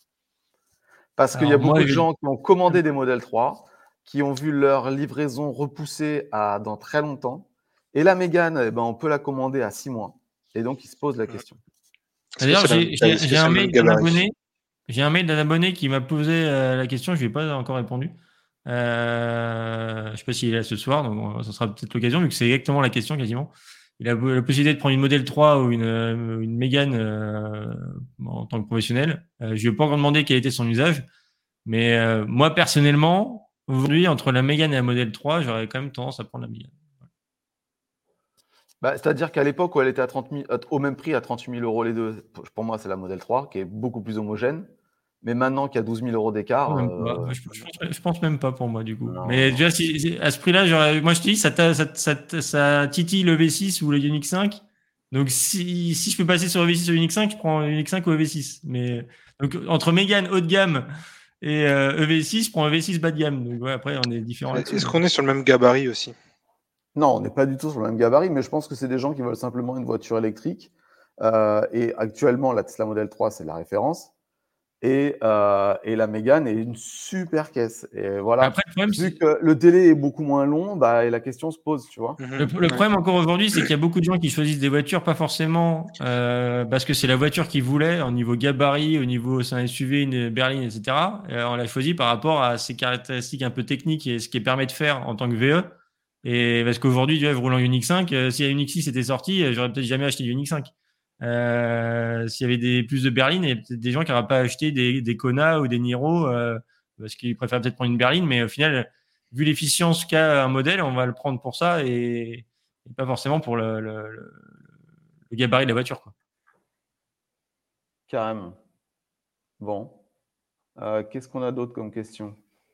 Parce qu'il y a Alors, moi, beaucoup de je- gens qui ont commandé des Model trois, qui ont vu leur livraison repoussée à dans très longtemps. Et la Mégane, eh ben, on peut la commander à six mois. Et donc, ils se posent la Mm. question. Est-ce que D'ailleurs, c'est la- j'ai j'ai- est-ce que j'ai c'est un le même mail d'un gabarit? abonné. J'ai un mail d'un abonné qui m'a posé euh, la question. Je lui ai pas encore répondu. Euh, je sais pas s'il est là ce soir, donc bon, ça sera peut-être l'occasion, vu que c'est exactement la question quasiment. Il a la possibilité de prendre une Model trois ou une, euh, une Mégane euh, en tant que professionnel. Euh, je lui ai pas encore demandé quel était son usage, mais euh, moi personnellement, aujourd'hui, entre la Mégane et la Model trois, j'aurais quand même tendance à prendre la Mégane. Bah, c'est-à-dire qu'à l'époque où elle était à trente mille, euh, au même prix à trente-huit mille euros les deux, pour pour moi, c'est la Model trois qui est beaucoup plus homogène. Mais maintenant qu'il y a douze mille euros d'écart. Même euh, pas. Je, je pense, je pense même pas pour moi, du coup. Non, Mais non. déjà, si, si- à ce prix-là, j'aurais- moi je te dis, ça, t'a- ça, ça, ça titille le V six ou le Ioniq cinq. Donc si, si je peux passer sur le V six ou le Ioniq cinq, je prends le Ioniq cinq ou le V six. Mais donc entre Mégane haut de gamme et euh, E V six, je prends le V six bas de gamme. Donc ouais, après, on est différents là-dessus. Est-ce qu'on est sur le même gabarit aussi? Non, on n'est pas du tout sur le même gabarit, mais je pense que c'est des gens qui veulent simplement une voiture électrique. Euh, et actuellement, la Tesla Model trois, c'est la référence. Et, euh, et la Mégane est une super caisse. Et voilà. Après, le problème, Vu c'est- que le délai est beaucoup moins long, bah, et la question se pose, tu vois. Mhm. Le, le Ouais. problème encore aujourd'hui, c'est qu'il y a beaucoup de gens qui choisissent des voitures pas forcément euh, parce que c'est la voiture qu'ils voulaient au niveau gabarit, au niveau c'est un S U V, une berline, et cetera. Et on l'a choisi par rapport à ses caractéristiques un peu techniques et ce qu'il permet de faire en tant que V E. Et parce qu'aujourd'hui, tu vois, je roule en Ioniq cinq. Euh, si la Ioniq six était sortie, euh, j'aurais peut-être jamais acheté du Ioniq cinq. Euh, s'il y avait des plus de berlines, il y a peut-être des gens qui n'auraient pas acheté des, des Kona ou des Niro euh, parce qu'ils préfèrent peut-être prendre une berline, mais au final vu l'efficience qu'a un modèle, on va le prendre pour ça et, et pas forcément pour le, le, le, le gabarit de la voiture, quoi. Carrément. Bon. Euh, qu'est-ce qu'on a d'autre comme question?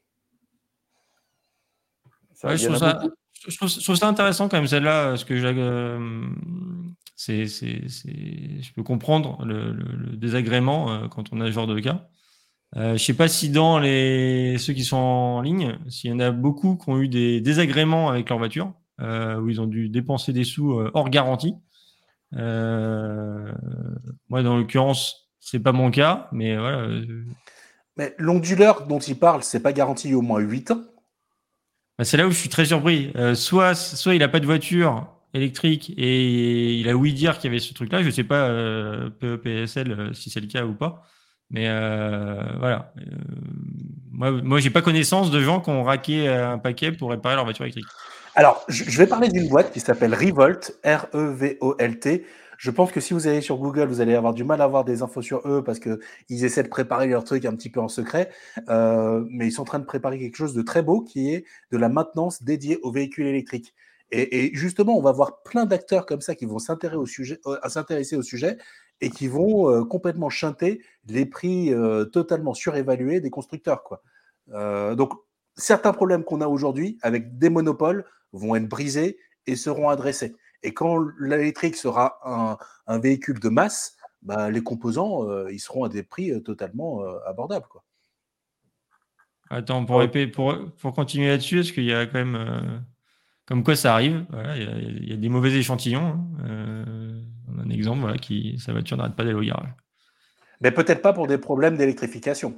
Ça, Ouais, il je, y en trouve a ça, beaucoup. je, trouve, je trouve ça intéressant quand même celle-là, parce que euh, c'est, c'est, c'est, je peux comprendre le, le, le désagrément euh, quand on a ce genre de cas. Euh, je sais pas si dans les ceux qui sont en ligne, s'il y en a beaucoup qui ont eu des désagréments avec leur voiture, euh, où ils ont dû dépenser des sous euh, hors garantie. Euh, moi, dans l'occurrence, c'est pas mon cas, mais voilà. euh, Mais l'onduleur dont il parle, c'est pas garanti au moins huit ans. bah, c'est là où je suis très surpris. Euh, soit, soit il a pas de voiture électrique et il a ouï dire qu'il y avait ce truc-là. Je sais pas euh, P E P S L euh, si c'est le cas ou pas. Mais euh, voilà. Euh, moi, moi, j'ai pas connaissance de gens qui ont raqué euh, un paquet pour réparer leur voiture électrique. Alors, je je vais parler d'une boîte qui s'appelle Revolt, R E V O L T. Je pense que si vous allez sur Google, vous allez avoir du mal à avoir des infos sur eux parce que ils essaient de préparer leur truc un petit peu en secret. Euh, mais ils sont en train de préparer quelque chose de très beau qui est de la maintenance dédiée aux véhicules électriques. Et, et justement, on va voir plein d'acteurs comme ça qui vont s'intéresser au sujet, euh, à s'intéresser au sujet et qui vont euh, complètement chanter les prix euh, totalement surévalués des constructeurs, quoi. Euh, donc, certains problèmes qu'on a aujourd'hui avec des monopoles vont être brisés et seront adressés. Et quand l'électrique sera un, un véhicule de masse, bah, les composants, euh, ils seront à des prix euh, totalement euh, abordables, quoi. Attends, pour, épée- pour, pour continuer là-dessus, est-ce qu'il y a quand même. euh, Comme quoi ça arrive, voilà, il y, a- il y a des mauvais échantillons, hein. Euh, on a un exemple, voilà, qui sa voiture n'arrête pas d'aller au garage. Mais peut-être pas pour des problèmes d'électrification.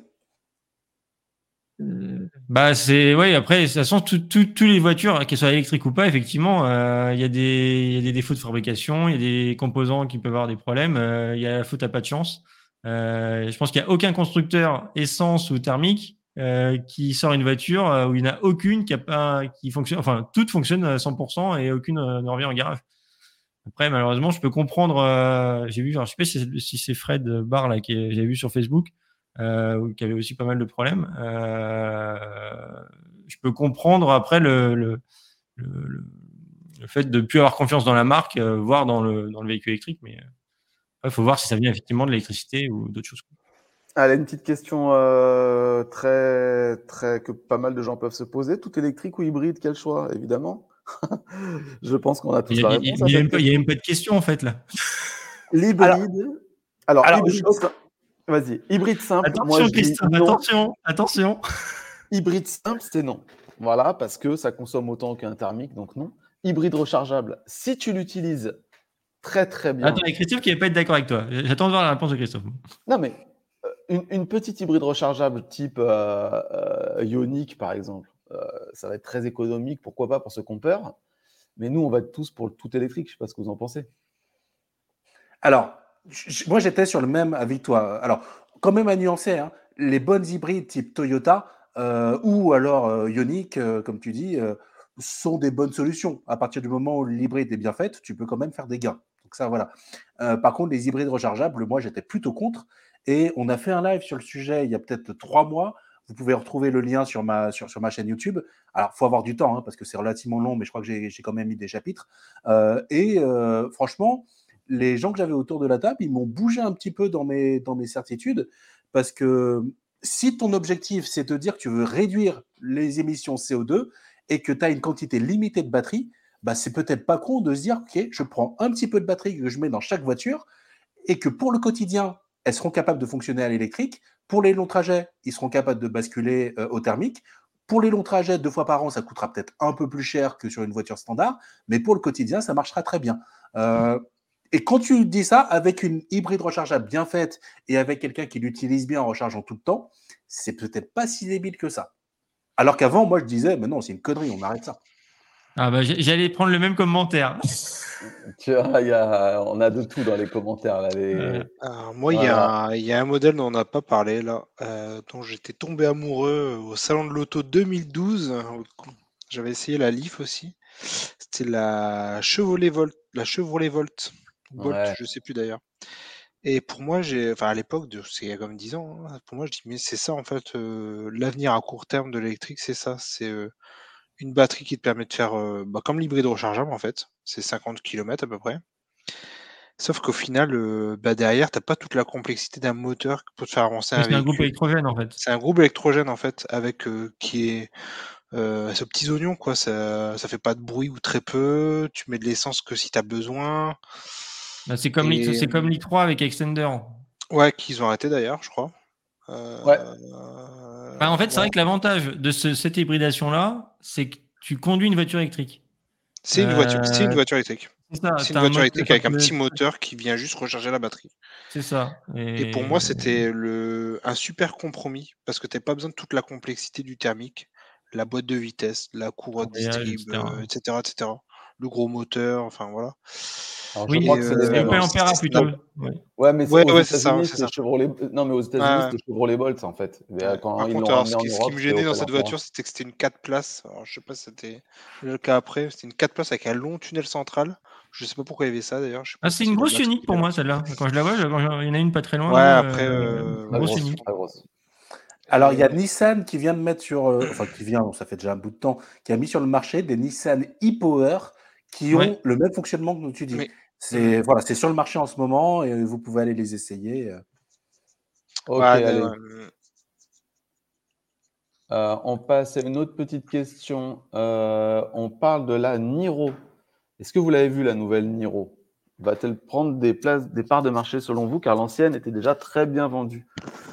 Bah c'est ouais. Après, de toute façon, tout- tout- tous les voitures, qu'elles soient électriques ou pas, effectivement, euh, il y a des il y a des défauts de fabrication, il y a des composants qui peuvent avoir des problèmes. euh, Il y a la faute à pas de chance. Euh, je pense qu'il y a aucun constructeur essence ou thermique euh, qui sort une voiture euh, où il n'y en a aucune qui a pas qui fonctionne. Enfin, toutes fonctionnent à cent pour cent et aucune euh, ne revient en garage. Après, malheureusement, je peux comprendre. Euh, j'ai vu, alors, je sais pas si c'est, si c'est Fred Barr là qui est- j'ai vu sur Facebook, euh, qui avait aussi pas mal de problèmes. Euh, je peux comprendre après le, le, le, le- le fait de plus avoir confiance dans la marque, euh, voire dans le dans le véhicule électrique. Mais il faut voir si ça vient effectivement de l'électricité ou d'autres choses. Allez, une petite question euh, très, très, que pas mal de gens peuvent se poser. Tout électrique ou hybride, quel choix, évidemment? Je pense qu'on a tous Il la n'y a, réponse à il y a cette même pas, il y a question. même pas de question en fait là. Alors, L'hybride. Alors, alors je- hybride, sim- vas-y. Hybride simple, moi Attention je dis Christophe, non. attention, attention. Hybride simple, c'est non. Voilà, parce que ça consomme autant qu'un thermique, donc non. Hybride rechargeable, si tu l'utilises très très bien. Attends, il y a Christophe qui va pas être d'accord avec toi. J'attends de voir la réponse de Christophe. Non, mais euh, une, une petite hybride rechargeable type euh, euh, Ioniq, par exemple, euh, ça va être très économique, pourquoi pas pour ceux qu'on peur. Mais nous, on va être tous pour le tout électrique. Je ne sais pas ce que vous en pensez. alors je- moi, j'étais sur le même avis que toi. Alors, quand même à nuancer, hein, les bonnes hybrides type Toyota euh, ou alors euh, Ioniq, euh, comme tu dis, euh, sont des bonnes solutions. À partir du moment où l'hybride est bien faite, tu peux quand même faire des gains. Donc ça, voilà. Euh, par contre, les hybrides rechargeables, moi, j'étais plutôt contre. Et on a fait un live sur le sujet il y a peut-être trois mois. Vous pouvez retrouver le lien sur ma, sur, sur ma chaîne YouTube. Alors, il faut avoir du temps, hein, parce que c'est relativement long, mais je crois que j'ai j'ai quand même mis des chapitres. Euh, et euh, franchement, les gens que j'avais autour de la table, ils m'ont bougé un petit peu dans mes, dans mes certitudes, parce que si ton objectif, c'est de dire que tu veux réduire les émissions C O deux et que tu as une quantité limitée de batterie, bah, c'est peut-être pas con de se dire, OK, je prends un petit peu de batterie que je mets dans chaque voiture et que pour le quotidien, elles seront capables de fonctionner à l'électrique. Pour les longs trajets, ils seront capables de basculer euh, au thermique. Pour les longs trajets, deux fois par an, ça coûtera peut-être un peu plus cher que sur une voiture standard, mais pour le quotidien, ça marchera très bien. Euh, et quand tu dis ça, avec une hybride rechargeable bien faite et avec quelqu'un qui l'utilise bien en rechargeant tout le temps, c'est peut-être pas si débile que ça. Alors qu'avant, moi, je disais, mais non, c'est une connerie, on arrête ça. Ah bah, j'allais prendre le même commentaire. Tu vois, y a, on a de tout dans les commentaires. Là, les... Euh, Alors, moi, il voilà. y, y a un modèle dont on n'a pas parlé, là, euh, dont j'étais tombé amoureux au salon de l'auto deux mille douze. J'avais essayé la Leaf aussi. C'était la Chevrolet Volt, la Chevrolet Volt, Bolt, Ouais. je sais plus d'ailleurs. Et pour moi, j'ai, enfin à l'époque, de, c'est il y a comme dix ans, hein, pour moi, je dis, mais c'est ça en fait, euh, l'avenir à court terme de l'électrique, c'est ça. C'est euh, une batterie qui te permet de faire, euh, bah, comme l'hybride rechargeable en fait, c'est cinquante kilomètres à peu près. Sauf qu'au final, euh, bah, derrière, t'as pas toute la complexité d'un moteur pour te faire avancer un c'est un véhicule. groupe électrogène en fait. C'est un groupe électrogène en fait, avec euh, qui est euh, ce petits oignons quoi. Ça, ça fait pas de bruit ou très peu. Tu mets de l'essence que si t'as besoin. Bah, c'est comme Et- l'I- c'est comme l'I trois avec Extender. Ouais, qu'ils ont arrêté d'ailleurs, je crois. Euh, Ouais. Bah, en fait, c'est ouais. vrai que l'avantage de ce- cette hybridation-là, c'est que tu conduis une voiture électrique. C'est une voiture, c'est une Euh, voiture électrique. C'est ça. C'est une t'as un voiture moteur- électrique avec un petit moteur qui vient juste recharger la batterie. C'est ça. Et pour moi, c'était le un super compromis parce que t'as pas besoin de toute la complexité du thermique, la boîte de vitesse, la courroie de Embrayage, distrib, et cetera. euh, et cetera, et cetera. Le gros moteur, enfin voilà. Alors, je Oui, crois que c'est les c'est mêmes. Opel hein. Ampera c'est- plutôt. c'est- Ouais. Ouais, mais c'est Ouais, aux ouais, c'est ça, États-Unis, c'est c'est ça. Chevrolet. Non, mais aux États-Unis, Ouais. c'était Chevrolet Bolt en fait. Et, euh, Ouais. quand Par ils contre, l'ont alors, ramené ce en qui, ce qui Europe, me c'était gênait dans Opel cette Ampera. voiture, c'était que c'était une quatre places. Alors, je sais pas si c'était le cas après. C'était une quatre places avec un long tunnel central. Je sais pas pourquoi il y avait ça d'ailleurs. Je sais pas Ah, si c'est une la grosse batterie unique pour était là. moi, celle-là. Quand je la vois, je- quand je- il y en a une pas très loin. Ouais, là, après, euh, euh, Très grosse grosse, unique. très grosse. Alors, il y a Et- Nissan qui vient de mettre sur, euh, enfin qui vient, ça fait déjà un bout de temps, qui a mis sur le marché des Nissan e-Power qui ont Ouais. le même fonctionnement que tu dis. Mais C'est voilà, c'est sur le marché en ce moment et vous pouvez aller les essayer. euh. Ok, ouais, allez. non, euh, Euh, on passe à une autre petite question. Euh, on parle de la Niro. Est-ce que vous l'avez vu, la nouvelle Niro? Va-t-elle prendre des places, des parts de marché selon vous, car l'ancienne était déjà très bien vendue?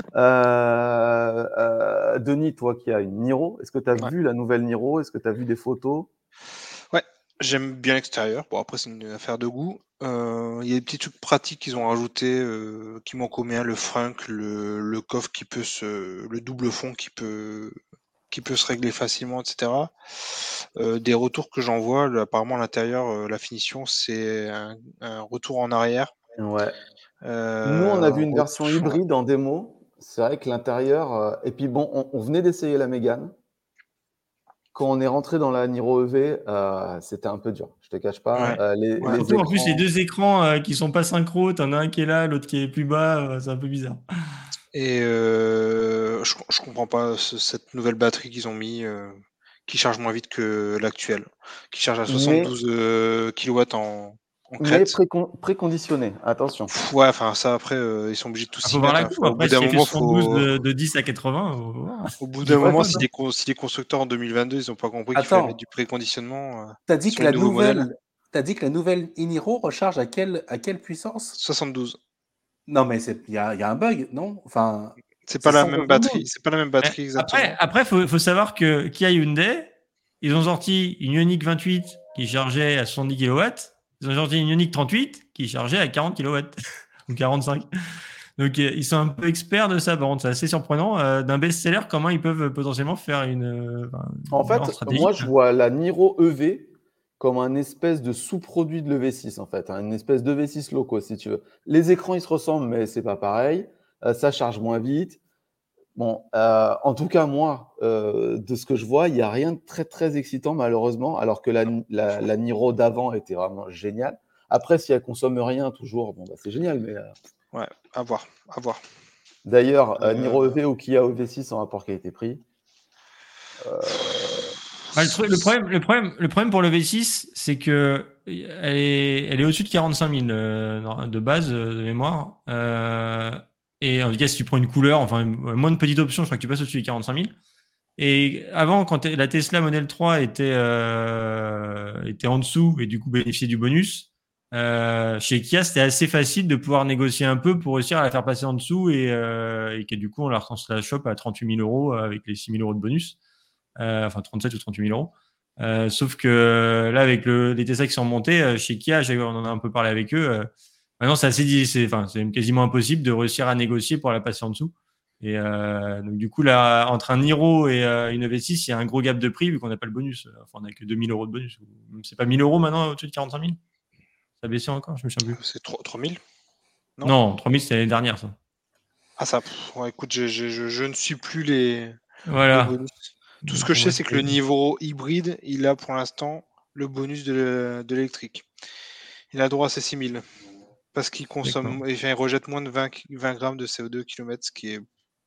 Euh, euh, Denis, toi qui as une Niro, est-ce que tu as ouais. vu la nouvelle Niro? Est-ce que tu as vu des photos? Ouais, j'aime bien l'extérieur. Bon, après, c'est une affaire de goût. Euh, Il y a des petits trucs pratiques qu'ils ont rajoutés euh, qui m'ont commun, le frunk, le, le coffre qui peut se, le double fond qui peut, qui peut se régler facilement, et cetera. Euh, des retours que j'en vois, le- apparemment à l'intérieur, euh, la finition, c'est un, un retour en arrière. Ouais. Euh, Nous, on a vu une retour- version hybride en démo. C'est vrai que l'intérieur. euh, Et puis bon, on, on venait d'essayer la Mégane. Quand on est rentré dans la Niro E V, euh, c'était un peu dur. Je te cache pas. Ouais. Euh, les, Ouais. les Surtout en plus, les écrans. deux écrans euh, qui sont pas synchro, t'en as un qui est là, l'autre qui est plus bas, euh, c'est un peu bizarre. Et euh, je, je comprends pas ce- cette nouvelle batterie qu'ils ont mis, euh, qui charge moins vite que l'actuelle, qui charge à Mais, soixante-douze euh, kilowatts en, en mais crête. précon- préconditionné. Attention. Pff, ouais, enfin ça après, euh, ils sont obligés de tout Il s'y faut voir mettre. la hein. courbe. Faut- au bout Après, d'un s'il fait moment, soixante-douze faut, de, de dix à quatre-vingts, on va voir. au bout Il d'un faut moment, pas, si hein. les, con- si les constructeurs en deux mille vingt-deux, ils ont pas compris qu'il fallait mettre Attends, du préconditionnement euh, t'as dit sur que les la nouveaux modèles. nouvelle, t'as dit que la nouvelle Iniro recharge à quelle, à quelle puissance? soixante-douze. Non, mais c'est, il y a, il y a un bug, non? Enfin, C'est pas c'est la cent même soixante-douze. batterie. C'est pas la même Mais batterie Après, exactement. après, faut, faut savoir que Kia Hyundai, ils ont sorti une Ioniq vingt-huit qui chargeait à soixante-dix kilowatts. Ils ont sorti une Ioniq trente-huit qui chargeait à quarante kilowatts ou quarante-cinq. Donc, euh, ils sont un peu experts de ça. Par contre, c'est assez surprenant euh, d'un best-seller comment ils peuvent potentiellement faire une, euh, enfin, En une erreur fait, stratégique. moi, je vois la Niro E V comme un espèce de sous-produit de l'E V six, en fait, hein, une espèce d'E V six loco, si tu veux. Les écrans, ils se ressemblent, mais c'est pas pareil. Euh, ça charge moins vite. Bon, euh, en tout cas, moi, euh, de ce que je vois, il n'y a rien de très, très excitant, malheureusement, alors que la, la, la Niro d'avant était vraiment géniale. Après, si elle consomme rien, toujours, bon, bah, c'est génial. Mais euh, Ouais, à voir, à voir. d'ailleurs, euh, Euh, Niro E V ou Kia E V six en rapport qualité-prix. Euh, Bah, le, truc- le problème, le, problème, le problème pour le V six, c'est que elle est, elle est au-dessus de quarante-cinq mille euh, de base euh, de mémoire. Euh, Et en tout cas, si tu prends une couleur, enfin, moins de petites options, je crois que tu passes au-dessus des quarante-cinq mille. Et avant, quand la Tesla Model trois était, euh, était en dessous et du coup bénéficiait du bonus, euh, chez Kia, c'était assez facile de pouvoir négocier un peu pour réussir à la faire passer en dessous et, euh, et que du coup, on la recense la chope à trente-huit mille euros avec les six mille euros de bonus. Euh, enfin, trente-sept ou trente-huit mille euros. Euh, sauf que là, avec le, les Tesla qui sont montés, euh, chez Kia, on en a un peu parlé avec eux. Euh, maintenant, c'est assez, c'est, enfin, c'est quasiment impossible de réussir à négocier pour la passer en dessous. Et euh, donc, du coup, là, entre un Niro et euh, une E V six, il y a un gros gap de prix vu qu'on n'a pas le bonus. Enfin, on n'a que deux mille euros de bonus. C'est pas mille euros maintenant au-dessus de quarante-cinq mille. Ça a baissé encore, je me souviens plus. C'est trois mille? Non, non trois mille, c'était l'année dernière, ça. Ah, ça. Pff, ouais, écoute, je, je, je, je ne suis plus les, voilà. les bonus. Tout ce que je sais, c'est que le niveau hybride, il a pour l'instant le bonus de, de l'électrique. Il a droit à ses six mille. Parce qu'il consomme, enfin, il rejette moins de vingt, vingt grammes de C O deux kilomètre, ce qui est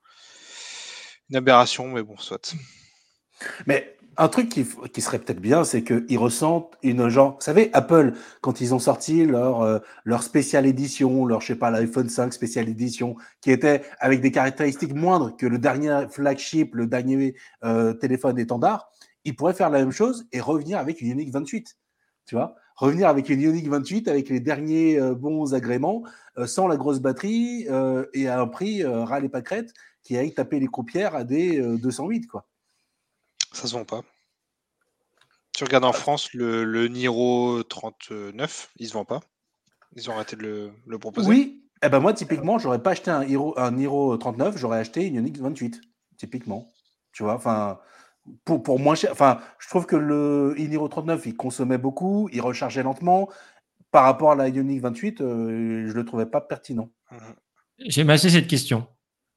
une aberration, mais bon, soit. Mais un truc qui, qui serait peut-être bien, c'est qu'ils ressentent une genre. Vous savez, Apple, quand ils ont sorti leur, euh, leur spécial édition, leur, je sais pas, l'iPhone cinq spécial édition, qui était avec des caractéristiques moindres que le dernier flagship, le dernier euh, téléphone étendard, ils pourraient faire la même chose et revenir avec une Ioniq vingt-huit. Tu vois, revenir avec une Ioniq vingt-huit avec les derniers euh, bons agréments, euh, sans la grosse batterie euh, et à un prix euh, ras les pâquerettes qui aille taper les croupières à des euh, deux cent huit, quoi. Ça se vend pas. Tu regardes en France, le, le Niro trente-neuf, il se vend pas. Ils ont arrêté de le, le proposer. Oui, eh ben moi, typiquement, j'aurais pas acheté un Niro, un Niro trente-neuf, j'aurais acheté une Ioniq vingt-huit, typiquement. Tu vois, enfin, pour, pour moins cher. Enfin, je trouve que le Niro trente-neuf, il consommait beaucoup, il rechargeait lentement. Par rapport à la Ioniq vingt-huit, euh, je le trouvais pas pertinent. Mmh. J'ai massé cette question.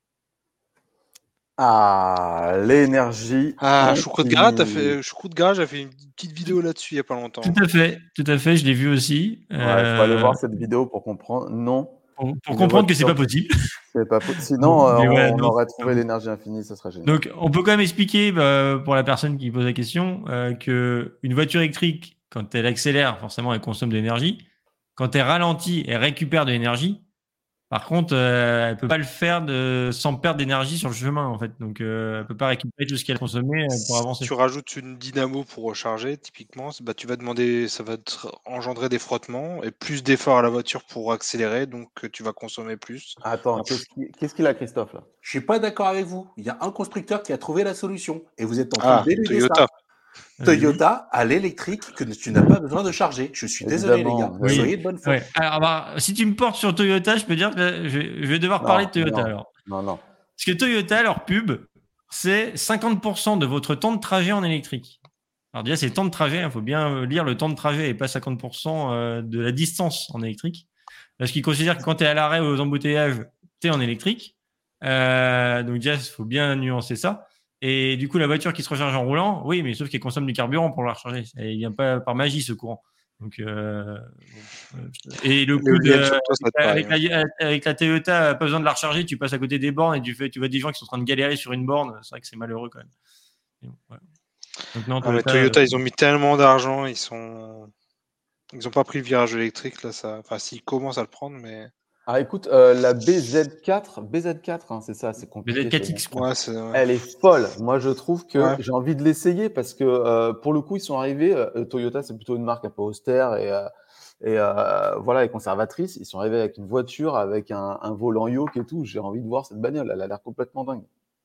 Ah, l'énergie. Ah, Choucroute Garage a fait, Choucroute Garage a fait une petite vidéo là-dessus il n'y a pas longtemps. Tout à fait, tout à fait, je l'ai vu aussi. Ouais, il euh... faut aller voir cette vidéo pour comprendre. Non. Pour, pour comprendre que c'est pas possible. C'est pas po- Sinon, euh, ouais, on, non, aurait trouvé l'énergie infinie, ça serait génial. Donc, on peut quand même expliquer bah, pour la personne qui pose la question euh, que une voiture électrique, quand elle accélère, forcément, elle consomme de l'énergie. Quand elle ralentit, elle récupère de l'énergie. Par contre, euh, elle peut pas le faire de, sans perdre d'énergie sur le chemin, en fait. Donc, euh, elle peut pas récupérer tout ce qu'elle a consommé euh, pour avancer. Si tu rajoutes une dynamo pour recharger, typiquement, bah, tu vas demander, ça va te engendrer des frottements et plus d'efforts à la voiture pour accélérer, donc tu vas consommer plus. Attends, qu'est-ce qu'il qu'est-ce qu'il a, Christophe, là? Je suis pas d'accord avec vous. Il y a un constructeur qui a trouvé la solution et vous êtes en train Ah, de déluder Toyota. ça. Toyota à l'électrique que tu n'as pas besoin de charger. Je suis désolé, les gars. Oui. Soyez de bonne foi. Ouais. Alors, bah, si tu me portes sur Toyota, je peux dire que je, je vais devoir non, parler de Toyota non, alors. Non, non. Parce que Toyota, leur pub, c'est cinquante pour cent de votre temps de trajet en électrique. Alors déjà, c'est le temps de trajet. Il faut bien lire le temps de trajet et pas cinquante pour cent de la distance en électrique. Parce qu'ils considèrent que quand tu es à l'arrêt ou aux embouteillages, tu es en électrique. Euh, donc déjà, il faut bien nuancer ça. Et du coup, la voiture qui se recharge en roulant, oui, mais sauf qu'elle consomme du carburant pour la recharger. Il vient pas par magie, ce courant. Donc, euh, et le coup de, avec, la, avec, la, avec la Toyota, pas besoin de la recharger, tu passes à côté des bornes et tu fais, tu vois des gens qui sont en train de galérer sur une borne. C'est vrai que c'est malheureux quand même. Donc, ouais. Donc, non, Toyota, ah, Toyota euh, ils ont mis tellement d'argent, ils sont, ils ont pas pris le virage électrique là, ça. Enfin, s'ils commencent à le prendre, mais. Ah, écoute, euh, la B Z quatre, B Z quatre, hein, c'est ça, c'est compliqué. B Z quatre X, ouais, c'est, ouais. Elle est folle. Moi, je trouve que ouais. j'ai envie de l'essayer parce que euh, pour le coup, ils sont arrivés. Euh, Toyota, c'est plutôt une marque un peu austère et, euh, et euh, voilà, et conservatrice. Ils sont arrivés avec une voiture, avec un, un volant yoke et tout. J'ai envie de voir cette bagnole. Elle a l'air complètement dingue.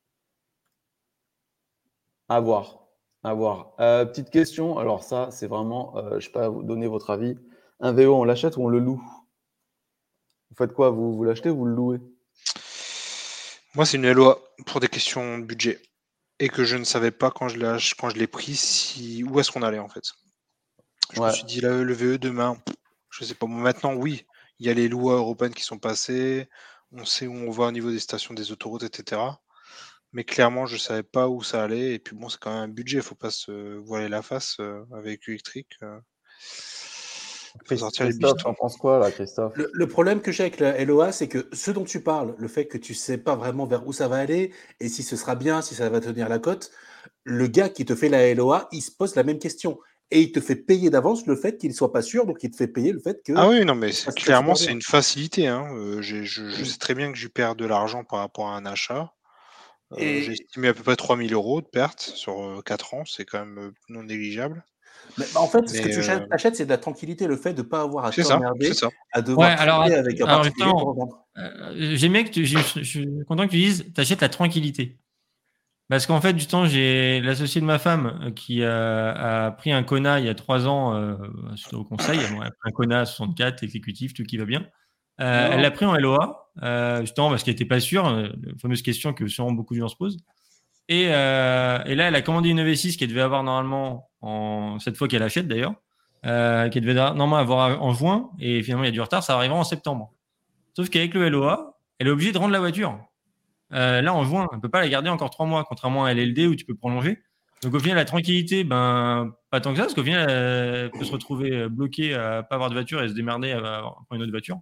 À voir. À voir. Euh, petite question. Alors ça, c'est vraiment, euh, je ne sais pas, vous donner votre avis. Un V O, on l'achète ou on le loue? Vous faites quoi? Vous, vous l'achetez ou vous le louez? Moi, c'est une L O A pour des questions de budget. Et que je ne savais pas quand je l'ai, quand je l'ai pris si, où est-ce qu'on allait en fait. Je ouais. me suis dit, là, le V E demain, je ne sais pas. Maintenant, oui, il y a les lois européennes qui sont passées. On sait où on va au niveau des stations, des autoroutes, et cetera. Mais clairement, je ne savais pas où ça allait. Et puis bon, c'est quand même un budget. Il ne faut pas se voiler la face euh, avec électrique. Euh... Faut sortir Christophe, t'en penses quoi là, Christophe? le, le problème que j'ai avec la L O A, c'est que ce dont tu parles, le fait que tu sais pas vraiment vers où ça va aller et si ce sera bien, si ça va tenir la cote, le gars qui te fait la L O A, il se pose la même question. et il te fait payer d'avance le fait qu'il ne soit pas sûr, donc il te fait payer le fait que... Ah oui, non, mais ça se passe clairement, super c'est bien. une facilité. Hein. Euh, j'ai- je, je sais très bien que je perds de l'argent par rapport à un achat. Euh, j'ai Et estimé à peu près trois mille euros de perte sur euh, quatre ans. C'est quand même euh, non négligeable. mais, bah, en fait, ce que Mais tu euh, achètes, c'est de la tranquillité, le fait de ne pas avoir à c'est ça, c'est t'emmerder, ça. à Ouais, devoir alors, traiter avec un alors particulier pour justement, revendre. euh, j'aime bien que tu, je, je suis content que tu dises, t'achètes la tranquillité. Parce qu'en fait, du temps, j'ai l'associé de ma femme euh, qui a, a pris un Kona il y a trois ans euh, suite au conseil. Bon, elle a pris un Kona soixante-quatre, exécutif, tout qui va bien. Euh, elle Non. l'a pris en L O A, euh, justement parce qu'elle n'était pas sûre, euh, la fameuse question que sûrement beaucoup de gens se posent. Et, euh, et là, elle a commandé une E V six qu'elle devait avoir normalement, en, cette fois qu'elle achète d'ailleurs, euh, qu'elle devait normalement avoir en juin. Et finalement, il y a du retard, ça arrivera en septembre. Sauf qu'avec le L O A, elle est obligée de rendre la voiture. Euh, là, en juin, on ne peut pas la garder encore trois mois, contrairement à L L D où tu peux prolonger. Donc, au final, la tranquillité, ben, pas tant que ça, parce qu'au final, elle peut se retrouver bloquée à pas avoir de voiture et se démerder à prendre une autre voiture.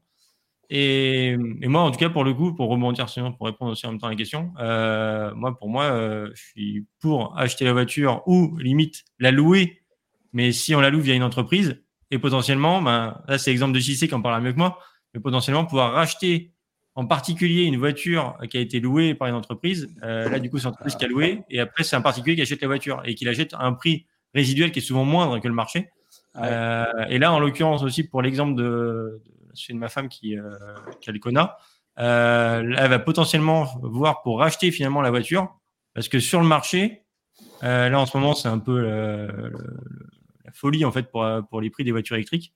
Et, et moi, en tout cas, pour le coup, pour rebondir, sinon, pour répondre aussi en même temps à la question, euh, moi, pour moi, euh, je suis pour acheter la voiture ou limite la louer, mais si on la loue via une entreprise, et potentiellement, ben, là, c'est l'exemple de J C qui en parle mieux que moi, mais potentiellement pouvoir racheter en particulier une voiture qui a été louée par une entreprise. Euh, là, du coup, c'est l'entreprise qui a loué, et après, c'est un particulier qui achète la voiture et qui l'achète à un prix résiduel qui est souvent moindre que le marché. Ouais. Euh, et là, en l'occurrence aussi, pour l'exemple de, de, de ma femme qui, euh, qui a le Kona, euh, elle va potentiellement voir pour racheter finalement la voiture, parce que sur le marché, euh, là en ce moment, c'est un peu euh, le, la folie en fait pour, pour les prix des voitures électriques.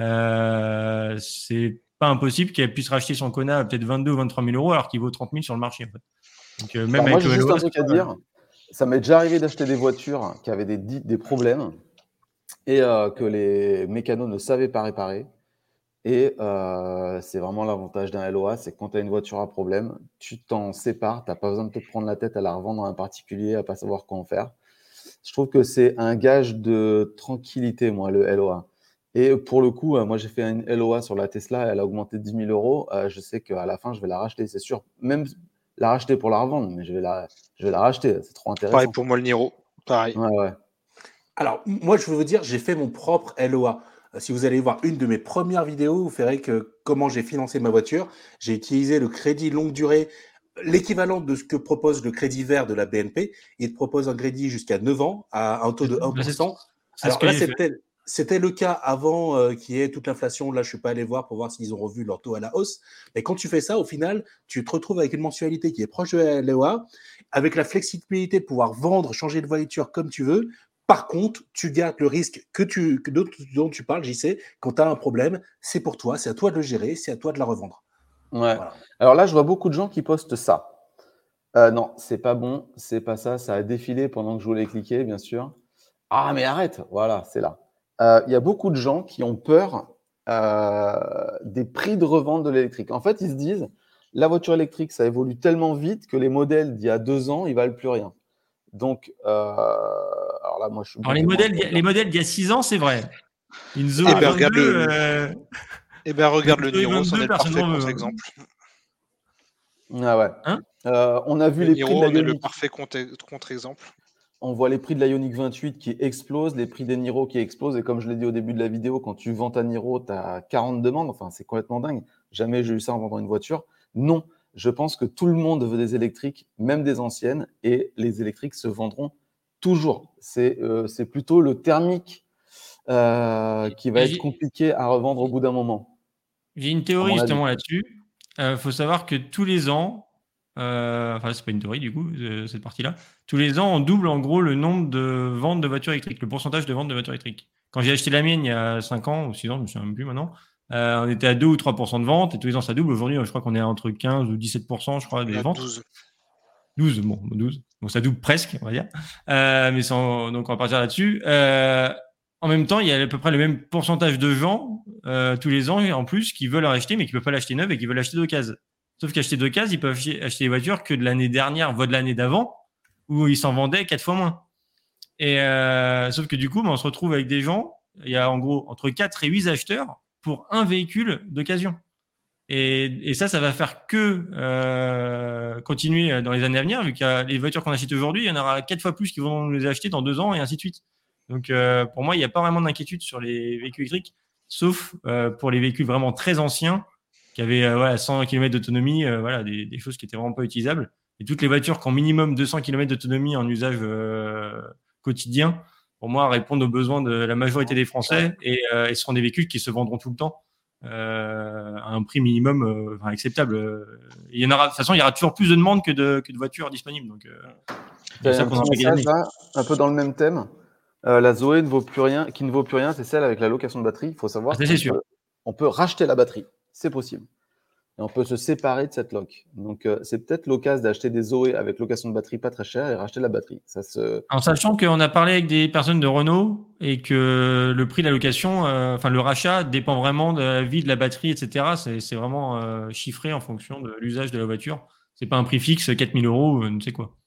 Euh, c'est pas impossible qu'elle puisse racheter son Kona à peut-être vingt-deux ou vingt-trois mille euros alors qu'il vaut trente mille sur le marché. En fait. Donc, euh, même Alors, moi, avec j'ai le juste L O A, un truc à pas, dire. Ça m'est déjà arrivé d'acheter des voitures qui avaient des, des problèmes et euh, que les mécanos ne savaient pas réparer. Et euh, c'est vraiment l'avantage d'un L O A, c'est que quand tu as une voiture à problème, tu t'en sépares, tu n'as pas besoin de te prendre la tête à la revendre à un particulier, à pas savoir quoi en faire. Je trouve que c'est un gage de tranquillité, moi, le L O A. Et pour le coup, moi, j'ai fait une L O A sur la Tesla, elle a augmenté de dix mille euros. Euh, je sais qu'à la fin, je vais la racheter, c'est sûr. Même la racheter pour la revendre, mais je vais la, je vais la racheter, c'est trop intéressant. Pareil pour moi, le Niro. Pareil. Ouais, ouais. Alors, moi, je veux vous dire, j'ai fait mon propre L O A. Euh, Si vous allez voir une de mes premières vidéos, vous verrez que comment j'ai financé ma voiture. J'ai utilisé le crédit longue durée, l'équivalent de ce que propose le crédit vert de la B N P. Il te propose un crédit jusqu'à neuf ans à un taux de un c'est, pour cent. c'est Alors ce que là, j'ai fait. c'était, c'était le cas avant euh, qu'il y ait toute l'inflation. Là, je suis pas allé voir pour voir s'ils ont revu leur taux à la hausse. Mais quand tu fais ça, au final, tu te retrouves avec une mensualité qui est proche de la L O A, avec la flexibilité de pouvoir vendre, changer de voiture comme tu veux. Par contre, tu gardes le risque que tu, que dont, dont tu parles, J C, quand tu as un problème, c'est pour toi, c'est à toi de le gérer, c'est à toi de la revendre. Ouais. Voilà. Alors là, je vois beaucoup de gens qui postent ça. Euh, non, c'est pas bon, c'est pas ça. Ça a défilé pendant que je voulais cliquer, bien sûr. Ah, mais arrête, voilà, c'est là. Euh, Il y a beaucoup de gens qui ont peur euh, des prix de revente de l'électrique. En fait, ils se disent, la voiture électrique, ça évolue tellement vite que les modèles d'il y a deux ans, ils valent plus rien. Donc, euh, alors là, moi, je suis Alors, les beaucoup moins modèles, d'accord. les modèles d'il y a six ans, c'est vrai. Une Zoe Eh ben, vingt-deux, regarde le- euh, Eh ben, regarde une le Zoe Niro, c'en vingt-deux, est le personne parfait n'en veut. hein. contre-exemple. Ah ouais. Hein Euh, on a vu Le les prix de Niro, la on est le Ioniq. parfait contre- contre-exemple. On voit les prix de la Ioniq vingt-huit qui explosent, les prix des Niro qui explosent. Et comme je l'ai dit au début de la vidéo, quand tu vends ta Niro, tu as quarante demandes. Enfin, c'est complètement dingue. Jamais j'ai eu ça en vendant une voiture. Non, je pense que tout le monde veut des électriques, même des anciennes. Et les électriques se vendront toujours. C'est euh, c'est plutôt le thermique euh, qui va Et être j'ai- compliqué à revendre au bout d'un moment, J'ai une à théorie mon avis. justement là-dessus. Il euh, faut savoir que tous les ans, euh, enfin c'est pas une théorie du coup, euh, cette partie-là, tous les ans on double en gros le nombre de ventes de voitures électriques, le pourcentage de ventes de voitures électriques. Quand j'ai acheté la mienne il y a cinq ans ou six ans, je me souviens même plus maintenant, euh, on était à deux ou trois pour cent de ventes et tous les ans ça double. Aujourd'hui, je crois qu'on est à entre quinze ou dix-sept pour cent je crois, On des a ventes. douze. douze, bon, douze. Bon, ça double presque, on va dire. Euh, mais sans, donc on va partir là-dessus. Euh, en même temps, il y a à peu près le même pourcentage de gens euh, tous les ans en plus qui veulent en acheter, mais qui ne peuvent pas l'acheter neuve et qui veulent acheter d'occasion. Sauf qu'acheter d'occasion, ils peuvent acheter, acheter des voitures que de l'année dernière, voire de l'année d'avant, où ils s'en vendaient quatre fois moins. Et euh, sauf que du coup, ben, on se retrouve avec des gens, il y a en gros entre quatre et huit acheteurs pour un véhicule d'occasion. Et, et ça, ça va faire que euh, continuer dans les années à venir, vu qu'il y a les voitures qu'on achète aujourd'hui, il y en aura quatre fois plus qui vont nous les acheter dans deux ans et ainsi de suite. Donc, euh, pour moi, il n'y a pas vraiment d'inquiétude sur les véhicules électriques, sauf euh, pour les véhicules vraiment très anciens qui avaient euh, voilà, cent kilomètres d'autonomie, euh, voilà, des, des choses qui étaient vraiment pas utilisables. Et toutes les voitures qui ont minimum deux cents kilomètres d'autonomie en usage euh, quotidien, pour moi, répondent aux besoins de la majorité des Français et, euh, et seront des véhicules qui se vendront tout le temps euh, à un prix minimum euh, enfin, acceptable. Il y en aura, de toute façon, il y aura toujours plus de demandes que de, que de voitures disponibles. Donc, euh, c'est ça qu'on a message, là, un peu dans le même thème. Euh, la Zoé ne vaut plus rien, qui ne vaut plus rien, c'est celle avec la location de batterie. Il faut savoir ah, qu'on peut, on peut racheter la batterie, c'est possible. Et on peut se séparer de cette loc. Donc, euh, c'est peut-être l'occasion d'acheter des Zoé avec location de batterie pas très chère et racheter la batterie. Ça se... En sachant qu'on a parlé avec des personnes de Renault et que le prix de la location, euh, enfin le rachat dépend vraiment de la vie de la batterie, et cetera. C'est, c'est vraiment euh, chiffré en fonction de l'usage de la voiture. C'est pas un prix fixe, quatre mille euros, euh, ne sais quoi.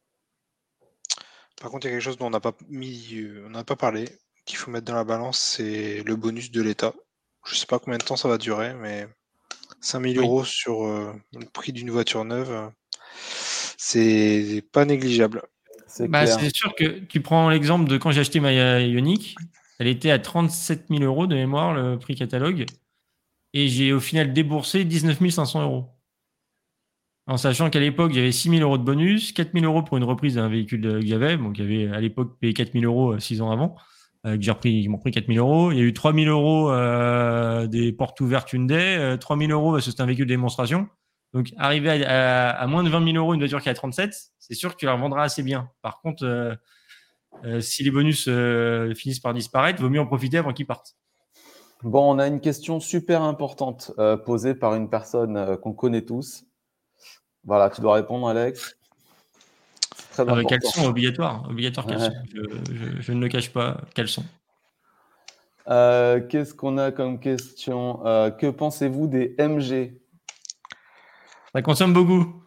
Par contre, il y a quelque chose dont on n'a pas mis, on n'a pas parlé, qu'il faut mettre dans la balance, c'est le bonus de l'État. Je sais pas combien de temps ça va durer, mais cinq mille Oui. euros sur euh, le prix d'une voiture neuve, euh, c'est pas négligeable. C'est bah, clair. C'est sûr que tu prends l'exemple de quand j'ai acheté ma Ioniq, elle était à trente-sept mille euros de mémoire, le prix catalogue, et j'ai au final déboursé dix-neuf mille cinq cents euros. En sachant qu'à l'époque, j'avais six mille euros de bonus, quatre mille euros pour une reprise d'un véhicule que j'avais, donc j'avais à l'époque payé quatre mille euros six ans avant, euh, que j'ai repris, ils m'ont pris quatre mille euros. Il y a eu trois mille euros euh, des portes ouvertes Hyundai, euh, trois mille euros parce que c'était un véhicule de démonstration. Donc, arriver à, à, à moins de vingt mille euros une voiture qui a trente-sept, c'est sûr que tu la revendras assez bien. Par contre, euh, euh, si les bonus euh, finissent par disparaître, il vaut mieux en profiter avant qu'ils partent. Bon, on a une question super importante euh, posée par une personne euh, qu'on connaît tous. Voilà, tu dois répondre, Alex. C'est très Ah bah, important. caleçon, obligatoire. Obligatoire caleçon. Ouais. Je, je, je ne le cache pas, caleçon. Euh, qu'est-ce qu'on a comme question euh, Que pensez-vous des M G? Ça consomme beaucoup.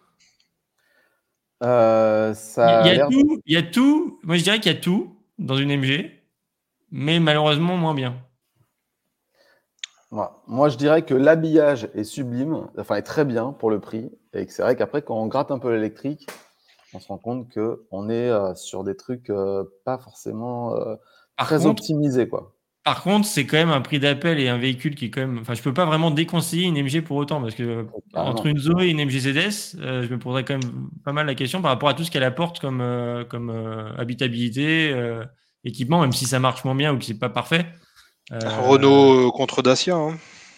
Euh, ça il, y a a l'air... tout, il y a tout. Moi, je dirais qu'il y a tout dans une M G, mais malheureusement moins bien. Voilà. Moi, je dirais que l'habillage est sublime, enfin est très bien pour le prix, et que c'est vrai qu'après, quand on gratte un peu l'électrique, on se rend compte qu'on est euh, sur des trucs euh, pas forcément euh, très contre, optimisés, quoi. Par contre, c'est quand même un prix d'appel et un véhicule qui est quand même. Enfin, je peux pas vraiment déconseiller une M G pour autant parce que ah, entre non. une Zoé et une M G Z S, euh, je me poserais quand même pas mal la question par rapport à tout ce qu'elle apporte comme euh, comme euh, habitabilité, euh, équipement, même si ça marche moins bien ou que c'est pas parfait. Euh... Renault contre Dacia. Hein.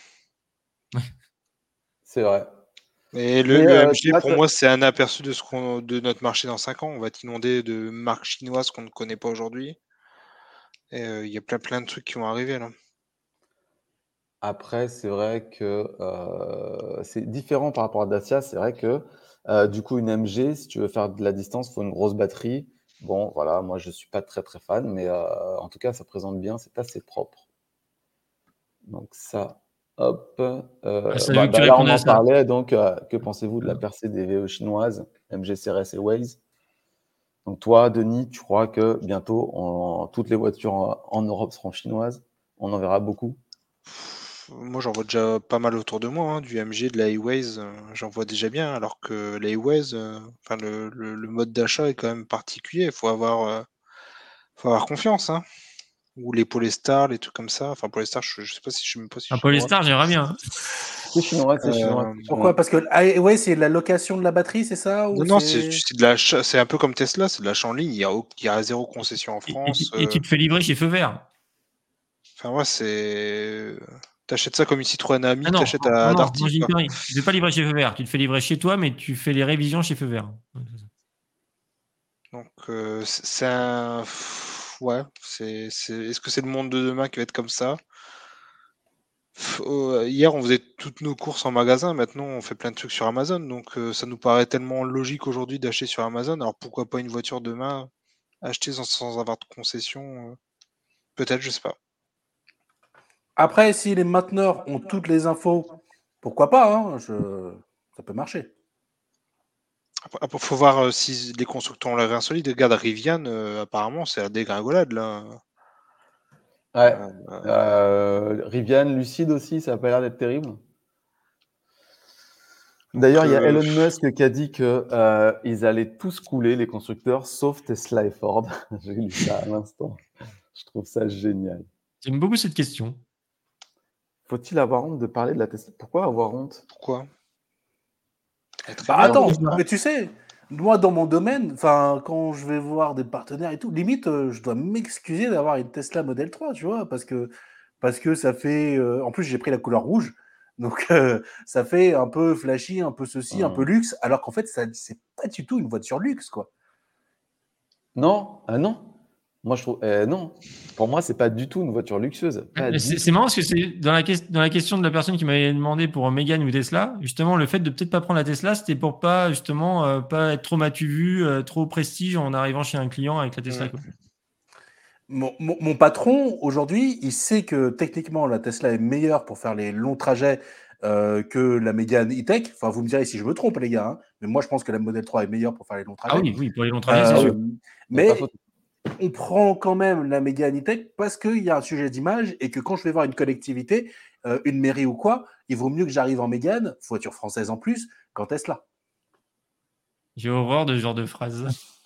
C'est vrai. Et le, le euh, M G, pour moi, c'est un aperçu de, ce qu'on, de notre marché dans cinq ans. On va être inondé de marques chinoises qu'on ne connaît pas aujourd'hui. Et il euh, y a plein, plein de trucs qui vont arriver là. Après, c'est vrai que euh, c'est différent par rapport à Dacia. C'est vrai que euh, du coup, une M G, si tu veux faire de la distance, il faut une grosse batterie. Bon, voilà, moi, je ne suis pas très, très fan, mais euh, en tout cas, ça présente bien, c'est assez propre. Donc ça, hop. Euh, ah, ça bah, veut que tu bah, là, on en ça. parlait, donc euh, que pensez-vous de la percée des V E chinoises, M G C R S et Waze? Donc toi, Denis, tu crois que bientôt, on, toutes les voitures en, en Europe seront chinoises? On en verra beaucoup? Moi, j'en vois déjà pas mal autour de moi, hein, du M G, de la Waze, euh, j'en vois déjà bien, alors que la Waze, euh, enfin, le, le, le mode d'achat est quand même particulier, il faut avoir, euh, faut avoir confiance, hein. Ou les Polestar, les trucs comme ça. Enfin, Polestar, je, je sais pas si je sais même pas si un Polestar, j'aimerais bien. C'est chinois, c'est chinois. Euh, Pourquoi? Parce que ah, ouais, c'est la location de la batterie, c'est ça ou Non, non, c'est, c'est de l'achat, c'est un peu comme Tesla, c'est de l'achat en ligne. Il y a, il y a zéro concession en France. Et, et, et tu te fais livrer chez Feu Vert. Enfin, ouais, c'est. T'achètes ça comme une Citroën Ami, ah non, t'achètes à non, Darty. Non, tu ne fais pas livrer chez Feu Vert. Tu te fais livrer chez toi, mais tu fais les révisions chez Feu Vert. Donc, euh, c'est un. Ouais, c'est, c'est... Est-ce que c'est le monde de demain qui va être comme ça? Hier, on faisait toutes nos courses en magasin. Maintenant, on fait plein de trucs sur Amazon. Donc, euh, ça nous paraît tellement logique aujourd'hui d'acheter sur Amazon. Alors, pourquoi pas une voiture demain acheter sans, sans avoir de concession? Peut-être, je sais pas. Après, si les mainteneurs ont toutes les infos, pourquoi pas, hein, je... ça peut marcher. Il faut voir euh, si les constructeurs ont l'air insolites. Regarde, Rivian, euh, apparemment, c'est la dégringolade, là. Ouais. Euh, euh, Rivian, Lucide aussi, ça n'a pas l'air d'être terrible. D'ailleurs, il y a Elon Musk qui a dit qu'ils euh, allaient tous couler, les constructeurs, sauf Tesla et Ford. J'ai lu ça à l'instant. Je trouve ça génial. J'aime beaucoup cette question. Faut-il avoir honte de parler de la Tesla? Pourquoi avoir honte? Pourquoi? Bah attends, mais tu sais, moi dans mon domaine, enfin quand je vais voir des partenaires et tout, limite euh, je dois m'excuser d'avoir une Tesla Model trois, tu vois, parce que parce que ça fait, euh, en plus j'ai pris la couleur rouge, donc euh, ça fait un peu flashy, un peu ceci, mmh. un peu luxe, alors qu'en fait ça c'est pas du tout une voiture luxe, quoi. Non, ah non. Moi, je trouve, euh, non, pour moi, c'est pas du tout une voiture luxueuse. C'est, c'est marrant parce que c'est dans la, dans la question de la personne qui m'avait demandé pour Mégane ou Tesla, justement, le fait de peut-être pas prendre la Tesla, c'était pour pas, justement, euh, pas être trop m'as-tu vu, euh, trop prestige en arrivant chez un client avec la Tesla. Quoi. Mon, mon, mon patron, aujourd'hui, il sait que techniquement, la Tesla est meilleure pour faire les longs trajets euh, que la Mégane E-Tech. Enfin, vous me direz si je me trompe, les gars, hein, mais moi, je pense que la Model trois est meilleure pour faire les longs trajets. Ah oui, oui, pour les longs trajets, euh, c'est sûr. Mais on prend quand même la Mégane E-Tech parce qu'il y a un sujet d'image et que quand je vais voir une collectivité, euh, une mairie ou quoi, il vaut mieux que j'arrive en Mégane, voiture française en plus, qu'en Tesla. J'ai horreur de ce genre de phrase.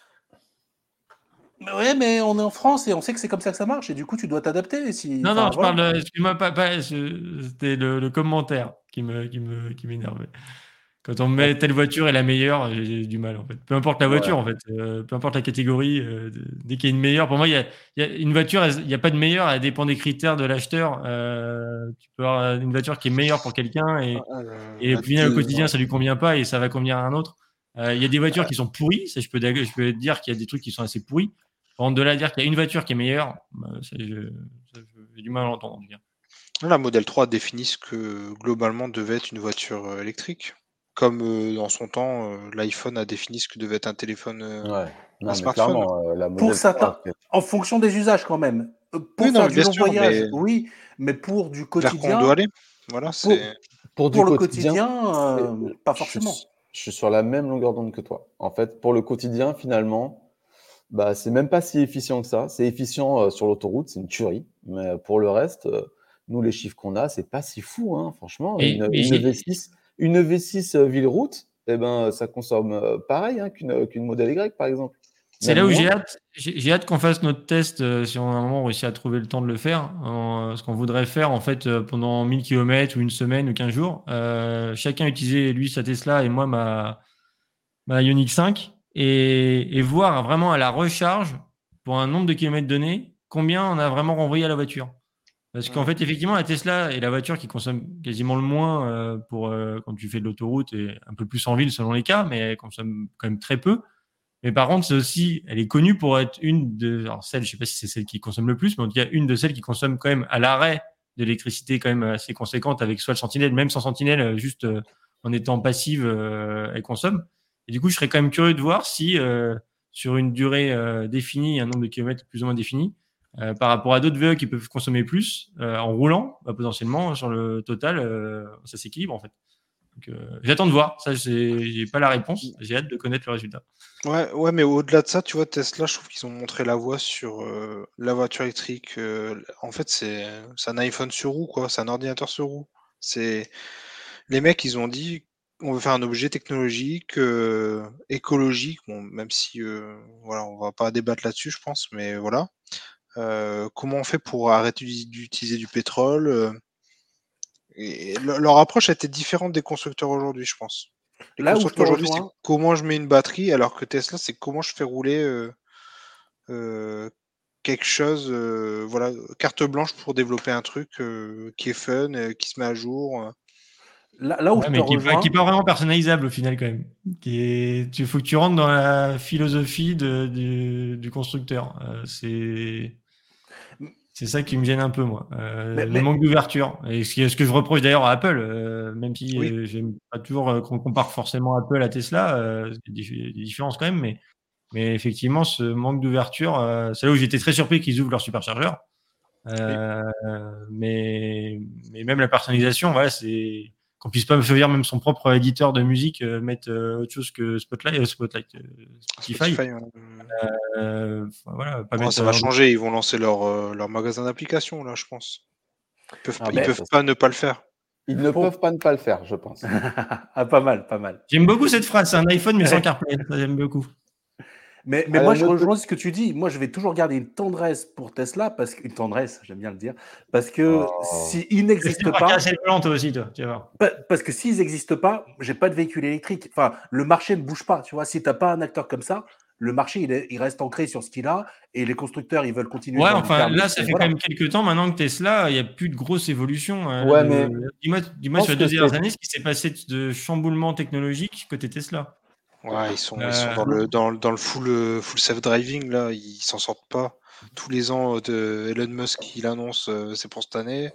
Mais ouais, mais on est en France et on sait que c'est comme ça que ça marche et du coup tu dois t'adapter. Si... Non, enfin, non, je voilà. parle de, excuse-moi, pas, pas, je, c'était le, le commentaire qui me, qui me, qui m'énervait. Quand on me met telle voiture est la meilleure, j'ai du mal en fait. Peu importe la voiture ouais. en fait, euh, peu importe la catégorie, euh, dès qu'il y a une meilleure, pour moi, il y a, il y a une voiture, il n'y a pas de meilleure, elle dépend des critères de l'acheteur. Euh, tu peux avoir une voiture qui est meilleure pour quelqu'un et, ah, euh, et au final, au quotidien, ça lui convient pas et ça va convenir à un autre. Euh, il y a des voitures qui sont pourries, ça, je peux, je peux dire qu'il y a des trucs qui sont assez pourris. Par contre, de là à dire qu'il y a une voiture qui est meilleure, bah, ça, je, ça, j'ai du mal à l'entendre. La Model trois définit ce que globalement devait être une voiture électrique. Comme euh, dans son temps, euh, l'iPhone a défini ce que devait être un téléphone, euh, ouais. non, un smartphone. Euh, la pour certains, en fonction des usages quand même. Pour oui, faire non, du long sûr, voyage, mais... oui, mais pour du quotidien. Vers quoi on doit aller. Voilà, c'est... Pour, pour, pour le quotidien, quotidien euh, pas forcément. Je, je suis sur la même longueur d'onde que toi. En fait, pour le quotidien, finalement, bah, c'est même pas si efficient que ça. C'est efficient euh, sur l'autoroute, c'est une tuerie. Mais pour le reste, euh, nous, les chiffres qu'on a, c'est pas si fou, hein, franchement. Et, une, une V six. Une V six euh, ville-route, eh ben, ça consomme euh, pareil hein, qu'une, qu'une Model Y, par exemple. C'est Même là où j'ai hâte, j'ai, j'ai hâte qu'on fasse notre test, euh, si on a un moment réussi à trouver le temps de le faire. Euh, ce qu'on voudrait faire, en fait, euh, pendant mille kilomètres ou une semaine ou quinze jours. Euh, chacun utiliser, lui, sa Tesla et moi, ma, ma Ioniq cinq. Et, et voir vraiment à la recharge, pour un nombre de kilomètres donné, combien on a vraiment renvoyé à la voiture. Parce qu'en fait, effectivement, la Tesla est la voiture qui consomme quasiment le moins euh, pour euh, quand tu fais de l'autoroute et un peu plus en ville selon les cas, mais elle consomme quand même très peu. Mais par contre, c'est aussi, elle est connue pour être une de, alors celle, je sais pas si c'est celle qui consomme le plus, mais en tout cas une de celles qui consomme quand même à l'arrêt de l'électricité quand même assez conséquente avec soit le Sentinelle, même sans Sentinelle, juste euh, en étant passive, euh, elle consomme. Et du coup, je serais quand même curieux de voir si euh, sur une durée euh, définie, un nombre de kilomètres plus ou moins défini, Euh, par rapport à d'autres V E qui peuvent consommer plus euh, en roulant, bah, potentiellement sur le total, euh, ça s'équilibre en fait. Donc, euh, j'attends de voir. Ça, j'ai, j'ai pas la réponse. J'ai hâte de connaître le résultat. Ouais, ouais, mais au-delà de ça, tu vois, Tesla, je trouve qu'ils ont montré la voie sur euh, la voiture électrique. Euh, en fait, c'est, c'est un iPhone sur roue, quoi. C'est un ordinateur sur roue. C'est les mecs, ils ont dit, on veut faire un objet technologique, euh, écologique. Bon, même si, euh, voilà, on va pas débattre là-dessus, je pense, mais voilà. Euh, comment on fait pour arrêter d'utiliser du pétrole euh, et leur approche a été différente des constructeurs aujourd'hui, je pense. Les Là constructeurs aujourd'hui, c'est comment je mets une batterie, alors que Tesla, c'est comment je fais rouler euh, euh, quelque chose, euh, voilà, carte blanche pour développer un truc euh, qui est fun, euh, qui se met à jour. Euh. Là, là où ouais, je mais te qui rejoins... n'est pas, pas vraiment personnalisable au final quand même. Qui est, il faut que tu rentres dans la philosophie de, du, du constructeur. Euh, c'est, c'est ça qui me gêne un peu moi. Euh, mais, le mais... manque d'ouverture. Et ce que, ce que je reproche d'ailleurs à Apple, euh, même si oui. euh, j'aime pas toujours euh, qu'on compare forcément Apple à Tesla, euh, il y a des différences quand même, mais, mais effectivement ce manque d'ouverture, euh, c'est là où j'étais très surpris qu'ils ouvrent leur superchargeur. Euh, oui. mais, mais même la personnalisation, voilà, c'est qu'on puisse pas me faire même son propre éditeur de musique euh, mettre euh, autre chose que Spotlight, euh, Spotlight, euh, Spotify. Spotify ouais. euh, voilà, pas oh, mettre, ça va changer. Ils vont lancer leur euh, leur magasin d'applications là, je pense. Ils peuvent, ah, ils peuvent pas ne pas le faire. Ils ne Pour... peuvent pas ne pas le faire, je pense. ah, pas mal, pas mal. J'aime beaucoup cette phrase. C'est un iPhone mais sans CarPlay. Ça, j'aime beaucoup. Mais, mais À moi, la je note- rejoins ce que tu dis. Moi, je vais toujours garder une tendresse pour Tesla, parce qu'une tendresse, j'aime bien le dire, parce que Oh. s'ils Je n'existent vais pas, casser le plan, toi aussi, toi. Tu vas voir. pa- parce que s'ils n'existent pas, j'ai pas de véhicule électrique. Enfin, le marché ne bouge pas. Tu vois, si t'as pas un acteur comme ça, le marché il, est- il reste ancré sur ce qu'il a, et les constructeurs ils veulent continuer Ouais, de vendre du enfin, là, thermique. ça Et fait voilà. quand même quelques temps maintenant que Tesla, il n'y a plus de grosses évolutions. euh, là, Ouais, de- mais Dis-moi, dis-moi pense sur les que deux dernières c'est- années ce qui s'est passé de chamboulement technologique côté Tesla. Ouais, ils sont, ils Euh, sont dans le dans, le- dans le full euh, full self driving là, ils s'en sortent pas. Tous les ans euh, de Elon Musk, il annonce euh, c'est pour cette année.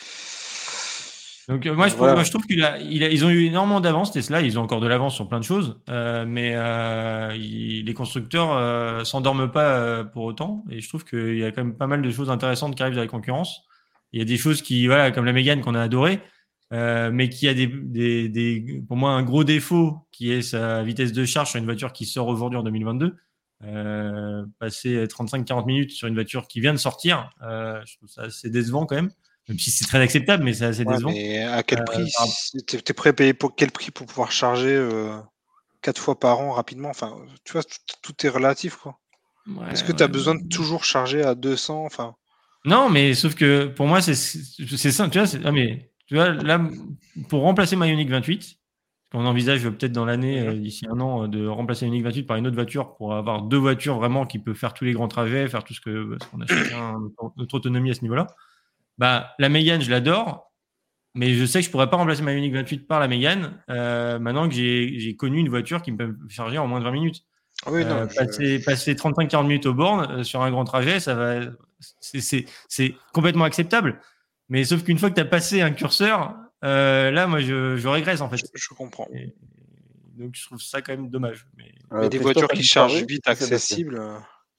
Donc euh, moi, je, trouve- Voilà. moi, je trouve qu'ils a, il a- ils ont eu énormément d'avance, Tesla. Ils ont encore de l'avance sur plein de choses, euh, mais euh, ils- les constructeurs euh, s'endorment pas euh, pour autant. Et je trouve qu'il y a quand même pas mal de choses intéressantes qui arrivent dans la concurrence. Il y a des choses qui, voilà, comme la Mégane qu'on a adorée, euh, mais qui a des, des, des, pour moi, un gros défaut qui est sa vitesse de charge sur une voiture qui sort aujourd'hui en deux mille vingt-deux. Euh, passer trente-cinq à quarante minutes sur une voiture qui vient de sortir, euh, je trouve ça assez décevant quand même. Même si c'est très acceptable, mais c'est assez Ouais, décevant. mais à quel Euh, prix par- si T'es t'es prêt à payer pour quel prix pour pouvoir charger euh, quatre fois par an rapidement? Enfin, tu vois, tout, tout est relatif quoi. Ouais, Est-ce que tu as ouais, besoin ouais. de toujours charger à deux cents? Enfin, Non, mais sauf que pour moi, c'est c'est ça. Tu vois, c'est- ah, mais, tu vois, là, pour remplacer ma Ioniq vingt-huit, on envisage peut-être dans l'année, Mhm. euh, d'ici un an, euh, de remplacer la Ioniq vingt-huit par une autre voiture pour avoir deux voitures vraiment qui peuvent faire tous les grands trajets, faire tout ce que, parce qu'on a chacun notre autonomie à ce niveau-là. Bah, la Mégane, je l'adore, mais je sais que je pourrais pas remplacer ma Ioniq vingt-huit par la Mégane, euh, maintenant que j'ai j'ai connu une voiture qui me peut charger en moins de vingt minutes. ah oui, Euh, non, je- passer, passer trente-cinq à quarante minutes aux bornes euh, sur un grand trajet, ça va, c'est, c'est, c'est complètement acceptable. Mais sauf qu'une fois que tu as passé un curseur, euh, là, moi, je, je régresse en je, fait. je comprends. Et donc, je trouve ça quand même dommage. Mais Euh, Mais des Christophe voitures a qui disparu. chargent vite, Qu'est-ce qui s'est passé accessibles, euh,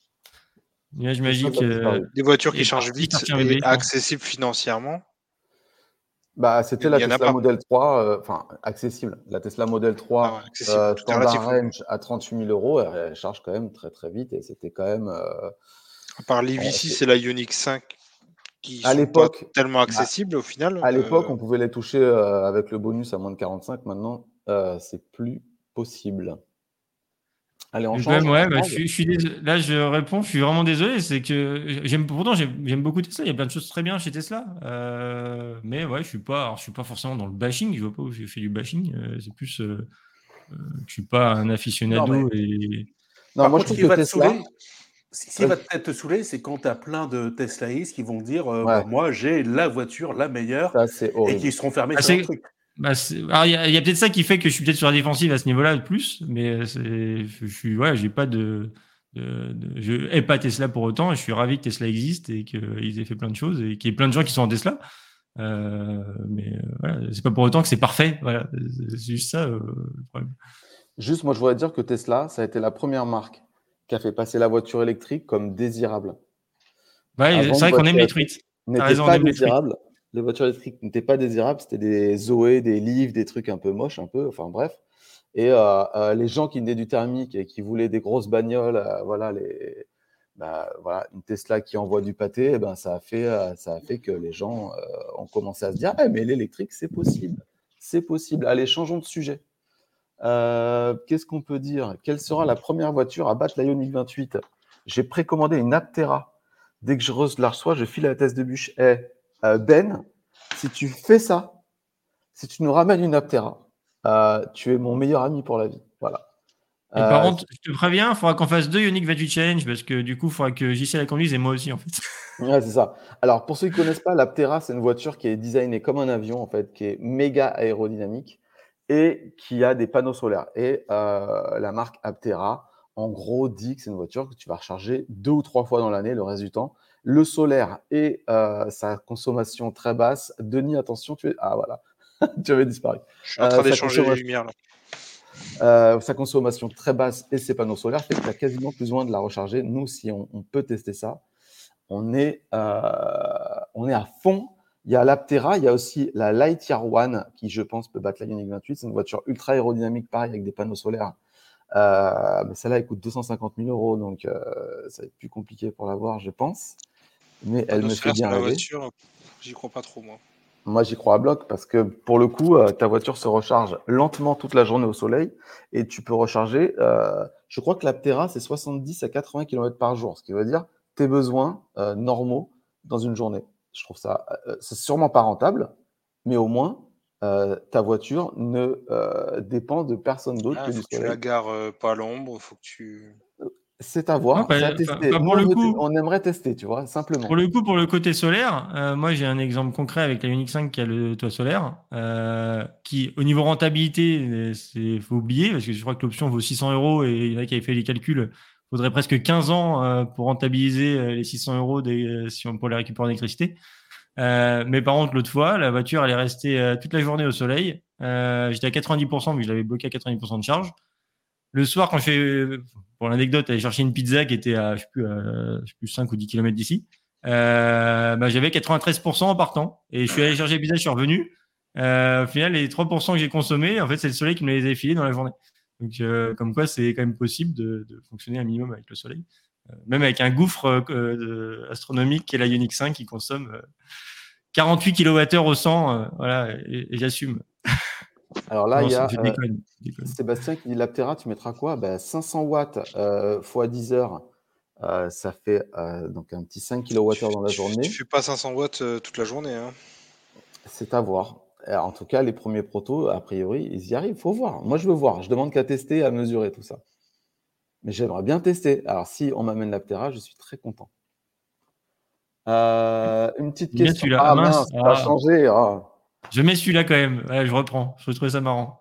Nuage Christophe magique a euh, disparu. des voitures qui est chargent parti vite sortir un et bébé, je pense. accessibles financièrement, Bah, c'était il la y en a Tesla pas. Model trois, euh, enfin accessible. La Tesla Model Ah ouais, trois accessible, euh, tout est relatif. standard Ouais. range à trente-huit mille euros, elle, elle charge quand même très très vite et c'était quand même. euh, À part bon, l'E V six c'est- et la Ioniq cinq qui à sont pas l'époque, tellement bah, accessibles au final. à l'époque, euh, on pouvait les toucher euh, avec le bonus à moins de quarante-cinq. Maintenant, euh, c'est plus possible. Allez, on Et change. ben, On ouais, bah, je, change. suis, je suis dés- là, je réponds, je suis vraiment désolé. C'est que j'aime, pourtant, j'aime, j'aime beaucoup Tesla. Il y a plein de choses très bien chez Tesla. Euh, mais ouais, je suis pas, alors, je suis pas forcément dans le bashing. Je vois pas où j'ai fait du bashing. Euh, c'est plus, euh, euh, que je suis pas un Non, mais aficionado et Non, par moi je contre, ce trouve qui que va te Tesla. saouler, ce qui va Vas-y. peut-être te saouler, c'est quand tu as plein de Teslaïstes qui vont dire euh, bah, Ouais, moi, j'ai la voiture la meilleure, ça c'est et qui horrible. seront fermés Ah, sur leur c'est- truc. bah, c'est- alors, il y a, il y a peut-être ça qui fait que je suis peut-être sur la défensive à ce niveau-là le plus, mais c'est, je suis, ouais, j'ai pas de, de, de- je hais pas Tesla pour autant, et je suis ravi que Tesla existe et qu'ils aient fait plein de choses et qu'il y ait plein de gens qui sont en Tesla. Euh, mais euh, voilà, c'est pas pour autant que c'est parfait. Voilà, c'est c'est juste ça euh, le problème. Juste, moi je voudrais dire que Tesla, ça a été la première marque qui a fait passer la voiture électrique comme désirable. Ouais, Avant, c'est une vrai qu'on aime voiture les électrique truites. T'as n'était raison, on pas aime les truites. désirable. Les voitures électriques n'étaient pas désirables. C'était des Zoé, des Leaf, des trucs un peu moches, un peu, enfin bref. Et euh, euh, les gens qui venaient du thermique et qui voulaient des grosses bagnoles, euh, voilà, les, bah, voilà, une Tesla qui envoie du pâté, eh ben, ça a fait, euh, ça a fait que les gens euh, ont commencé à se dire, ah, mais l'électrique, c'est possible. C'est possible. Allez, changeons de sujet. Euh, qu'est-ce qu'on peut dire? Quelle sera la première voiture à battre la Ioniq vingt-huit? J'ai précommandé une Aptera. Dès que je la reçois, je file à la tête de bûche. Eh, euh, Ben, si tu fais ça, si tu nous ramènes une Aptera, euh, tu es mon meilleur ami pour la vie. Voilà. Et par Euh, contre, je te préviens, il faudra qu'on fasse deux Ioniq vingt-huit Challenge parce que du coup, il faudra que J C la conduise et moi aussi en fait. Ouais, c'est ça. Alors, pour ceux qui ne connaissent pas, l'Aptera, c'est une voiture qui est designée comme un avion, en fait, qui est méga aérodynamique et qui a des panneaux solaires. Et euh, la marque Aptera, en gros, dit que c'est une voiture que tu vas recharger deux ou trois fois dans l'année, le reste du temps. Le solaire et euh, sa consommation très basse. Denis, attention, tu es... Ah, voilà, tu avais disparu. Je suis en Euh, train sa, d'échanger les consommation, lumières là. euh, sa consommation très basse et ses panneaux solaires fait que tu as quasiment plus besoin de la recharger. Nous, si on, on peut tester ça, on est, euh, on est à fond. Il y a l'Aptera, il y a aussi la Lightyear One qui, je pense, peut battre la Ioniq vingt-huit. C'est une voiture ultra aérodynamique, pareil, avec des panneaux solaires. Euh, mais celle-là, elle coûte deux cent cinquante mille euros, donc euh, ça va être plus compliqué pour l'avoir, je pense. Mais elle Panneau me fait solaire bien sur la rêver. voiture, j'y crois pas trop moi. Moi, j'y crois à bloc parce que pour le coup, euh, ta voiture se recharge lentement toute la journée au soleil et tu peux recharger. Euh, je crois que l'Aptera, c'est soixante-dix à quatre-vingts kilomètres par jour, ce qui veut dire tes besoins euh, normaux dans une journée. Je trouve ça, euh, c'est sûrement pas rentable, mais au moins, euh, ta voiture ne euh, dépend de personne d'autre Ah, que du faut que tu la soleil. gares euh, pas à l'ombre, faut que tu. C'est à Ouais, voir, bah, c'est à bah, tester. bah, Nous, pour on, le veut- coup, on aimerait tester, tu vois, pour simplement. le coup, pour le côté solaire, euh, moi j'ai un exemple concret avec la Ioniq cinq qui a le toit solaire, euh, qui au niveau rentabilité, c'est faut oublier parce que je crois que l'option vaut six cents euros et il y en a qui avaient fait les calculs. Il faudrait presque quinze ans euh, pour rentabiliser euh, les six cents euros des, si on pour les récupérer en électricité. Euh, mais par contre, l'autre fois, la voiture, elle est restée euh, toute la journée au soleil. Euh, j'étais à quatre-vingt-dix pour cent, mais je l'avais bloqué à quatre-vingt-dix pour cent de charge. Le soir, quand je fais, pour l'anecdote, aller chercher une pizza qui était à, je sais plus, à, je sais plus cinq ou dix kilomètres d'ici, euh, bah, j'avais quatre-vingt-treize pour cent en partant. Et je suis allé chercher la pizza, je suis revenu. Euh, au final, les trois pour cent que j'ai consommés, en fait, c'est le soleil qui me les a filés dans la journée. Donc, euh, comme quoi, c'est quand même possible de, de fonctionner un minimum avec le soleil. Euh, même avec un gouffre euh, de, astronomique qui est la Ioniq cinq qui consomme euh, quarante-huit kilowattheures au cent, euh, voilà, et, et j'assume. Alors là, Non, il y a je euh, déconne. Je déconne. Sébastien qui dit l'Aptera, tu mettras quoi? Bah, cinq cents watts euh, fois dix heures, euh, ça fait euh, donc un petit cinq Tu, kilowattheures dans la tu, tu journée. fais pas cinq cents watts euh, toute la journée. Hein. C'est à voir. Euh, En tout cas, les premiers protos, a priori, ils y arrivent. Faut voir. Moi, je veux voir. Je demande qu'à tester, à mesurer tout ça. Mais j'aimerais bien tester. Alors, si on m'amène l'Aptera, je suis très content. Euh, une petite Bien question. celui-là. Ah Ah mince. mince, ça a Ah. changé. Ah. Je mets celui-là quand même. Ouais, je reprends. Je trouvais ça marrant.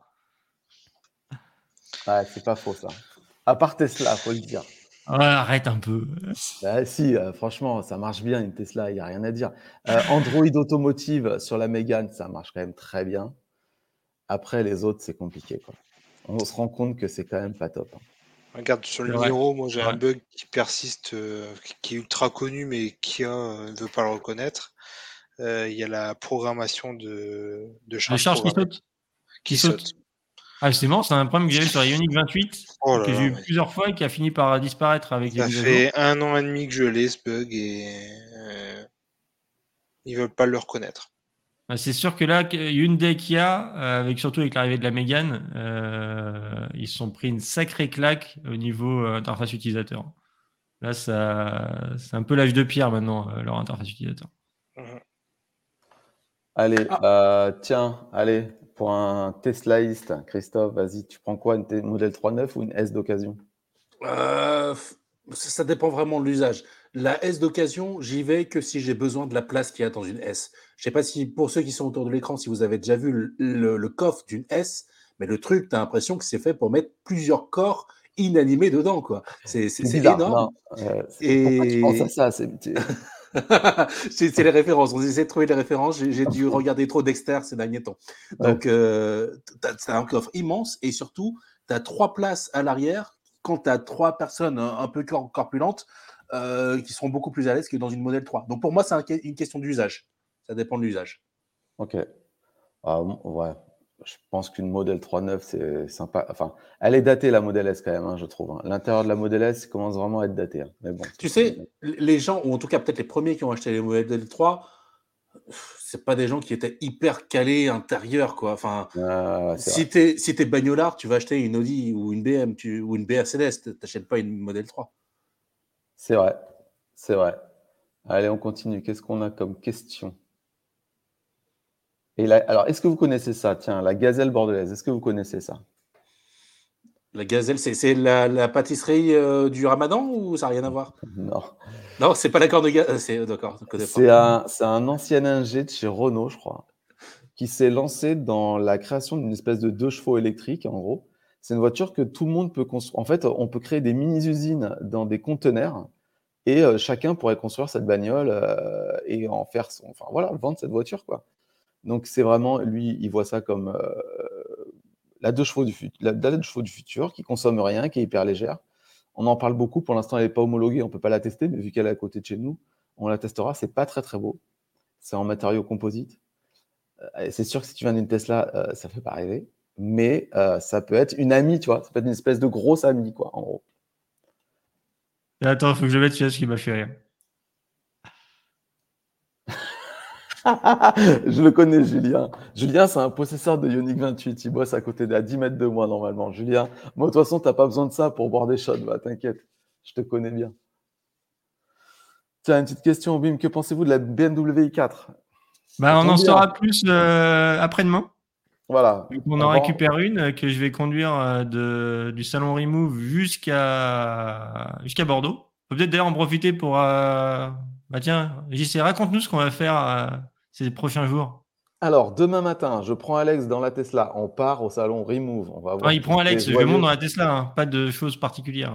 Ouais, c'est pas faux ça. À part Tesla, faut le dire. Ouais, arrête un peu. Bah, si, euh, franchement, ça marche bien une Tesla, il n'y a rien à dire. Euh, Android Automotive sur la Mégane, ça marche quand même très bien. Après, les autres, c'est compliqué, quoi. On se rend compte que c'est quand même pas top, hein. Regarde, sur C'est le vrai. Niro, moi j'ai C'est un vrai. bug qui persiste, euh, qui- qui est ultra connu, mais Kia euh, ne veut pas le reconnaître. Euh, Il y a la programmation de, de Les charge charges qui programmée sautent. qui Qui saute. sautent. Ah, c'est marrant. C'est un problème que j'avais sur la Ioniq vingt-huit Oh et là que j'ai là, eu mais plusieurs fois et qui a fini par disparaître avec les ça mises à jour. fait un an et demi que je l'ai ce bug et euh, ils veulent pas le reconnaître. Bah, c'est sûr que là, Hyundai et Kia, euh, avec surtout avec l'arrivée de la Mégane, euh, ils se sont pris une sacrée claque au niveau euh, interface utilisateur. Là, ça, c'est un peu l'âge de pierre maintenant, euh, leur interface utilisateur. Mhm. Allez, Ah. euh, tiens, allez, pour un Teslaïste, Christophe, vas-y, tu prends quoi, une T- modèle trois neuf ou une S d'occasion? Euh, f- ça, ça dépend vraiment de l'usage. La S d'occasion, j'y vais que si j'ai besoin de la place qu'il y a dans une S. Je sais pas si, pour ceux qui sont autour de l'écran, si vous avez déjà vu le, le- le coffre d'une S, mais le truc, tu as l'impression que c'est fait pour mettre plusieurs corps inanimés dedans, quoi. C'est c'est- C'est c'est bizarre, énorme. non? euh, c'est- pourquoi tu penses à Et ça? C'est, c'est- c'est c'est les références. On essaie de trouver les références. J'ai j'ai dû regarder trop Dexter ces derniers temps. ouais, Donc, euh, tu as un coffre immense et surtout, tu as trois places à l'arrière quand tu as trois personnes un, un peu cor- corpulentes euh, qui seront beaucoup plus à l'aise que dans une modèle trois. Donc, pour moi, c'est un- une question d'usage. Ça dépend de l'usage. ok. Ah, m- ouais, je pense qu'une modèle trois neuf, c'est sympa. Enfin, elle est datée, la modèle S, quand même, hein, je trouve, hein. L'intérieur de la modèle S commence vraiment à être daté, hein. Mais bon, ça, Tu c'est mon sais, avis. les gens, ou en tout cas peut-être les premiers qui ont acheté les modèles trois, c'est pas des gens qui étaient hyper calés intérieur, quoi. Enfin, Ah, c'est vrai. si t'es si t'es bagnolard, tu vas acheter une Audi ou une B M tu, ou une Mercedes, t'achètes pas une modèle trois. C'est vrai. C'est vrai. Allez, on continue. Qu'est-ce qu'on a comme question? Et là, alors, est-ce que vous connaissez ça? Tiens, la gazelle bordelaise, est-ce que vous connaissez ça? La gazelle, c'est c'est la, la pâtisserie euh, du Ramadan ou ça n'a rien à voir? Non. Non, c'est pas la corne de gazelle. C'est d'accord, je ne connais pas. C'est un, c'est un ancien ingé de chez Renault, je crois, qui s'est lancé dans la création d'une espèce de deux chevaux électriques, en gros. C'est une voiture que tout le monde peut construire. En fait, on peut créer des mini-usines dans des conteneurs et euh, chacun pourrait construire cette bagnole euh, et en faire son, enfin voilà, vendre cette voiture, quoi. Donc c'est vraiment, lui, il voit ça comme euh, la deux chevaux du futur, la, la deux chevaux du futur qui consomme rien, qui est hyper légère. On en parle beaucoup. Pour l'instant, elle n'est pas homologuée, on peut pas la tester, mais vu qu'elle est à côté de chez nous, on la testera. C'est pas très très beau. C'est en matériaux composites. Euh, c'est sûr que si tu viens d'une Tesla, euh, ça fait pas rêver, mais euh, ça peut être une amie, tu vois. Ça peut être une espèce de grosse amie, quoi, en gros. Et attends, il faut que je mette celui-là, ce qui m'a fait rire. Je le connais, Julien. Julien, c'est un possesseur de Ioniq vingt-huit. Il bosse à côté de, à dix mètres de moi, normalement. Julien, moi, de toute façon, tu n'as pas besoin de ça pour boire des shots. Bah, t'inquiète, je te connais bien. Tiens, une petite question, Bim. Que pensez-vous de la B M W i quatre? Bah, on en saura plus euh, après-demain. Voilà. Donc, on, on en va... récupère une que je vais conduire de, du salon Remove jusqu'à jusqu'à Bordeaux. Faut peut-être d'ailleurs en profiter pour... Euh... Bah tiens, J C, raconte-nous ce qu'on va faire euh, ces prochains jours. Alors, demain matin, je prends Alex dans la Tesla. On part au salon Remove. On va voir. Ah, il prend Alex, je monte dans la Tesla, hein. Pas de choses particulières.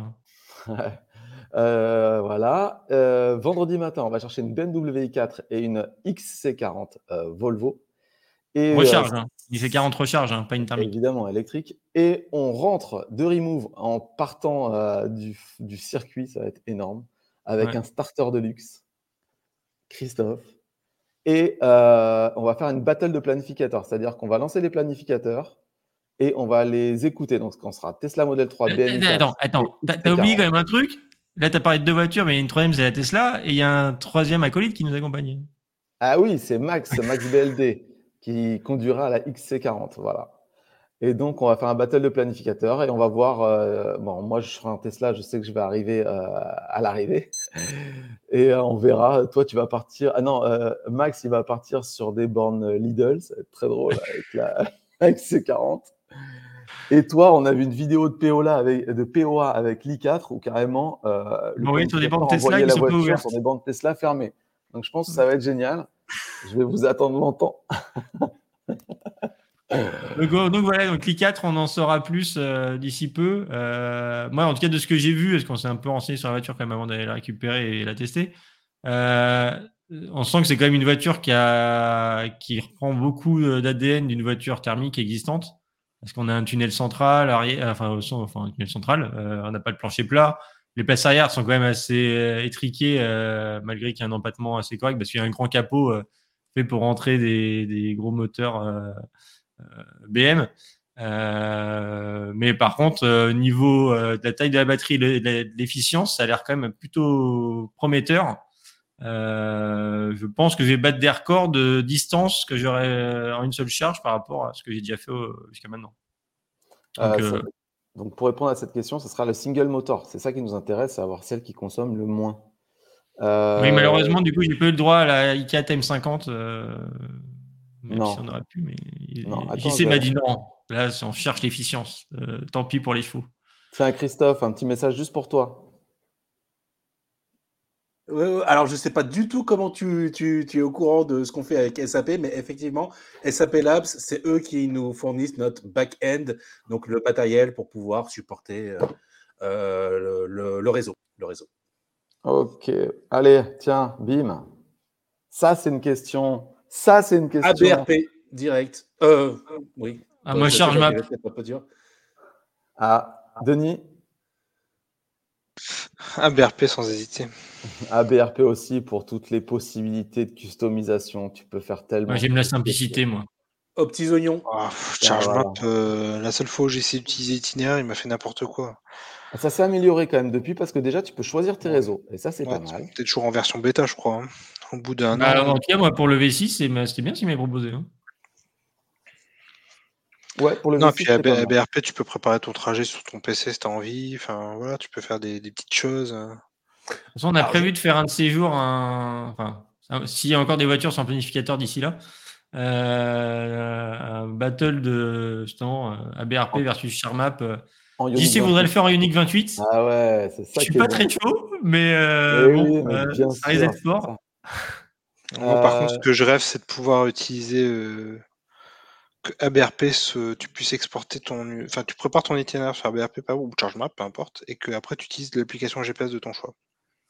euh, voilà. Euh, vendredi matin, on va chercher une B M W i quatre et une X C quarante euh, Volvo. Et, recharge, euh, hein. Il fait quarante recharges, hein, pas une thermique. Évidemment, électrique. Et on rentre de Remove en partant euh, du, du circuit, ça va être énorme, avec ouais. un starter de luxe, Christophe. Et euh, on va faire une battle de planificateurs, c'est-à-dire qu'on va lancer les planificateurs et on va les écouter. Donc, on sera Tesla Model trois, B M W. Attends, attends, t'as, t'as oublié quand même un truc. Là, tu as parlé de deux voitures, mais il y a une troisième, c'est la Tesla, et il y a un troisième acolyte qui nous accompagne. Ah oui, c'est Max, Max B L D, qui conduira la X C quarante. Voilà. Et donc, on va faire un battle de planificateurs et on va voir. Euh, bon, moi, je serai en Tesla, je sais que je vais arriver euh, à l'arrivée. Et euh, on verra. Toi, tu vas partir. Ah non, euh, Max, il va partir sur des bornes Lidl. Ça va être très drôle avec la X C quarante. Et toi, on a vu une vidéo de P O, là avec, de P O A avec l'i quatre où carrément euh, le oui, sur des bornes Tesla qui sont pas ouvertes. Sur des bornes Tesla fermées. Donc, je pense que ça va être génial. Je vais vous attendre longtemps. donc, donc voilà, donc l'i quatre, on en saura plus euh, d'ici peu. Euh, moi, en tout cas, de ce que j'ai vu, parce qu'on s'est un peu renseigné sur la voiture quand même avant d'aller la récupérer et la tester, euh, on sent que c'est quand même une voiture qui, a, qui reprend beaucoup d'A D N d'une voiture thermique existante. Parce qu'on a un tunnel central, arrière, enfin, enfin un tunnel central, euh, on n'a pas de plancher plat. Les places arrière sont quand même assez euh, étriquées, euh, malgré qu'il y a un empattement assez correct, parce qu'il y a un grand capot euh, fait pour rentrer des, des gros moteurs euh, euh, B M. Euh, mais par contre, euh, niveau euh, de la taille de la batterie et de l'efficience, ça a l'air quand même plutôt prometteur. Euh, je pense que je vais battre des records de distance que j'aurais en une seule charge par rapport à ce que j'ai déjà fait jusqu'à maintenant. Donc, euh, ça, donc, pour répondre à cette question, ce sera le single motor. C'est ça qui nous intéresse, c'est avoir celle qui consomme le moins. Euh... Oui, malheureusement, du coup, j'ai pas eu le droit à la i quatre M cinquante. Euh... Même non. si on aurait pu, mais non, J C m'a dit non. Là, on cherche l'efficience. Euh, tant pis pour les chevaux. Tiens, Christophe, un petit message juste pour toi. Alors, je ne sais pas du tout comment tu, tu, tu es au courant de ce qu'on fait avec S A P, mais effectivement, S A P Labs, c'est eux qui nous fournissent notre back-end, donc le matériel pour pouvoir supporter euh, euh, le, le, le réseau. Le réseau. Ok. Allez, tiens, bim. Ça, c'est une question. Ça, c'est une question. A B R P, direct. Euh, oui. Ah, moi, charge map. Ah, Denis. A B R P sans hésiter. A B R P aussi pour toutes les possibilités de customisation. Tu peux faire tellement. Moi, j'aime la simplicité, moi. Aux petits oignons. Oh, charge map, euh, la seule fois où j'ai essayé d'utiliser itinéraire, il m'a fait n'importe quoi. Ça s'est amélioré quand même depuis parce que déjà, tu peux choisir tes ouais. réseaux. Et ça, c'est ouais, pas mal. Peut-être toujours en version bêta, je crois. Hein. Au bout d'un bah, an. En tout cas, moi, pour le V six, c'était bien ce qu'il m'avait proposé. Hein. Ouais, pour le non, V six, puis à B R P, tu peux préparer ton trajet sur ton P C si tu as envie. Enfin, voilà, tu peux faire des, des petites choses. De toute façon, on a Alors, prévu je... de faire un de ces jours, un... enfin, s'il y a encore des voitures sans planificateur d'ici là, euh, un battle de justement A B R P versus Charmap. J C voudrait le faire en Ioniq vingt-huit. Ah ouais, c'est ça. Je suis pas bon. Très chaud, mais, euh, bon, oui, mais euh, ça risque d'être fort. Moi, par euh... contre, ce que je rêve, c'est de pouvoir utiliser euh, que A B R P, ce, tu puisses exporter ton, enfin, tu prépares ton itinéraire sur A B R P ou ChargeMap, peu importe, et que après tu utilises l'application G P S de ton choix.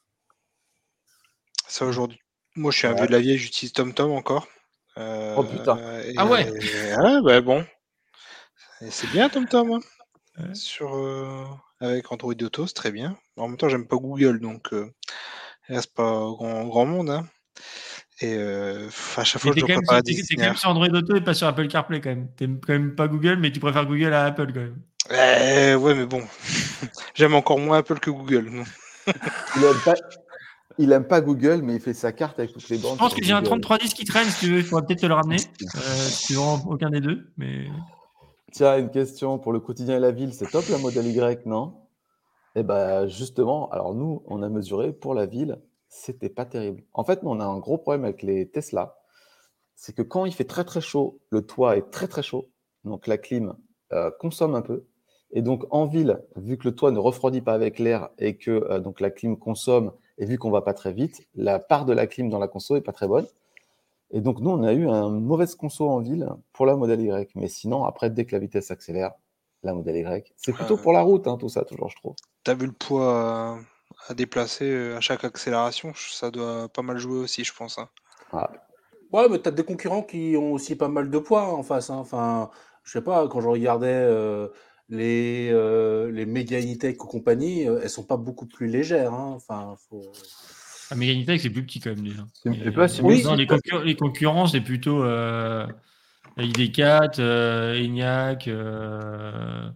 Ça aujourd'hui. Moi, je suis un ouais. vieux de la vieille, j'utilise TomTom encore. Euh, oh putain. Et, ah ouais. Et, ah bah bon. Et c'est bien TomTom. Hein. Ouais. Sur euh, avec Android Auto, c'est très bien. En même temps, j'aime pas Google, donc euh, là, c'est pas grand, grand monde. Hein. Et euh, à chaque fois, mais je dois préparer des itinéraires. T'es quand même sur Android Auto et pas sur Apple CarPlay quand même. T'es quand même pas Google, mais tu préfères Google à Apple quand même. Euh, ouais, mais bon, j'aime encore moins Apple que Google. il aime pas. il aime pas Google, mais il fait sa carte avec toutes les bandes. Je pense sur que j'ai un Google. trente-trois dix qui traîne, si tu veux, je pourrais peut-être te le ramener. Euh, si tu vends aucun des deux, mais Tiens, une question pour le quotidien et la ville, c'est top la modèle Y, non? Eh ben justement, alors nous, on a mesuré pour la ville, c'était pas terrible. En fait, nous, on a un gros problème avec les Tesla, c'est que quand il fait très très chaud, le toit est très très chaud, donc la clim euh, consomme un peu. Et donc en ville, vu que le toit ne refroidit pas avec l'air et que euh, donc la clim consomme, et vu qu'on va pas très vite, la part de la clim dans la conso est pas très bonne. Et donc nous, on a eu un mauvaise conso en ville pour la modèle Y. Mais sinon, après, dès que la vitesse s'accélère, la modèle Y, c'est plutôt Ouais. pour la route, hein, tout ça, toujours, je trouve. T'as vu le poids à, à déplacer euh, à chaque accélération, ça doit pas mal jouer aussi, je pense. hein. Ah, Ouais, mais t'as des concurrents qui ont aussi pas mal de poids en face. hein. Enfin, je sais pas, quand je regardais euh, les, euh, les méga e-tech ou compagnie, euh, elles sont pas beaucoup plus légères. hein. Enfin, faut... la Meganitech, c'est plus petit quand même déjà. c'est Et- pas si Oui. non, les, concur- les concurrents, c'est plutôt euh, I D quatre, euh, ENIAC, euh,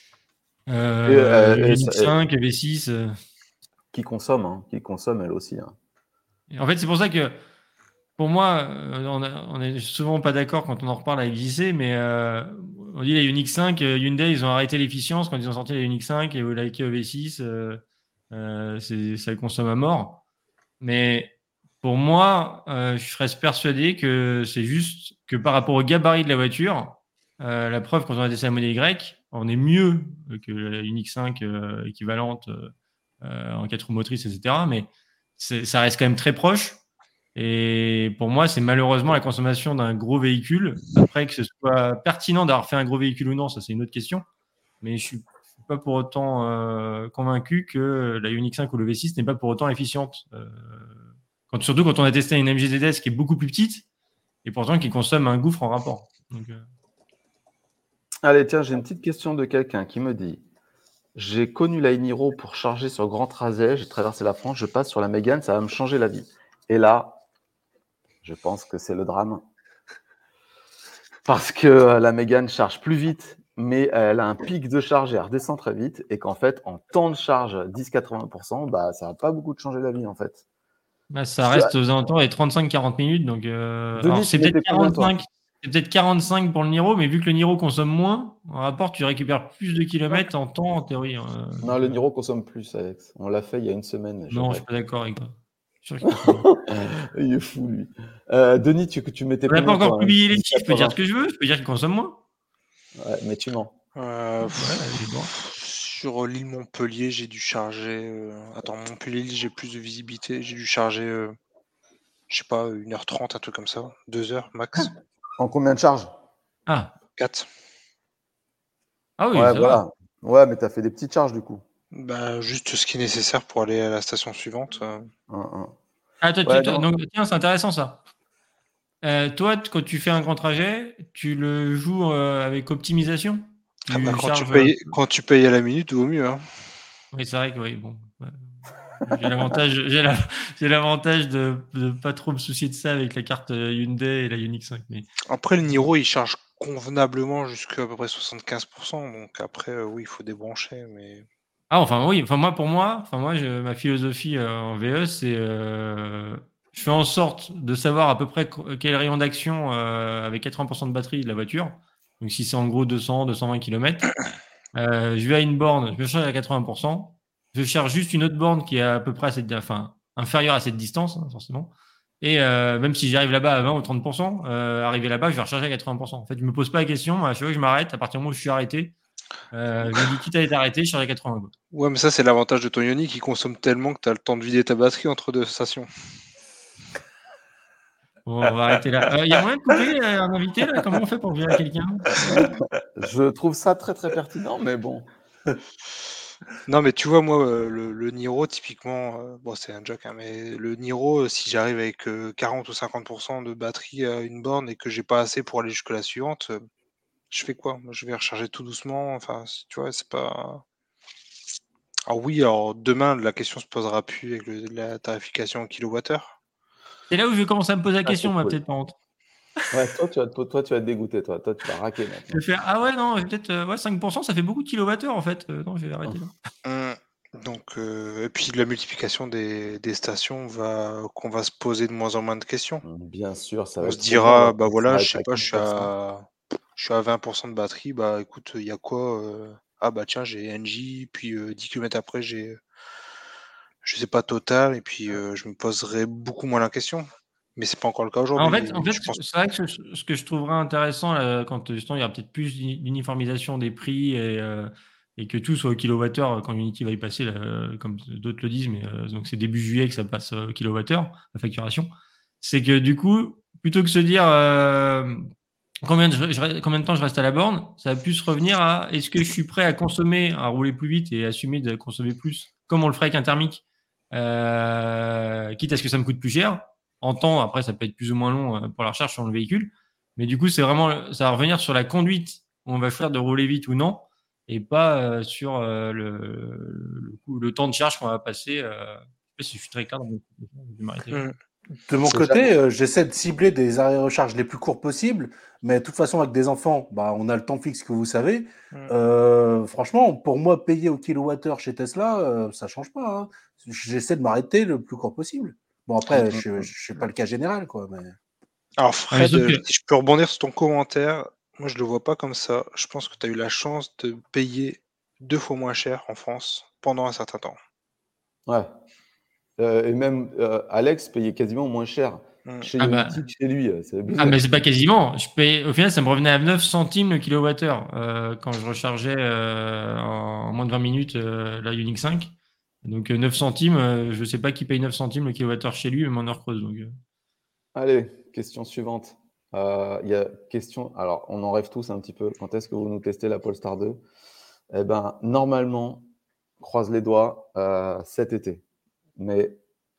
euh, Et, euh, et Unix ça- et- cinq, V six. euh. qui consomme, hein, qui consomme elle aussi. hein. Et en fait, c'est pour ça que pour moi, euh, on, a- on est souvent pas d'accord quand on en reparle avec J C, mais euh, on dit la Unix cinq, euh, Hyundai, ils ont arrêté l'efficience quand ils ont sorti la Unix cinq et la Kia V six, euh, euh, c'est- ça consomme à mort. Mais pour moi, euh, je serais persuadé que c'est juste que par rapport au gabarit de la voiture, euh, la preuve quand on a testé la modèle Y, on est mieux que la Unix cinq euh, équivalente euh, en quatre roues motrices, et cetera. Mais c'est- ça reste quand même très proche. Et pour moi, c'est malheureusement la consommation d'un gros véhicule. Après, que ce soit pertinent d'avoir fait un gros véhicule ou non, ça c'est une autre question. Mais je suis, je suis pas pour autant euh, convaincu que la Unix cinq ou le V six n'est pas pour autant efficiente. Euh, quand, surtout quand on a testé une M G Z S qui est beaucoup plus petite et pourtant qui consomme un gouffre en rapport. Donc, euh, Allez, tiens, j'ai une petite question de quelqu'un qui me dit j'ai connu la Eniro pour charger sur grand trajet, j'ai traversé la France, je passe sur la Mégane, ça va me changer la vie. Et là, je pense que c'est le drame. Parce que euh, la Mégane charge plus vite, mais elle a un pic de charge et elle redescend très vite. Et qu'en fait, en temps de charge, dix à quatre-vingts pour cent, bah, ça va pas beaucoup de changer la vie, en fait. bah, ça reste aux alentours des trente-cinq à quarante minutes. Donc, euh, Denis, alors, c'est tu peut-être mettais combien, toi quarante-cinq. C'est peut-être quarante-cinq pour le Niro, mais vu que le Niro consomme moins, en rapport, tu récupères plus de kilomètres en temps, en théorie. euh, Non, le Niro consomme plus, Alex. On l'a fait il y a une semaine. je non, je rêve. suis pas d'accord avec toi. Je suis sûr qu'il consomme moins. Il est fou, lui. Euh, Denis, tu, tu mettais On n'a pas combien, encore toi, hein publié les chiffres, je peux dire quatre-vingts. ce que je veux, je peux dire qu'il consomme moins. Ouais, mais tu mens. Euh, Ouais, allez, bon. Sur l'île Montpellier, j'ai dû charger. euh, Attends, Montpellier, j'ai plus de visibilité. J'ai dû charger, euh, je sais pas, une heure trente, un truc comme ça. deux heures max. En combien de charges? Ah, quatre. ah oui, Ouais, ça va. voilà. Ouais, mais tu as fait des petites charges, du coup. Bah, juste ce qui est nécessaire pour aller à la station suivante. euh. Un, un. Ah, toi, tu- Ouais, toi- non. donc, tiens, c'est intéressant ça. Euh, toi, t- quand tu fais un grand trajet, tu le joues euh, avec optimisation? Tu Ah bah, quand, tu charges. payes, quand tu payes à la minute, vaut mieux. Hein. Oui, c'est vrai que oui, bon. ouais. J'ai l'avantage, j'ai la- j'ai l'avantage de ne pas trop me soucier de ça avec la carte euh, Hyundai et la Unix cinq. Mais... Après, le Niro, il charge convenablement jusqu'à à peu près soixante-quinze pour cent. Donc après, euh, oui, il faut débrancher. Mais Ah, enfin, oui, enfin, moi, pour moi, enfin, moi je- ma philosophie euh, en V E, c'est. euh, je fais en sorte de savoir à peu près qu- quel rayon d'action euh, avec quatre-vingts pour cent de batterie de la voiture. Donc, si c'est en gros deux cents, deux cent vingt kilomètres, euh, je vais à une borne, je me charge à quatre-vingts pour cent. Je cherche juste une autre borne qui est à peu près à cette, enfin, inférieure à cette distance, hein, forcément. Et euh, même si j'arrive là-bas à vingt ou trente pour cent, euh, arrivé là-bas, je vais recharger à quatre-vingts pour cent. En fait, je me pose pas la question. À chaque fois que je m'arrête, à partir du moment où je suis arrêté, euh, je me dis quitte à être arrêté, je charge à quatre-vingts. quoi. ouais, mais ça, c'est l'avantage de ton Ioni qui consomme tellement que tu as le temps de vider ta batterie entre deux stations. Bon, on va arrêter là. Il euh, y a moyen de couper euh, un invité là? Comment on fait pour virer quelqu'un? Je trouve ça très très pertinent, mais bon. Non, mais tu vois, moi, euh, le, le Niro, typiquement, euh, bon, c'est un joke, hein, mais le Niro, euh, si j'arrive avec euh, quarante ou cinquante pour cent de batterie à une borne et que j'ai pas assez pour aller jusque la suivante, euh, je fais quoi? Moi, je vais recharger tout doucement. Enfin, c'est- tu vois, c'est pas. Alors oui, alors demain, la question se posera plus avec le- la tarification en kilowattheure. C'est là où je vais commencer à me poser la Ah, question, c'est moi, cool. peut-être par contre. Ouais, toi, tu vas, toi, toi, tu vas te dégoûter, toi. Toi, tu vas raquer Je maintenant. vais faire ah ouais, non, peut-être euh, ouais, cinq pour cent, ça fait beaucoup de kilowattheures en fait. Euh, non, je vais arrêter là. Hum, Donc, euh, et puis la multiplication des, des stations va qu'on va se poser de moins en moins de questions. Bien sûr, ça On va se être trop bien. dira, Alors, bah on voilà, je s'arrête sais à pas, je quinze suis pour cent. à, je suis à vingt pour cent de batterie, bah écoute, il y a quoi euh, Ah bah tiens, j'ai N J, puis euh, dix kilomètres après, j'ai, je sais pas, Total, et puis euh, je me poserai beaucoup moins la question. Mais c'est pas encore le cas En aujourd'hui. fait, en fait, Je pense. c'est vrai que ce, ce que je trouverais intéressant là, quand justement il y aura peut-être plus d'uniformisation des prix et, euh, et que tout soit au kilowattheure quand Unity va y passer, là, euh, comme d'autres le disent, mais euh, donc c'est début juillet que ça passe au kilowattheure, la facturation. C'est que du coup, plutôt que se dire euh, combien, de, je, je- combien de temps je reste à la borne, ça va plus revenir à est-ce que je suis prêt à consommer, à rouler plus vite et assumer de consommer plus, comme on le ferait avec un thermique, euh, quitte à ce que ça me coûte plus cher. En temps, après, ça peut être plus ou moins long euh, pour la recharge sur le véhicule. Mais du coup, c'est vraiment, ça va revenir sur la conduite où on va faire de rouler vite ou non, et pas euh, sur euh, le, le, coup- le temps de charge qu'on va passer. Euh, je sais pas si je suis très clair dans mon je vais m'arrêter là. Mm. De mon C'est côté, euh, j'essaie de cibler des arrêts recharge les plus courts possibles, mais de toute façon, avec des enfants, bah, on a le temps fixe que vous savez. Mm. Euh, franchement, pour moi, payer au kilowattheure chez Tesla, euh, ça change pas. Hein. J'essaie de m'arrêter le plus court possible. Bon, après, je ne suis pas le cas général, quoi. Mais... Alors Ah, mais Fred, sauf euh, que, si je peux rebondir sur ton commentaire, moi je le vois pas comme ça. Je pense que tu as eu la chance de payer deux fois moins cher en France pendant un certain temps. Ouais. Euh, et même euh, Alex payait quasiment moins cher Mm. chez ah bah, Unity que chez lui. C'est ah, abusé. mais c'est pas quasiment. Je paye, au final, ça me revenait à neuf centimes le kilowattheure euh, quand je rechargeais euh, en moins de vingt minutes euh, la Unix cinq. Donc euh, neuf centimes, euh, je sais pas qui paye neuf centimes le kilowattheure chez lui, même en heure creuse. Donc, euh. Allez, question suivante. Euh, Il y a question. Alors, on en rêve tous un petit peu. Quand est-ce que vous nous testez la Polestar deux? Eh ben, normalement, croise les doigts, euh, cet été. Mais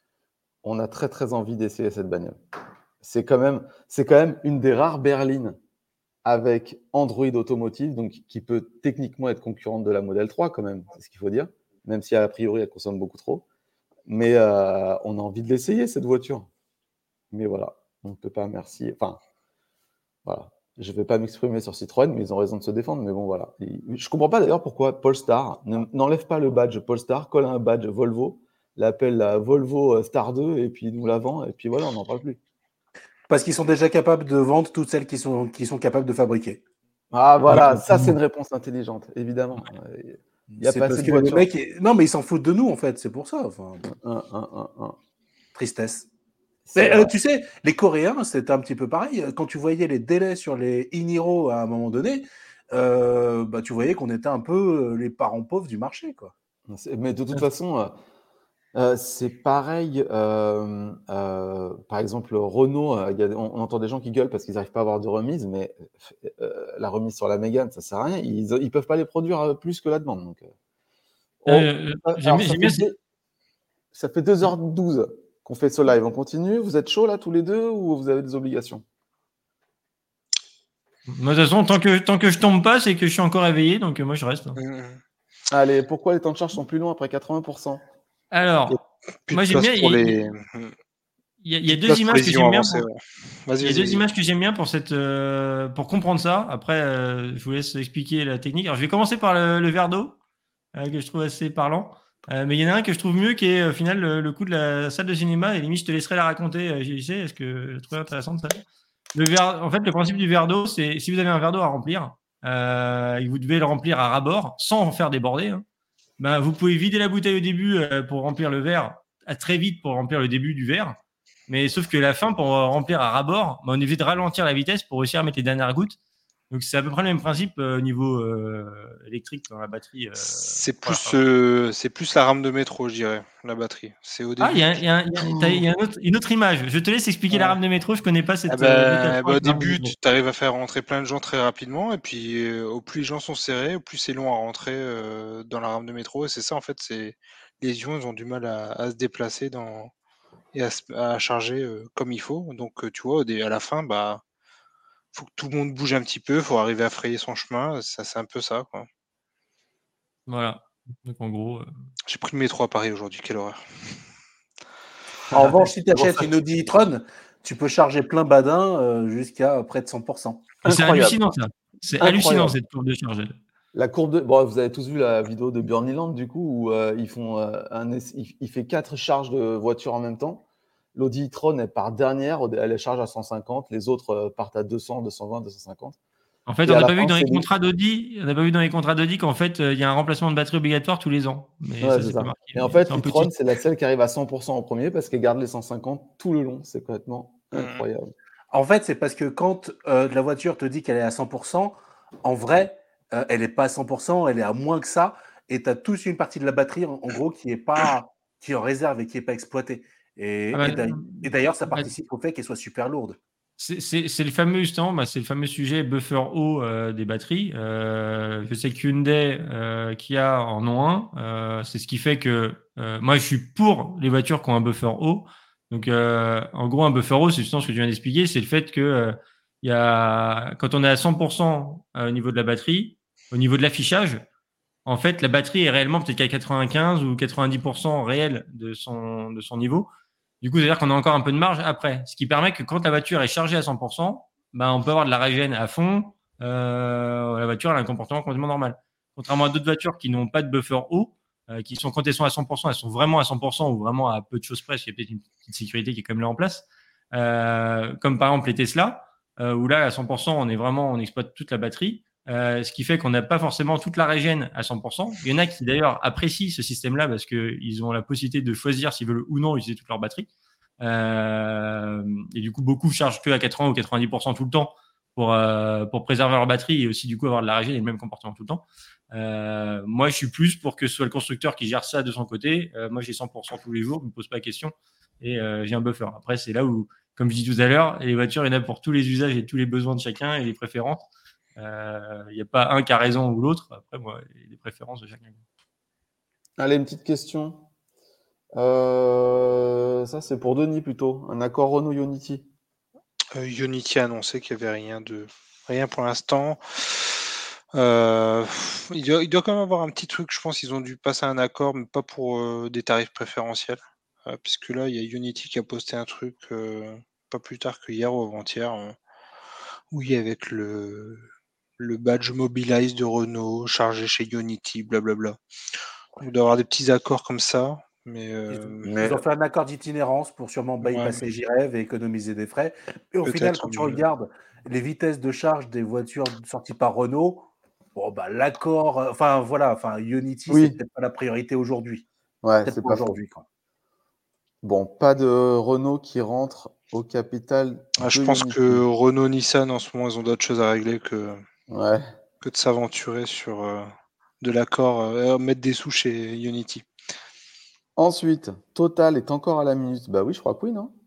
on a très très envie d'essayer cette bagnole. C'est quand même, c'est quand même une des rares berlines avec Android Automotive, donc qui peut techniquement être concurrente de la Model trois quand même, c'est ce qu'il faut dire, même si a priori elle consomme beaucoup trop. Mais euh, on a envie de l'essayer cette voiture. Mais voilà, on ne peut pas, merci. Enfin, voilà. Je ne vais pas m'exprimer sur Citroën, mais ils ont raison de se défendre. Mais bon, voilà. Je ne comprends pas d'ailleurs pourquoi Polestar n'enlève pas le badge Polestar, colle un badge Volvo, l'appelle la Volvo Star deux, et puis nous la vend, et puis voilà, on n'en parle plus. Parce qu'ils sont déjà capables de vendre toutes celles qui sont, qui sont capables de fabriquer. Ah voilà, ça c'est une réponse intelligente, évidemment. Il y a c'est pas parce assez de que les voitures. mecs, non mais ils s'en foutent de nous en fait, c'est pour ça. Enfin, un, un, un, un. Tristesse. C'est Mais, euh, vrai. tu sais, les Coréens, c'était un petit peu pareil. Quand tu voyais les délais sur les e-Niro à un moment donné, euh, bah, tu voyais qu'on était un peu euh, les parents pauvres du marché, quoi. C'est- Mais de toute façon, euh, euh, c'est pareil. euh, euh, par exemple, Renault, euh, il y a- on, on entend des gens qui gueulent parce qu'ils n'arrivent pas à avoir de remise, mais euh, la remise sur la Mégane, ça sert à rien. Ils ne peuvent pas les produire euh, plus que la demande. Donc, euh. Oh, Euh, euh, j'aime alors, bien- ça j'aime fait, bien, c'est- deux, ça fait deux heures douze qu'on fait ce live. On continue? Vous êtes chaud là tous les deux ou vous avez des obligations? Moi, de toute façon, tant que, tant que je tombe pas, c'est que je suis encore éveillé, donc euh, moi je reste. Mm. Allez, pourquoi les temps de charge sont plus longs après quatre-vingts pour cent? Alors, Plus moi de j'aime place bien. pour Il y, les. a- Mm. il y a- il y Plus a de deux place pour images les que ions j'aime bien. avancés. Pour, Ouais. Vas-y, il y a vas-y, deux vas-y. images que j'aime bien pour cette, euh, pour comprendre ça. Après, euh, je vous laisse expliquer la technique. Alors, je vais commencer par le, le verre d'eau euh, que je trouve assez parlant. Euh, mais il y en a un que je trouve mieux, qui est au final le, le coup de la salle de cinéma. Et limite, je te laisserai la raconter, euh, J C, est-ce que je trouve intéressante ça. Le verre, en fait, le principe du verre d'eau, c'est si vous avez un verre d'eau à remplir euh, et que vous devez le remplir à ras-bord sans en faire déborder, hein, ben, vous pouvez vider la bouteille au début euh, pour remplir le verre, à très vite pour remplir le début du verre. Mais sauf que la fin, pour remplir à ras-bord, ben, on évite de ralentir la vitesse pour réussir à mettre les dernières gouttes. Donc c'est à peu près le même principe euh, au niveau euh, électrique dans la batterie. Euh, C'est voilà. plus, euh, c'est plus la rame de métro, je dirais, la batterie. C'est au Ah, il début. y a, y a, y a, y a un autre, une autre image. Je te laisse expliquer Ouais. la rame de métro. Je connais pas Ah cette bah, euh, métaphore. bah, au avec la rame de début, métro. tu arrives à faire rentrer plein de gens très rapidement, et puis euh, au plus les gens sont serrés, au plus c'est long à rentrer euh, dans la rame de métro. Et c'est ça, en fait, c'est les ions, ils ont du mal à, à se déplacer dans et à, se- à charger euh, comme il faut. Donc, euh, tu vois, au dé- à la fin, bah, faut que tout le monde bouge un petit peu, faut arriver à frayer son chemin. Ça, c'est un peu ça, quoi. Voilà. Donc en gros. Euh... J'ai pris le métro à Paris aujourd'hui, quelle horreur. En revanche, si tu C'est pour achètes ça une que- Audi e-tron, tu peux charger plein badin euh, jusqu'à près de cent pour cent. C'est Incroyable. hallucinant ça. C'est Incroyable. hallucinant cette courbe de charge. La courbe de... Bon, vous avez tous vu la vidéo de Burneyland, du coup, où euh, ils font, euh, un... il, il fait quatre charges de voitures en même temps. L'Audi e-tron, elle part dernière, elle charge à cent cinquante, les autres euh, partent à deux cents, deux cent vingt, deux cent cinquante. En fait, Et on à n'a la pas vu fin, dans les c'est lui. contrats d'Audi, on n'a pas vu dans les contrats d'Audi qu'en fait, euh, il y a un remplacement de batterie obligatoire tous les ans. Mais Ouais, ça, c'est c'est ça. pas marqué. Et en Mais fait, c'est un l'e-tron, petit. c'est la seule qui arrive à cent pour cent en premier parce qu'elle garde les cent cinquante tout le long. C'est complètement Mhm. incroyable. En fait, c'est parce que quand euh, la voiture te dit qu'elle est à cent pour cent, en vrai, euh, elle n'est pas à cent pour cent, elle est à moins que ça. Et tu as tous une partie de la batterie, en, en gros, qui est pas qui est en réserve et qui n'est pas exploitée. Et, Ah bah, et d'ailleurs- et d'ailleurs, ça bah, participe au fait qu'elle soit super lourde. C'est c'est- c'est le fameux justement, bah, c'est le fameux sujet buffer haut euh, des batteries. Euh, je sais que Hyundai, euh, Kia en ont un. Euh, c'est ce qui fait que euh, moi je suis pour les voitures qui ont un buffer haut. Donc euh, en gros un buffer haut, c'est justement ce que tu viens d'expliquer, c'est le fait que euh, il y a quand on est à cent pour cent euh, au niveau de la batterie, au niveau de l'affichage, en fait la batterie est réellement peut-être qu'à quatre-vingt-quinze ou quatre-vingt-dix pour cent réel de son de son niveau. Du coup, c'est-à-dire qu'on a encore un peu de marge après, ce qui permet que quand la voiture est chargée à cent pour cent, ben, on peut avoir de la régène à fond. Euh, la voiture elle a un comportement complètement normal. Contrairement à d'autres voitures qui n'ont pas de buffer haut, euh, qui sont quand elles sont à cent pour cent, elles sont vraiment à cent pour cent ou vraiment à peu de choses près, parce qu'il y a peut-être une petite sécurité qui est quand même là en place. Euh, comme par exemple les Tesla, euh, où là à cent pour cent on est vraiment, on exploite toute la batterie. Euh, ce qui fait qu'on n'a pas forcément toute la régène à cent pour cent. Il y en a qui d'ailleurs apprécient ce système-là parce qu'ils ont la possibilité de choisir s'ils veulent ou non utiliser toute leur batterie. Euh, et du coup, beaucoup chargent que à quatre-vingts ou quatre-vingt-dix pour cent tout le temps pour, euh, pour préserver leur batterie et aussi du coup avoir de la régène et le même comportement tout le temps. Euh, moi, je suis plus pour que ce soit le constructeur qui gère ça de son côté. Euh, moi, j'ai cent pour cent tous les jours, je ne me pose pas la question et euh, j'ai un buffer. Après, c'est là où, comme je dis tout à l'heure, les voitures, il y en a pour tous les usages et tous les besoins de chacun et les préférences. Il euh, n'y a pas un qui a raison ou l'autre. Après, moi, les préférences de chacun. Allez, une petite question. Euh, ça, c'est pour Denis plutôt. Un accord Renault Unity. Euh, Unity a annoncé qu'il n'y avait rien de rien pour l'instant. Euh, il, doit, il doit quand même avoir un petit truc, je pense qu'ils ont dû passer un accord, mais pas pour euh, des tarifs préférentiels. Euh, puisque là, il y a Unity qui a posté un truc euh, pas plus tard que hier ou avant-hier, euh, oui, avec le, le badge Mobilize de Renault chargé chez Unity, blablabla. Il doit y avoir des petits accords comme ça. Mais, euh, Ils, Mais ils ont fait un accord d'itinérance pour sûrement bypasser ouais, J-Rêve et économiser des frais. Et au final, peut-être. quand tu Mais... regardes les vitesses de charge des voitures sorties par Renault, bon, bah, l'accord, euh, enfin voilà, enfin Unity, c'est oui, peut-être pas la priorité aujourd'hui. ouais, Peut-être c'est pas pas faux. aujourd'hui, quoi. Bon, pas de Renault qui rentre au capital Ah, je de pense Unity. que Renault, Nissan, en ce moment, ils ont d'autres choses à régler que, Ouais. que de s'aventurer sur euh, de l'accord, euh, mettre des sous chez Unity. Ensuite, Total est encore à la minute. Bah oui, je crois que oui, non?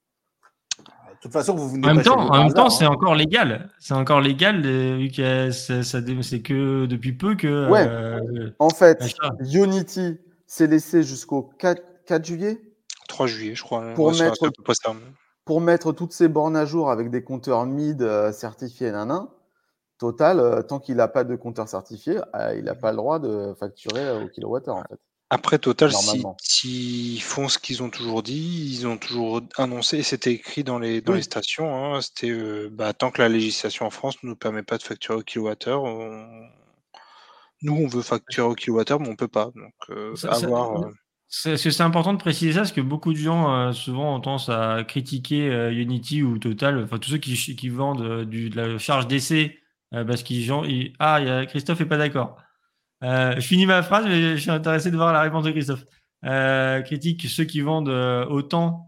De toute façon, vous venez En même pas chez temps, nous en par même temps, hasard. c'est Hein. encore légal. C'est encore légal euh, vu que ça, ça, c'est que depuis peu que. Ouais. Euh, En fait, achat. Unity s'est laissé jusqu'au quatre, quatre juillet trois juillet, je crois. pour Ouais, c'est c'est mettre à peu près ça. pour mettre toutes ces bornes à jour avec des compteurs M I D euh, certifiés, nanan. Total, euh, tant qu'il n'a pas de compteur certifié, euh, il n'a pas le droit de facturer euh, au kilowattheure, en fait, Après, Total, s'ils normalement. si, si font ce qu'ils ont toujours dit, ils ont toujours annoncé, et c'était écrit dans les, dans Oui. les stations, hein, c'était euh, bah, tant que la législation en France ne nous permet pas de facturer au kilowattheure, on... nous, on veut facturer au kilowattheure, mais on ne peut pas. Donc, euh, Ça, à ça, voir. euh, c'est c'est important de préciser ça parce que beaucoup de gens euh, souvent ont tendance à critiquer euh, Unity ou Total, enfin tous ceux qui, qui vendent euh, du, de la charge d'essai euh, parce qu'ils gens, ils- ah il y a, Christophe est pas d'accord. Euh, je finis ma phrase mais je suis intéressé de voir la réponse de Christophe. Euh, critique ceux qui vendent euh, autant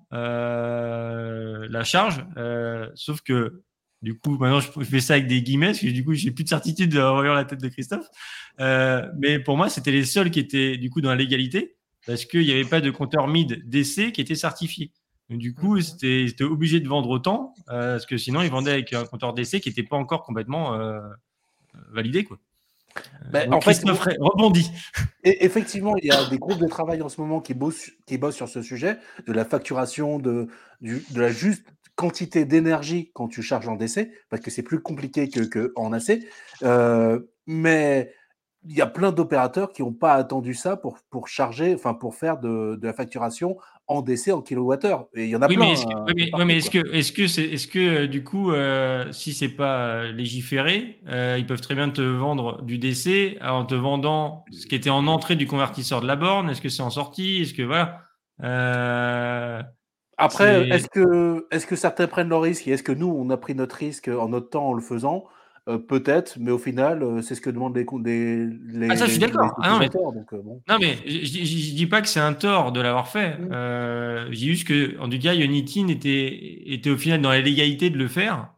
euh, la charge, euh, sauf que du coup maintenant je fais ça avec des guillemets parce que du coup j'ai plus de certitude de revoir la tête de Christophe. Euh, mais pour moi c'était les seuls qui étaient du coup dans la légalité parce qu'il n'y avait pas de compteur M I D d'essai qui était certifié. Donc, du coup, c'était c'était obligé de vendre autant, euh, parce que sinon, ils vendaient avec un compteur d'essai qui n'était pas encore complètement euh, validé. Quoi. Ben, Donc, en fait, Christophe Ray rebondit. et effectivement, il y a des groupes de travail en ce moment qui bossent, qui bossent sur ce sujet, de la facturation, de, du, de la juste quantité d'énergie quand tu charges en D C, parce que c'est plus compliqué que, que en A C. Euh, mais il y a plein d'opérateurs qui n'ont pas attendu ça pour, pour charger, enfin pour faire de, de la facturation en D C, en kilowattheure. Et il y en a Oui, plein. mais est-ce que, hein, oui, mais, partout, oui, mais est-ce quoi. que, est-ce que, c'est, est-ce que euh, du coup, euh, si c'est pas euh, légiféré, euh, ils peuvent très bien te vendre du D C en te vendant ce qui était en entrée du convertisseur de la borne. Est-ce que c'est en sortie? Est-ce que voilà. Euh, Après, c'est... est-ce que, est-ce que certains prennent leur risque et est-ce que nous, on a pris notre risque en notre temps en le faisant? Euh, Peut-être, mais au final, euh, c'est ce que demandent les, con- des- les, Ah, ça, je les, suis les d'accord. Ah non, mais utilisateurs. Donc, euh, bon. non, mais je, je, je dis pas que c'est un tort de l'avoir fait. Mm. Euh, je dis juste que, en tout cas, Unity était, était au final dans la légalité de le faire.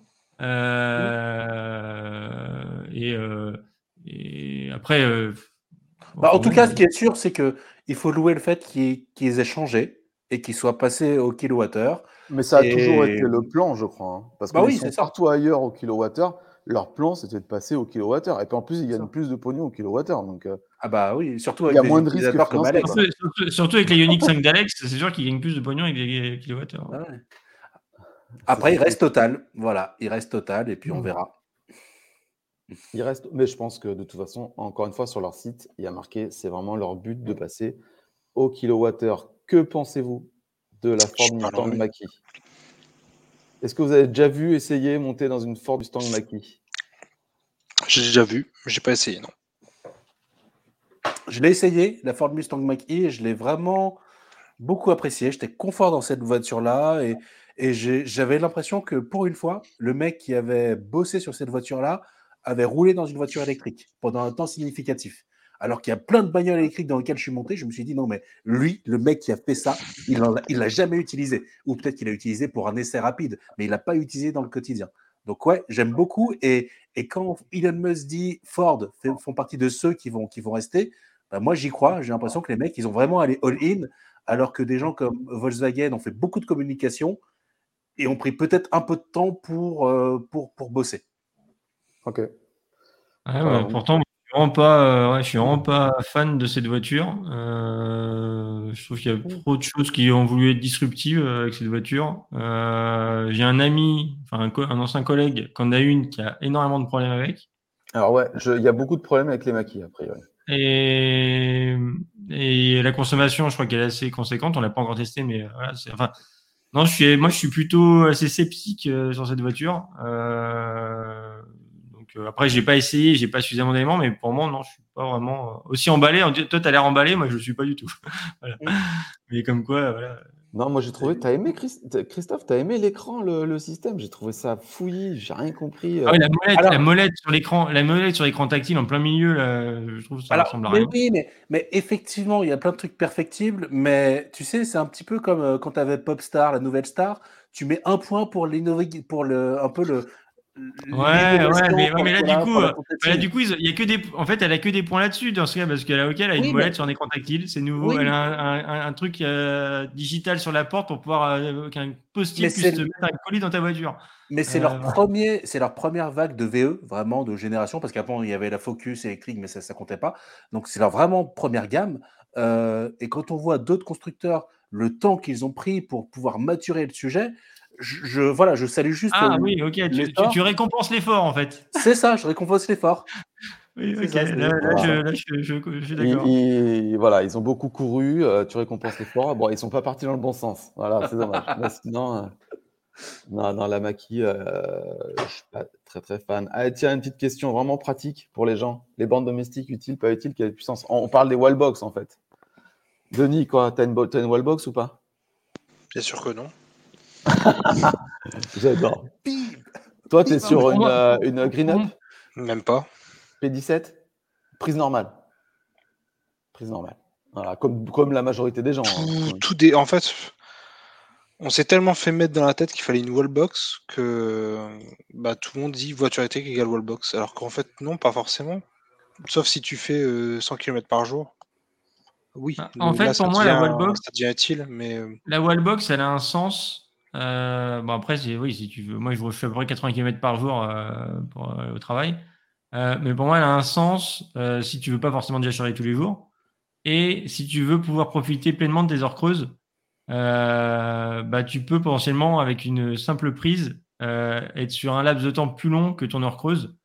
Euh, et, euh, et après, euh, Bah, en enfin tout bon, cas, bah, ce qui est sûr, c'est que il faut louer le fait qu'ils qu'ils aient changé et qu'ils soient passés au kilowattheure. Mais ça a toujours été Et le plan, je crois. hein. Parce bah qu'ils oui, sont c'est ça. partout ailleurs au kilowattheure. Leur plan, c'était de passer au kilowattheure. Et puis en plus, ils C'est gagnent ça. plus de pognon au kilowattheure. Donc, euh, Ah bah oui, surtout il y avec a des moins de risques utilisateurs comme financiers. Alex. Quoi. surtout, surtout- surtout avec les Unix cinq d'Alex, c'est sûr qu'ils gagnent plus de pognon avec des kilowattheures. Ah ouais. C'est Après, il surtout- reste total. Voilà, il reste total et puis on verra. Il reste, mais je pense que de toute façon, encore une fois, sur leur site, il y a marqué, c'est vraiment leur but de passer au kilowattheure. Que pensez-vous de la Je Ford suis pas Mustang loin. Mach-E? Est-ce que vous avez déjà vu essayer monter dans une Ford Mustang Mach-E? J'ai déjà vu, mais j'ai pas essayé, non. Je l'ai essayé, la Ford Mustang Mach-E, et je l'ai vraiment beaucoup apprécié. J'étais confort dans cette voiture-là et, et j'ai- j'avais l'impression que pour une fois, le mec qui avait bossé sur cette voiture-là avait roulé dans une voiture électrique pendant un temps significatif. Alors qu'il y a plein de bagnoles électriques dans lesquelles je suis monté, je me suis dit non, mais lui, le mec qui a fait ça, il ne l'a jamais utilisé. Ou peut-être qu'il l'a utilisé pour un essai rapide, mais il l'a pas utilisé dans le quotidien. Donc ouais, j'aime beaucoup. Et, et quand Elon Musk dit Ford fait, font partie de ceux qui vont, qui vont rester, bah moi j'y crois. J'ai l'impression que les mecs, ils ont vraiment allé all-in, alors que des gens comme Volkswagen ont fait beaucoup de communication et ont pris peut-être un peu de temps pour, euh, pour, pour bosser. Ok. Ouais, Alors, ouais, pourtant, je suis vraiment pas, euh, ouais, je suis vraiment pas fan de cette voiture. Euh, je trouve qu'il y a trop de choses qui ont voulu être disruptives euh, avec cette voiture. Euh, j'ai un ami, enfin un, co- un ancien collègue, qui en a une qui a énormément de problèmes avec. alors ouais, je- il y a beaucoup de problèmes avec les maquis, a priori. Et, et la consommation, je crois qu'elle est assez conséquente. On l'a pas encore testé, mais euh, voilà. C'est, enfin, non, je suis, moi, je suis plutôt assez sceptique euh, sur cette voiture. Euh, donc euh, après, j'ai pas essayé, j'ai pas suffisamment d'éléments, mais pour moi, non, je suis pas vraiment euh, aussi emballé. On dit, toi, t'as l'air emballé, moi, je le suis pas du tout. Voilà. Mm. Mais comme quoi, voilà. Non, moi j'ai trouvé. T'as aimé, Chris- t'as- Christophe, t'as aimé l'écran, le, le système? J'ai trouvé ça fouillis, j'ai rien compris. Ah euh. oui, la molette, Alors- la molette sur l'écran, la molette sur l'écran tactile en plein milieu, là, je trouve que ça Alors, ressemble à mais rien. oui, mais, mais effectivement, il y a plein de trucs perfectibles, mais tu sais, c'est un petit peu comme euh, quand tu avais Popstar, la nouvelle star, tu mets un point pour l'innover, pour le, un peu le, Ouais, ouais, l'innovation, mais, ouais, pour, mais là, du voilà, coup, pour la euh, bah là, tentative. du coup, ils- il y a que des, en fait, elle a que des points là-dessus dans ce cas, parce qu'elle a, ok, elle a une Oui, molette mais- sur un écran tactile, c'est nouveau. Oui. Elle a un, un- un truc euh, digital sur la porte pour pouvoir euh, qu'un Mais post-it c'est puisse te mettre un colis dans ta voiture. Mais c'est Euh, leur, voilà. premier, c'est leur première vague de V E, vraiment, de génération, parce qu'avant, il y avait la Focus électrique, mais ça ne comptait pas. Donc, c'est leur vraiment première gamme. Euh, et quand on voit d'autres constructeurs, le temps qu'ils ont pris pour pouvoir maturer le sujet, je, je- voilà, je salue juste Ah l- oui, ok, tu, tu, l'effort. tu récompenses l'effort en fait. C'est ça, je récompense l'effort. Oui, C'est ok, ça, c'est- là, là, Voilà. je, là, je, je- je suis Ils, d'accord. ils- voilà, ils ont beaucoup couru, euh, tu récompenses l'effort. Bon, ils sont pas partis dans le bon sens. Voilà, c'est dommage. Mais sinon, euh, non, non, la maquille, euh, je suis pas très très fan. Ah, tiens, une petite question vraiment pratique pour les gens. Les bandes domestiques, utiles, pas utiles, quelle puissance? On on parle des wallbox en fait. Denis, quoi, t'as une, bo- t'as une wallbox ou pas? Bien sûr que non. J'adore. Bim Toi, tu es Bim sur Pour une, moi- euh, une pour- Green pour- Up Même pas. P dix-sept? Prise normale. Prise normale. Voilà, comme, comme la majorité des gens. hein. Tout, tout des... En fait, on s'est tellement fait mettre dans la tête qu'il fallait une wallbox que bah, tout le monde dit voiture électrique égale wallbox. Alors qu'en fait, non, pas forcément. Sauf si tu fais euh, cent kilomètres par jour. Oui, Bah, en le- fait, là, ça pour moi, la devient, wallbox, ça devient utile, mais euh, la wallbox, elle a un sens. Euh, bon, après, c'est, oui, si tu veux. Moi, je fais à peu près quatre-vingts kilomètres par jour euh, pour, euh, au travail. Euh, mais pour moi, elle a un sens euh, si tu veux pas forcément déjà charger tous les jours. Et si tu veux pouvoir profiter pleinement de tes heures creuses, euh, bah, tu peux potentiellement, avec une simple prise, euh, être sur un laps de temps plus long que ton heure creuse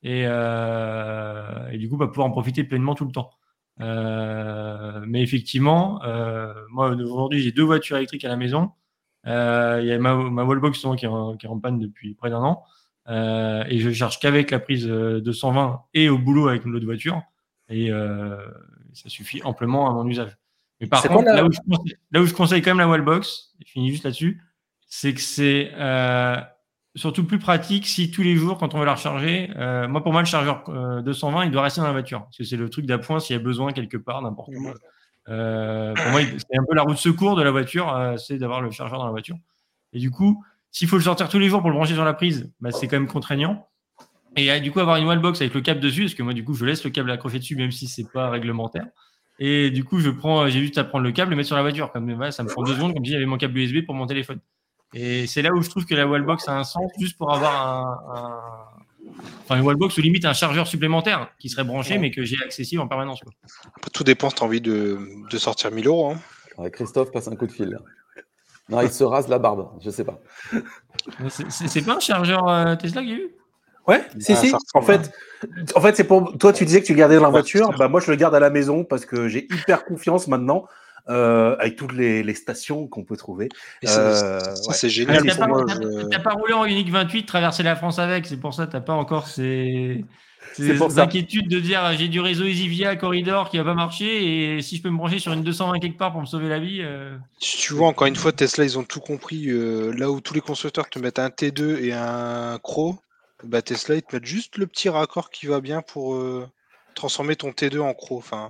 et, euh, et du coup, bah, pouvoir en profiter pleinement tout le temps. Euh, mais effectivement, euh, moi aujourd'hui, j'ai deux voitures électriques à la maison. Euh, Il y a ma, ma wallbox qui est, en, qui est en panne depuis près d'un an. Euh, et je charge qu'avec la prise deux cent vingt et au boulot avec l'autre voiture. Et euh, ça suffit amplement à mon usage. Mais par C'est contre, quoi, la- là, où je conseille, là où je conseille quand même la wallbox, je finis juste là-dessus, c'est que c'est euh, surtout plus pratique si tous les jours, quand on veut la recharger, euh, moi pour moi le chargeur euh, deux cent vingt, il doit rester dans la voiture. Parce que c'est le truc d'appoint s'il y a besoin quelque part, n'importe où. Euh, pour moi, il- c'est un peu la roue de secours de la voiture, euh, c'est d'avoir le chargeur dans la voiture. Et du coup, s'il faut le sortir tous les jours pour le brancher sur la prise, bah, c'est quand même contraignant. Et euh, du coup, avoir une wallbox avec le câble dessus, parce que moi, du coup, je laisse le câble accroché dessus, même si c'est pas réglementaire. Et du coup, je prends, j'ai juste à prendre le câble et le mettre sur la voiture. Comme voilà, ça me prend deux secondes, comme si j'avais mon câble U S B pour mon téléphone. Et c'est là où je trouve que la wallbox a un sens, juste pour avoir un, un... enfin une wallbox ou limite un chargeur supplémentaire qui serait branché, mais que j'ai accessible en permanence, quoi. Après, tout dépend si tu as envie de, de sortir mille euros. Hein. Ouais, Christophe passe un coup de fil. Là. Non, il se rase la barbe, je sais pas. Mais c'est- C'est c'est pas un chargeur euh, Tesla que j'ai eu? Ouais, si, Ah, si. ça En ressemble, fait, en fait, c'est pour. Toi, tu disais que tu le gardais dans la Ouais, voiture. c'est Bah, moi, je le garde à la maison parce que j'ai hyper confiance maintenant euh, avec toutes les, les stations qu'on peut trouver. Et ça, Euh, ça, ouais. c'est Ah, génial T'as pour pas, moi. t'as- Je... t'as pas roulé en Unique vingt-huit, traverser la France avec, c'est pour ça que t'as pas encore ces, C'est pour ces ça. inquiétudes de dire j'ai du réseau EasyVia Corridor qui va pas marcher et si je peux me brancher sur une deux cent vingt quelque part pour me sauver la vie. euh, Si tu vois, encore une fois, Tesla, ils ont tout compris. euh, là où tous les constructeurs te mettent un T deux et un Crow, bah, Tesla, ils te mettent juste le petit raccord qui va bien pour euh, transformer ton T deux en Crow. Enfin,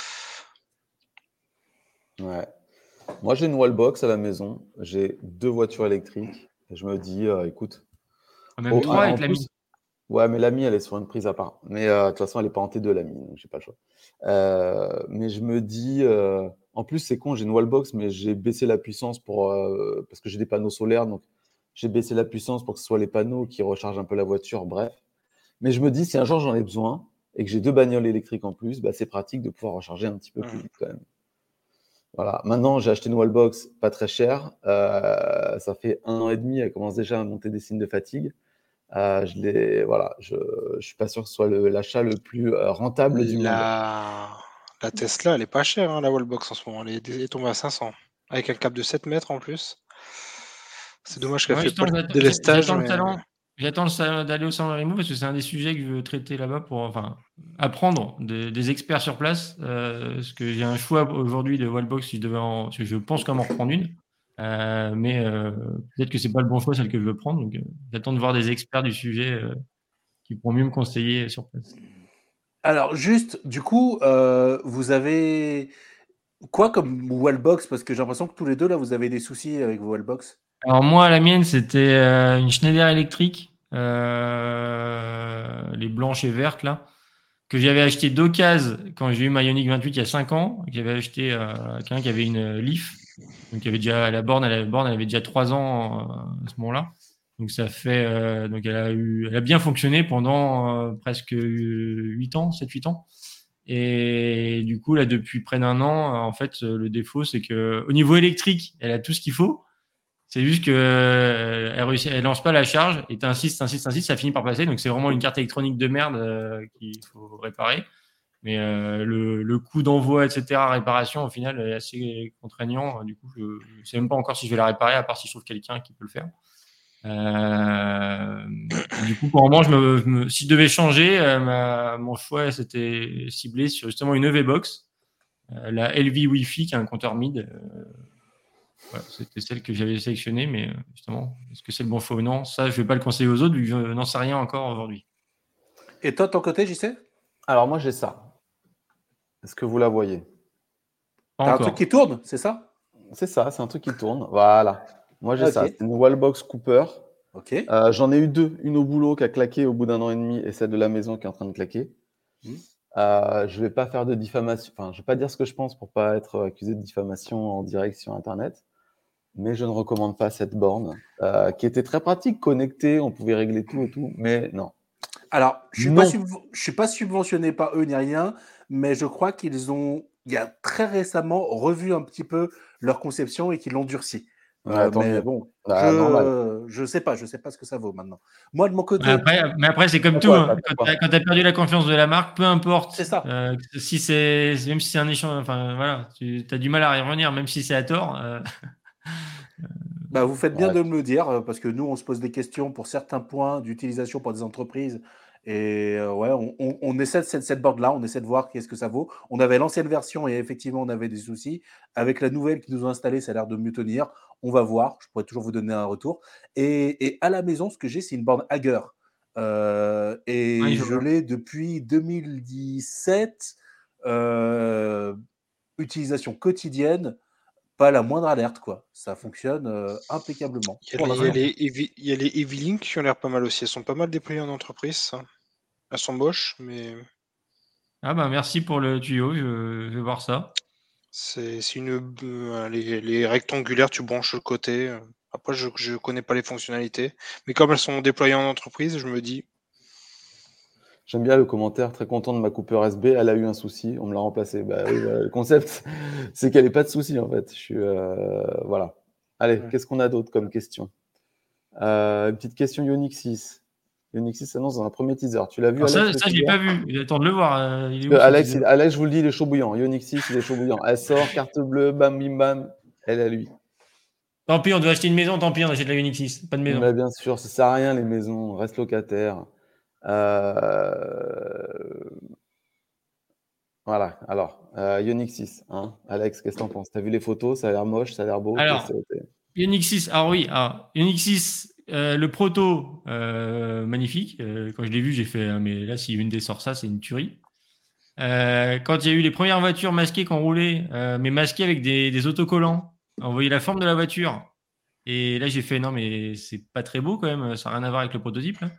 Ouais. Moi, j'ai une wallbox à la maison. J'ai deux voitures électriques. Et je me dis, euh, écoute. Même Oh, trois ah, avec en la plus, mine. ouais, mais la mie, elle est sur une prise à part. Mais euh, de toute façon, elle n'est pas en T deux, la mie, donc j'ai pas le choix. Euh, mais je me dis, euh, en plus, c'est con, j'ai une wallbox, mais j'ai baissé la puissance pour, euh, parce que j'ai des panneaux solaires, donc j'ai baissé la puissance pour que ce soit les panneaux qui rechargent un peu la voiture, bref. Mais je me dis, si un jour j'en ai besoin et que j'ai deux bagnoles électriques en plus, bah, c'est pratique de pouvoir recharger un petit peu plus Mhm. vite quand même. Voilà. Maintenant, j'ai acheté une wallbox pas très chère. Euh, ça fait un an et demi, elle commence déjà à monter des signes de fatigue. Euh, je l'ai, voilà, je, je suis pas sûr que ce soit le- l'achat le plus euh, rentable du monde. la... la Tesla, elle est pas chère, hein, la wallbox en ce moment. Elle est, elle est tombée à cinq cents. Avec un câble de sept mètres en plus. C'est dommage qu'elle Ouais, fait pas justement, le j'attends délestage. j'attends le Mais... salon. J'attends le salon- d'aller au salon Rimo parce que c'est un des sujets que je veux traiter là-bas pour enfin apprendre de- des experts sur place. Euh, parce que j'ai un choix aujourd'hui de wallbox si je devais en, parce que je pense quand même en reprendre une. Euh, mais euh, peut-être que c'est pas le bon choix celle que je veux prendre. Donc euh, j'attends de voir des experts du sujet euh, qui pourront mieux me conseiller sur place. Alors, juste, du coup, euh, vous avez quoi comme wallbox? Parce que j'ai l'impression que tous les deux, là, vous avez des soucis avec vos wallbox. Alors moi, la mienne, c'était euh, une Schneider électrique, euh, les blanches et vertes là, que j'avais acheté d'occasion quand j'ai eu ma Ioniq vingt-huit il y a cinq ans. J'avais acheté euh, quelqu'un qui avait une Leaf, donc il y avait déjà la borne, la borne, elle avait déjà trois ans euh, à ce moment-là. Donc ça fait, euh, donc elle a eu, elle a bien fonctionné pendant euh, presque huit ans, sept huit ans. Et du coup là, depuis près d'un an, en fait, le défaut c'est que au niveau électrique, elle a tout ce qu'il faut. C'est juste que euh, elle, réussit, elle lance pas la charge et t'insistes, t'insistes, t'insistes, ça finit par passer. Donc c'est vraiment une carte électronique de merde euh, qu'il faut réparer. Mais euh, le, le coût d'envoi, et cetera, réparation, au final, est assez contraignant. Du coup, je ne sais même pas encore si je vais la réparer, à part si je trouve quelqu'un qui peut le faire. Euh, du coup, pour le moment, je me, je me, si je devais changer, euh, ma, mon choix c'était ciblé sur justement une E V Box, euh, la L V Wi-Fi, qui a un compteur mid. Euh, voilà, c'était celle que j'avais sélectionnée, mais euh, justement, est-ce que c'est le bon choix ou non? Ça, je ne vais pas le conseiller aux autres, vu que je n'en sais rien encore aujourd'hui. Et toi, de ton côté, J C? Alors moi, j'ai ça. Est-ce que vous la voyez? Pas T'as un encore. truc qui tourne, c'est ça? C'est ça, c'est un truc qui tourne. Voilà. Moi, j'ai Ok. ça. C'est une wallbox Cooper. Ok. Euh, j'en ai eu deux. Une au boulot qui a claqué au bout d'un an et demi et celle de la maison qui est en train de claquer. Mmh. Euh, je ne vais pas faire de diffamation. Enfin, je ne vais pas dire ce que je pense pour ne pas être accusé de diffamation en direct sur Internet. Mais je ne recommande pas cette borne euh, qui était très pratique, connectée. On pouvait régler tout et tout. Mais non. Alors, je ne Non. suis, subv- je suis pas subventionné par eux ni rien, mais je crois qu'ils ont, il y a très récemment, revu un petit peu leur conception et qu'ils l'ont durci. Ouais, Euh, tant mais mieux. bon, Ah, normal. je je sais pas, je sais pas ce que ça vaut maintenant. Moi de mon Mais côté, après, mais après c'est comme T'as tout. quoi, Hein. t'as Quand quoi tu as, quand t'as perdu la confiance de la marque, peu c'est importe, ça. euh, si c'est, même si c'est un échange, enfin voilà, tu as du mal à y revenir, même si c'est à tort. euh, Bah, vous faites bien Ouais. de me le dire, euh, parce que nous, on se pose des questions pour certains points d'utilisation pour des entreprises. Et euh, ouais, on, on- on essaie de cette, cette board-là, on essaie de voir qu'est-ce que ça vaut. On avait l'ancienne version et effectivement, on avait des soucis. Avec la nouvelle qu'ils nous ont installée, ça a l'air de mieux tenir. On va voir. Je pourrais toujours vous donner un retour. Et, et à la maison, ce que j'ai, c'est une borne Hager. Euh, ouais, et je je vois. l'ai depuis deux mille dix-sept. Euh, utilisation quotidienne, pas la moindre alerte, quoi. Ça fonctionne euh, impeccablement. Il y a Pour les, il y a l'instant. les, Evi- il y a les Evilink qui ont l'air pas mal aussi. Elles sont pas mal déployées en entreprise, ça. Elles sont moches, mais Ah bah merci pour le tuyau, je, je vais voir ça. c'est c'est une. euh, les, les rectangulaires, tu branches le côté. euh. Après, je je connais pas les fonctionnalités. Mais comme elles sont déployées en entreprise, je me dis, J'aime bien le commentaire, très content de ma Cooper S B, elle a eu un souci, on me l'a remplacée. Bah oui, voilà, le concept, c'est qu'elle n'ait pas de souci en fait. Je suis, euh, voilà. Allez, Ouais. qu'est-ce qu'on a d'autre comme question? Euh, Une petite question Ioniq six. Ioniq six s'annonce dans un premier teaser. Tu l'as vu, Alors Alex, ça, le ça je l'ai teaser? pas vu. J'attends de le voir. euh, Il est Parce où que ce Alex, teaser? il- Alex, je vous le dis, il est chaud bouillant. Ioniq six, il est chaud bouillant. Elle sort, carte bleue, bam, bim, bam. Elle est à lui. Tant pis, on doit acheter une maison, tant pis, on achète la Unix six, pas de maison. Mais bien sûr, ça sert à rien les maisons, on reste locataire. Euh, Voilà, alors, euh, Ioniq six, hein. Alex, qu'est-ce que t'en penses? T'as vu les photos? Ça a l'air moche, ça a l'air beau. t'es- Alors, c'est- t'es- Unix six, alors oui, alors, Unix six, euh, le proto, euh, magnifique. Euh, quand je l'ai vu, j'ai fait, ah, mais là, si Hyundai sort ça, c'est une tuerie. Euh, quand il y a eu les premières voitures masquées qu'on roulait, euh, mais masquées avec des, des autocollants, on voyait la forme de la voiture. Et là, j'ai fait, non, mais c'est pas très beau quand même, ça n'a rien à voir avec le prototype, là.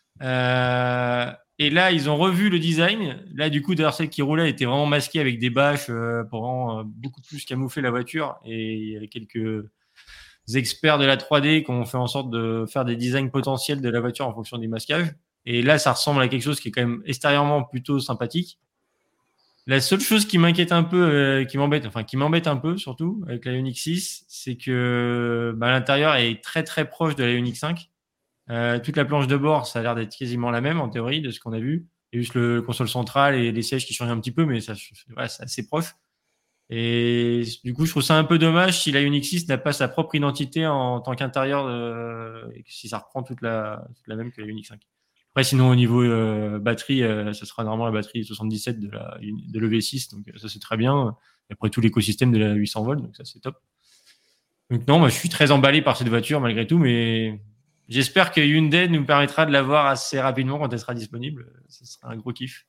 Euh, et là, ils ont revu le design. Là, du coup, d'ailleurs, celle qui roulait était vraiment masquée avec des bâches euh, pour vraiment euh, beaucoup plus camoufler la voiture. Et il y avait quelques experts de la trois D qui ont fait en sorte de faire des designs potentiels de la voiture en fonction des masquages. Et là, ça ressemble à quelque chose qui est quand même extérieurement plutôt sympathique. La seule chose qui m'inquiète un peu, euh, qui m'embête, enfin qui m'embête un peu surtout avec la Ioniq six, c'est que bah, l'intérieur est très très proche de la Ioniq cinq. Euh, toute la planche de bord, ça a l'air d'être quasiment la même en théorie de ce qu'on a vu. Il y a juste le console central et les sièges qui changent un petit peu, mais ça, ouais, c'est assez proche. Et du coup, je trouve ça un peu dommage si la Unix six n'a pas sa propre identité en tant qu'intérieur, de, et si ça reprend toute la, toute la même que la Unix cinq. Après, sinon, au niveau euh, batterie, euh, ça sera normalement la batterie soixante-dix-sept de la de l'E V six, donc ça c'est très bien. Et après tout l'écosystème de la huit cents volts, donc ça c'est top. Donc non, moi je suis très emballé par cette voiture malgré tout, mais j'espère que Hyundai nous permettra de la voir assez rapidement quand elle sera disponible. Ce sera un gros kiff.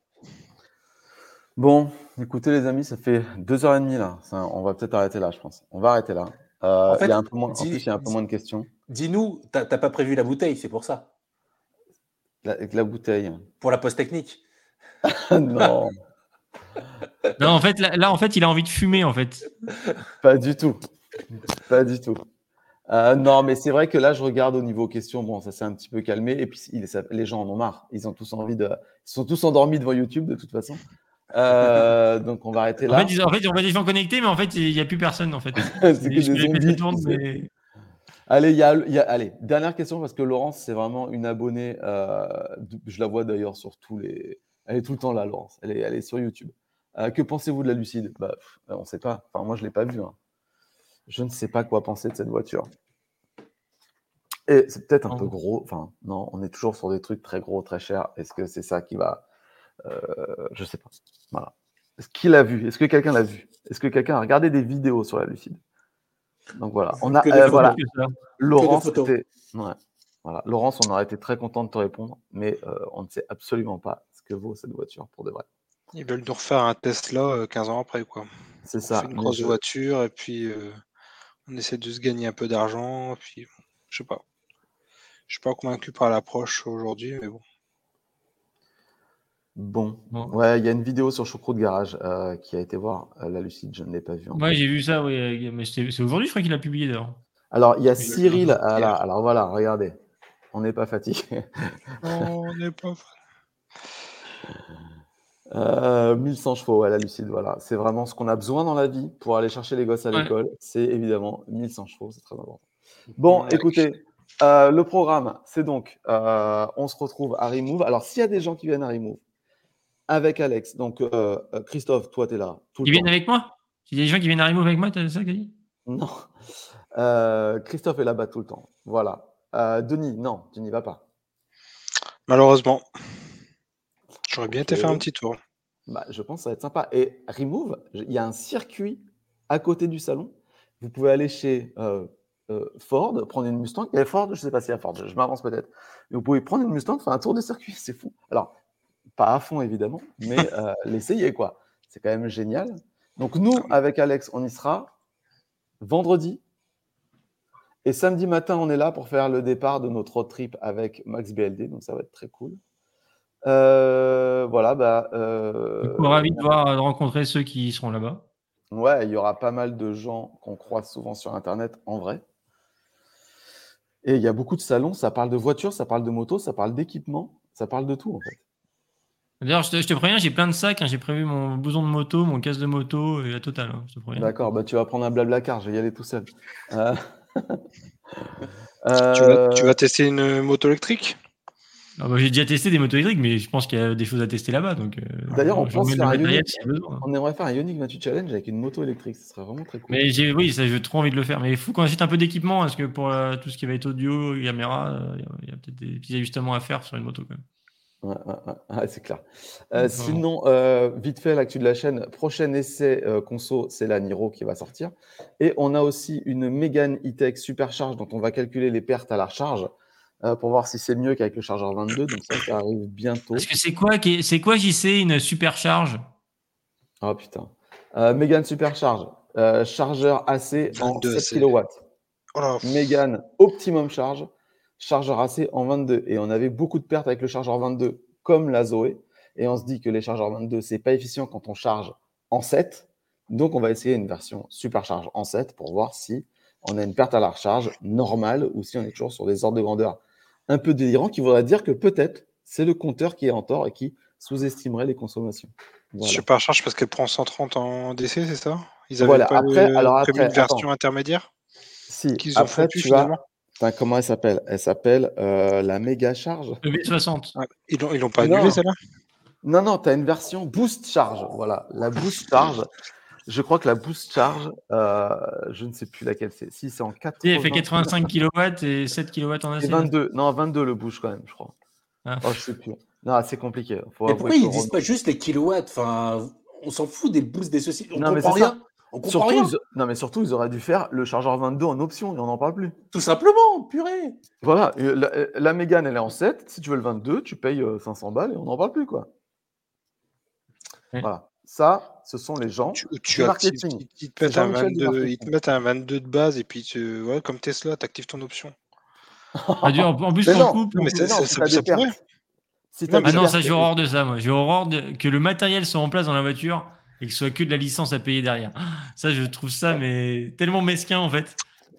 Bon, écoutez les amis, ça fait deux heures et demie là. Ça, on va peut-être arrêter là, je pense. On va arrêter là. En Euh, il y a fait, un peu moins, en plus, il y dis, a un peu dis, moins de questions. dis-nous, t'as t'as pas prévu la bouteille, c'est pour ça. La, avec la bouteille. Pour la poste technique. Non, Non, en fait, là, là, en fait, il a envie de fumer, en fait. pas du tout. Pas du tout. Euh, non, mais c'est vrai que là, je regarde au niveau questions. Bon, ça s'est un petit peu calmé. Et puis, il, ça- les gens en ont marre. Ils ont tous envie de. Ils sont tous endormis devant YouTube, de toute façon. Euh, donc, on va arrêter En fait, là. ils, en fait, on voit des gens connectés, mais en fait, il n'y a plus personne, en fait. C'est que Juste des que les P C zombies. tournent, tu sais. mais... Allez, il y a, il y a- allez, dernière question parce que Laurence, c'est vraiment une abonnée. euh, de- je la vois d'ailleurs sur tous les. Elle est tout le temps là, Laurence. Elle est, elle est sur YouTube. Euh, que pensez-vous de la Lucide? Bah, pff, on ne sait pas. Enfin, moi, je ne l'ai pas vue. Hein. Je ne sais pas quoi penser de cette voiture. Et c'est peut-être un peu gros. Enfin, non, on est toujours sur des trucs très gros, très chers. Est-ce que c'est ça qui va. Euh, je ne sais pas. Voilà. Est-ce qu'il l'a vu? Est-ce que quelqu'un l'a vu? Est-ce que quelqu'un a regardé des vidéos sur la Lucide? Donc voilà. On a, Que des euh, photos. voilà. Que ça. Laurence, photos. était... ouais. Voilà. Laurence, on aurait été très content de te répondre, mais euh, on ne sait absolument pas ce que vaut cette voiture pour de vrai. ils veulent nous refaire un Tesla euh, quinze ans après, quoi. C'est On ça. fait une mais grosse je- voiture et puis euh, on essaie de se gagner un peu d'argent. Puis, je sais pas. Je suis pas convaincu par l'approche aujourd'hui, mais bon. Bon. Bon. Ouais, il y a une vidéo sur Choucroute Garage euh, qui a été voir euh, la Lucide. Je ne l'ai pas vue. Ouais, j'ai vu ça, oui. Mais c'est c'est aujourd'hui, je crois qu'il a publié, d'ailleurs. Alors, il y a Oui, Cyril. hier. Ah là, alors voilà, regardez. On n'est pas fatigué. On n'est pas. Euh, mille cent chevaux, ouais, la Lucide, voilà. C'est vraiment ce qu'on a besoin dans la vie pour aller chercher les gosses à Ouais. l'école. C'est évidemment mille cent chevaux, c'est très important. Bon, Ouais. écoutez, euh, le programme, c'est donc, euh, on se retrouve à Remove. Alors, s'il y a des gens qui viennent à Remove avec Alex, donc euh, euh, Christophe, toi, tu es là tout le Ils viennent temps. avec moi? Il y a des gens qui viennent à Remove avec moi, t'as ça que t'as dit? Non. Euh, Christophe est là-bas tout le temps. Voilà. Euh, Denis, non, tu n'y vas pas. Malheureusement. J'aurais bien Ok. été faire un petit tour. Bah, je pense que ça va être sympa. Et Remove, il y a un circuit à côté du salon. Vous pouvez aller chez euh, euh, Ford, prendre une Mustang. Il y a Ford, je ne sais pas s'il y a Ford, je, je m'avance peut-être. Mais vous pouvez prendre une Mustang, faire un tour de circuit, c'est fou. Alors, pas à fond évidemment, mais euh, l'essayer quoi. C'est quand même génial. Donc nous, avec Alex, on y sera vendredi. Et samedi matin, on est là pour faire le départ de notre road trip avec Max B L D. Donc ça va être très cool. Euh, voilà, bah. Euh, Du coup, ravi de voir, de rencontrer ceux qui seront là-bas. Ouais, il y aura pas mal de gens qu'on croise souvent sur Internet en vrai. Et il y a beaucoup de salons, ça parle de voitures, ça parle de motos, ça parle d'équipement, ça parle de tout en fait. D'ailleurs, je te, je te préviens, j'ai plein de sacs. Hein, j'ai prévu mon blouson de moto, mon casque de moto et la totale. Hein, je te préviens. D'accord, bah tu vas prendre un Blablacar, je vais y aller tout seul. Euh... Tu, vas, tu euh, vas tester une moto électrique? Ah bah, j'ai déjà testé des motos électriques, mais je pense qu'il y a des choses à tester là-bas. Donc, euh, D'ailleurs, on pense j'emmène faire le un matériel Ioniq. s'il y a besoin. On aimerait faire un Ioniq vingt-huit Challenge avec une moto électrique, ce serait vraiment très cool. Mais j'ai, oui, ça, j'ai trop envie de le faire. Mais il faut qu'on achète un peu d'équipement, parce que pour euh, tout ce qui va être audio, caméra, euh, il y a, il y a peut-être des petits ajustements à faire sur une moto quand même. Ouais, ouais, ouais, ouais, c'est clair. Euh, Enfin, sinon, euh, vite fait, l'actu de la chaîne, prochain essai euh, conso, c'est la Niro qui va sortir. Et on a aussi une Mégane E-Tech Supercharge dont on va calculer les pertes à la recharge euh, pour voir si c'est mieux qu'avec le chargeur vingt-deux. Donc ça, ça arrive bientôt. Parce que c'est quoi, qui est- c'est quoi J C, une supercharge? Oh putain. Euh, Mégane Supercharge, euh, chargeur A C en vingt-deux, sept c'est- kilowatts. Oh là, Mégane Optimum Charge, chargeur A C en vingt-deux. Et on avait beaucoup de pertes avec le chargeur vingt-deux, comme la Zoé. Et on se dit que les chargeurs vingt-deux, c'est pas efficient quand on charge en sept. Donc, on va essayer une version supercharge en sept pour voir si on a une perte à la recharge normale ou si on est toujours sur des ordres de grandeur un peu délirants, qui voudrait dire que peut-être c'est le compteur qui est en tort et qui sous-estimerait les consommations. Voilà. Supercharge parce qu'elle prend cent trente en D C, c'est ça? Ils avaient Voilà. pas Après, euh, alors prévu après, une version attends. intermédiaire Si, qu'ils ont après, foutu tu finalement? as. Putain, comment elle s'appelle? Elle s'appelle euh, la méga charge. E V soixante. Ah, Ils l'ont ils l'ont pas Non. annulé celle-là? Non, non, tu as une version boost charge. Voilà, la boost charge. Je crois que la boost charge, euh, je ne sais plus laquelle c'est. Si c'est en quatre. Elle fait quatre-vingt-cinq kilowatts et sept kilowatts en A C. C'est vingt-deux. Non, vingt-deux le boost quand même, je crois. Ah. Oh, je sais plus. Non, c'est compliqué. Faut Mais avouer pourquoi que ils le disent Renault- pas juste les kilowatts? Enfin, on s'en fout des boosts des ceci. On Non, mais comprend c'est ça. rien. On comprend Surtout, rien. ils... Non, mais surtout, ils auraient dû faire le chargeur vingt-deux en option et on n'en parle plus. Tout simplement, purée. Voilà, et la, la Mégane, elle est en sept. Si tu veux le vingt-deux, tu payes euh, cinq cents balles et on n'en parle plus, quoi. Ouais. Voilà. Ça, ce sont les gens Tu, du tu actives, marketing. ils, ils te C'est mettent un Jean-Michel du vingt-deux, ils te marketing. mettent un vingt-deux de base et puis tu, ouais, comme Tesla, tu actives ton option. Ah, du- en, en plus, Mais pour le non, coup, pour mais le mais coup- non, ça- si ça- t'as ça des pertes. pourrait. Si t'as Non, des Ah non, pertes, ça j'ai horreur de ça, moi. J'ai horreur de... que le matériel soit en place dans la voiture et que ce soit que de la licence à payer derrière. Ah, ça, je trouve ça mais tellement mesquin en fait.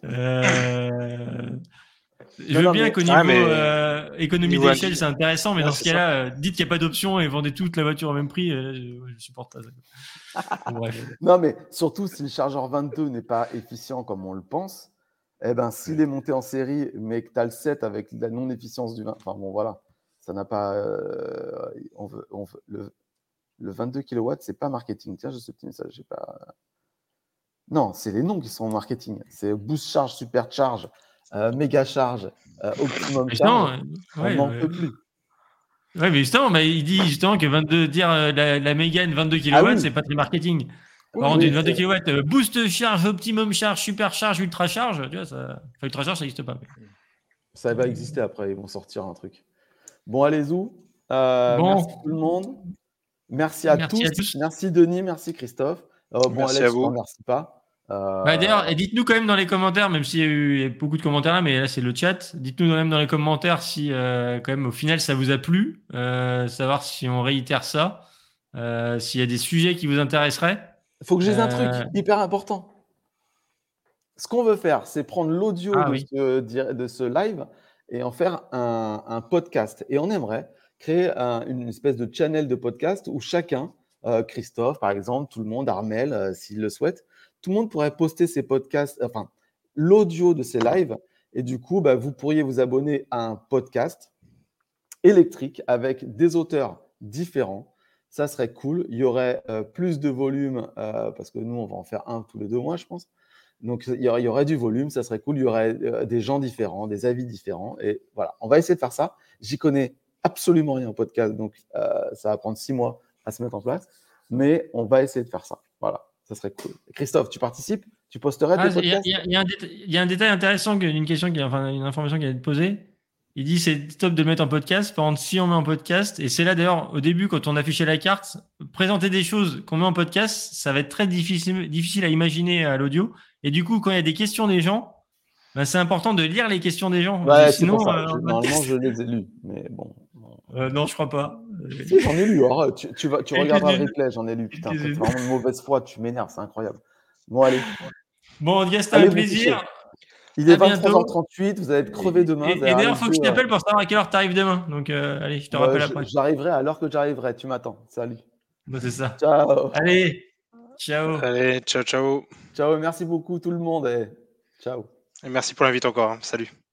Euh... Je Non, veux non, bien mais- qu'au Ah, niveau mais euh, économie niveau d'échelle, indi- c'est intéressant, mais Ouais, dans c'est ce cas-là, euh, dites qu'il n'y a pas d'option et vendez toute la voiture au même prix. euh, je, je supporte pas ça. Bon, bref. non, mais surtout si le chargeur vingt-deux n'est pas efficient comme on le pense, eh ben, s'il est monté en série, mais que tu as le sept avec la non-efficience du vingt, enfin bon, voilà, ça n'a pas. euh, on veut, on veut- le, le vingt-deux kilowatts, c'est pas marketing. Tiens, j'ai ce petit message, j'ai pas. Non, c'est les noms qui sont en marketing. C'est boost charge, supercharge, euh, méga charge, euh, optimum Mais charge. justement, euh, On ouais, n'en ouais. peut plus. Ouais, mais justement, bah, il dit justement que vingt-deux, dire euh, la, la Mégane vingt-deux Ah kilowatts, oui. c'est pas très marketing. Oui, Par contre, oui, une vingt-deux c'est- kilowatts, euh, boost charge, optimum charge, super charge, ultra charge, tu vois, ça. Enfin, ultra charge, ça n'existe pas. mais- Ça va exister après, ils vont sortir un truc. Bon, allez, Zou. Euh, Bon. Merci tout le monde. Merci à, Merci tous. à tous. Merci Denis, merci Christophe. Euh, bon, Merci Alex, à je ne vous. te remercie pas. Euh, Bah, d'ailleurs, et dites-nous quand même dans les commentaires, même s'il y a eu il y a beaucoup de commentaires là, mais là c'est le chat. Dites-nous quand même dans les commentaires si euh, quand même au final ça vous a plu, euh, savoir si on réitère ça, euh, s'il y a des sujets qui vous intéresseraient. Il faut que je dise un truc Euh, hyper important. Ce qu'on veut faire, c'est prendre l'audio Ah de, oui. ce, de ce live et en faire un, un podcast. Et on aimerait créer un, une espèce de channel de podcast où chacun, euh, Christophe par exemple, tout le monde, Armel, euh, s'il le souhaite, tout le monde pourrait poster ses podcasts, enfin, l'audio de ses lives. Et du coup, bah, vous pourriez vous abonner à un podcast électrique avec des auteurs différents. Ça serait cool. Il y aurait euh, plus de volume euh, parce que nous, on va en faire un tous les deux mois, je pense. Donc, il y aurait, il y aurait du volume, ça serait cool. Il y aurait euh, des gens différents, des avis différents. Et voilà, on va essayer de faire ça. J'y connais absolument rien au podcast, donc euh, ça va prendre six mois à se mettre en place. Mais on va essayer de faire ça. Voilà, ça serait cool. Christophe, tu participes? Tu posterais Ah, tes il y, a- podcasts? il y a- il y a un déta- il y a un détail intéressant, que- une question, qui, enfin une information qui a été posée. Il dit c'est top de le mettre en podcast. Par contre, si on met en podcast, et c'est là d'ailleurs au début quand on affichait la carte, présenter des choses qu'on met en podcast, ça va être très difficile, difficile à imaginer à l'audio. Et du coup, quand il y a des questions des gens, bah, c'est important de lire les questions des gens. Ouais, c'est Sinon, pour ça. euh, Je- en normalement, podcast- je les ai lus. Mais bon. Euh, non, je crois pas. Si, j'en ai lu. Alors, tu, tu, vas, tu regarderas le Quelques-unes. replay, j'en ai lu. Putain, toi, t'es Quelques-unes. vraiment de mauvaise foi, tu m'énerves, c'est incroyable. Bon, allez. Bon, en tout cas, c'était Allez un vous plaisir. coucher. Il est À bientôt. vingt-trois heures trente-huit, vous allez être crevé demain. Et, vous allez et d'ailleurs, avoir faut que les je yeux, t'appelle pour savoir à quelle heure tu arrives demain. Donc, euh, allez, je te euh, rappelle je- après. J'arriverai à l'heure que j'arriverai. Tu m'attends. Salut. Bah, c'est ça. Ciao. Allez, ciao. Allez, ciao, ciao. Ciao. Merci beaucoup tout le monde. Et ciao. Et merci pour l'invite encore. hein. Salut.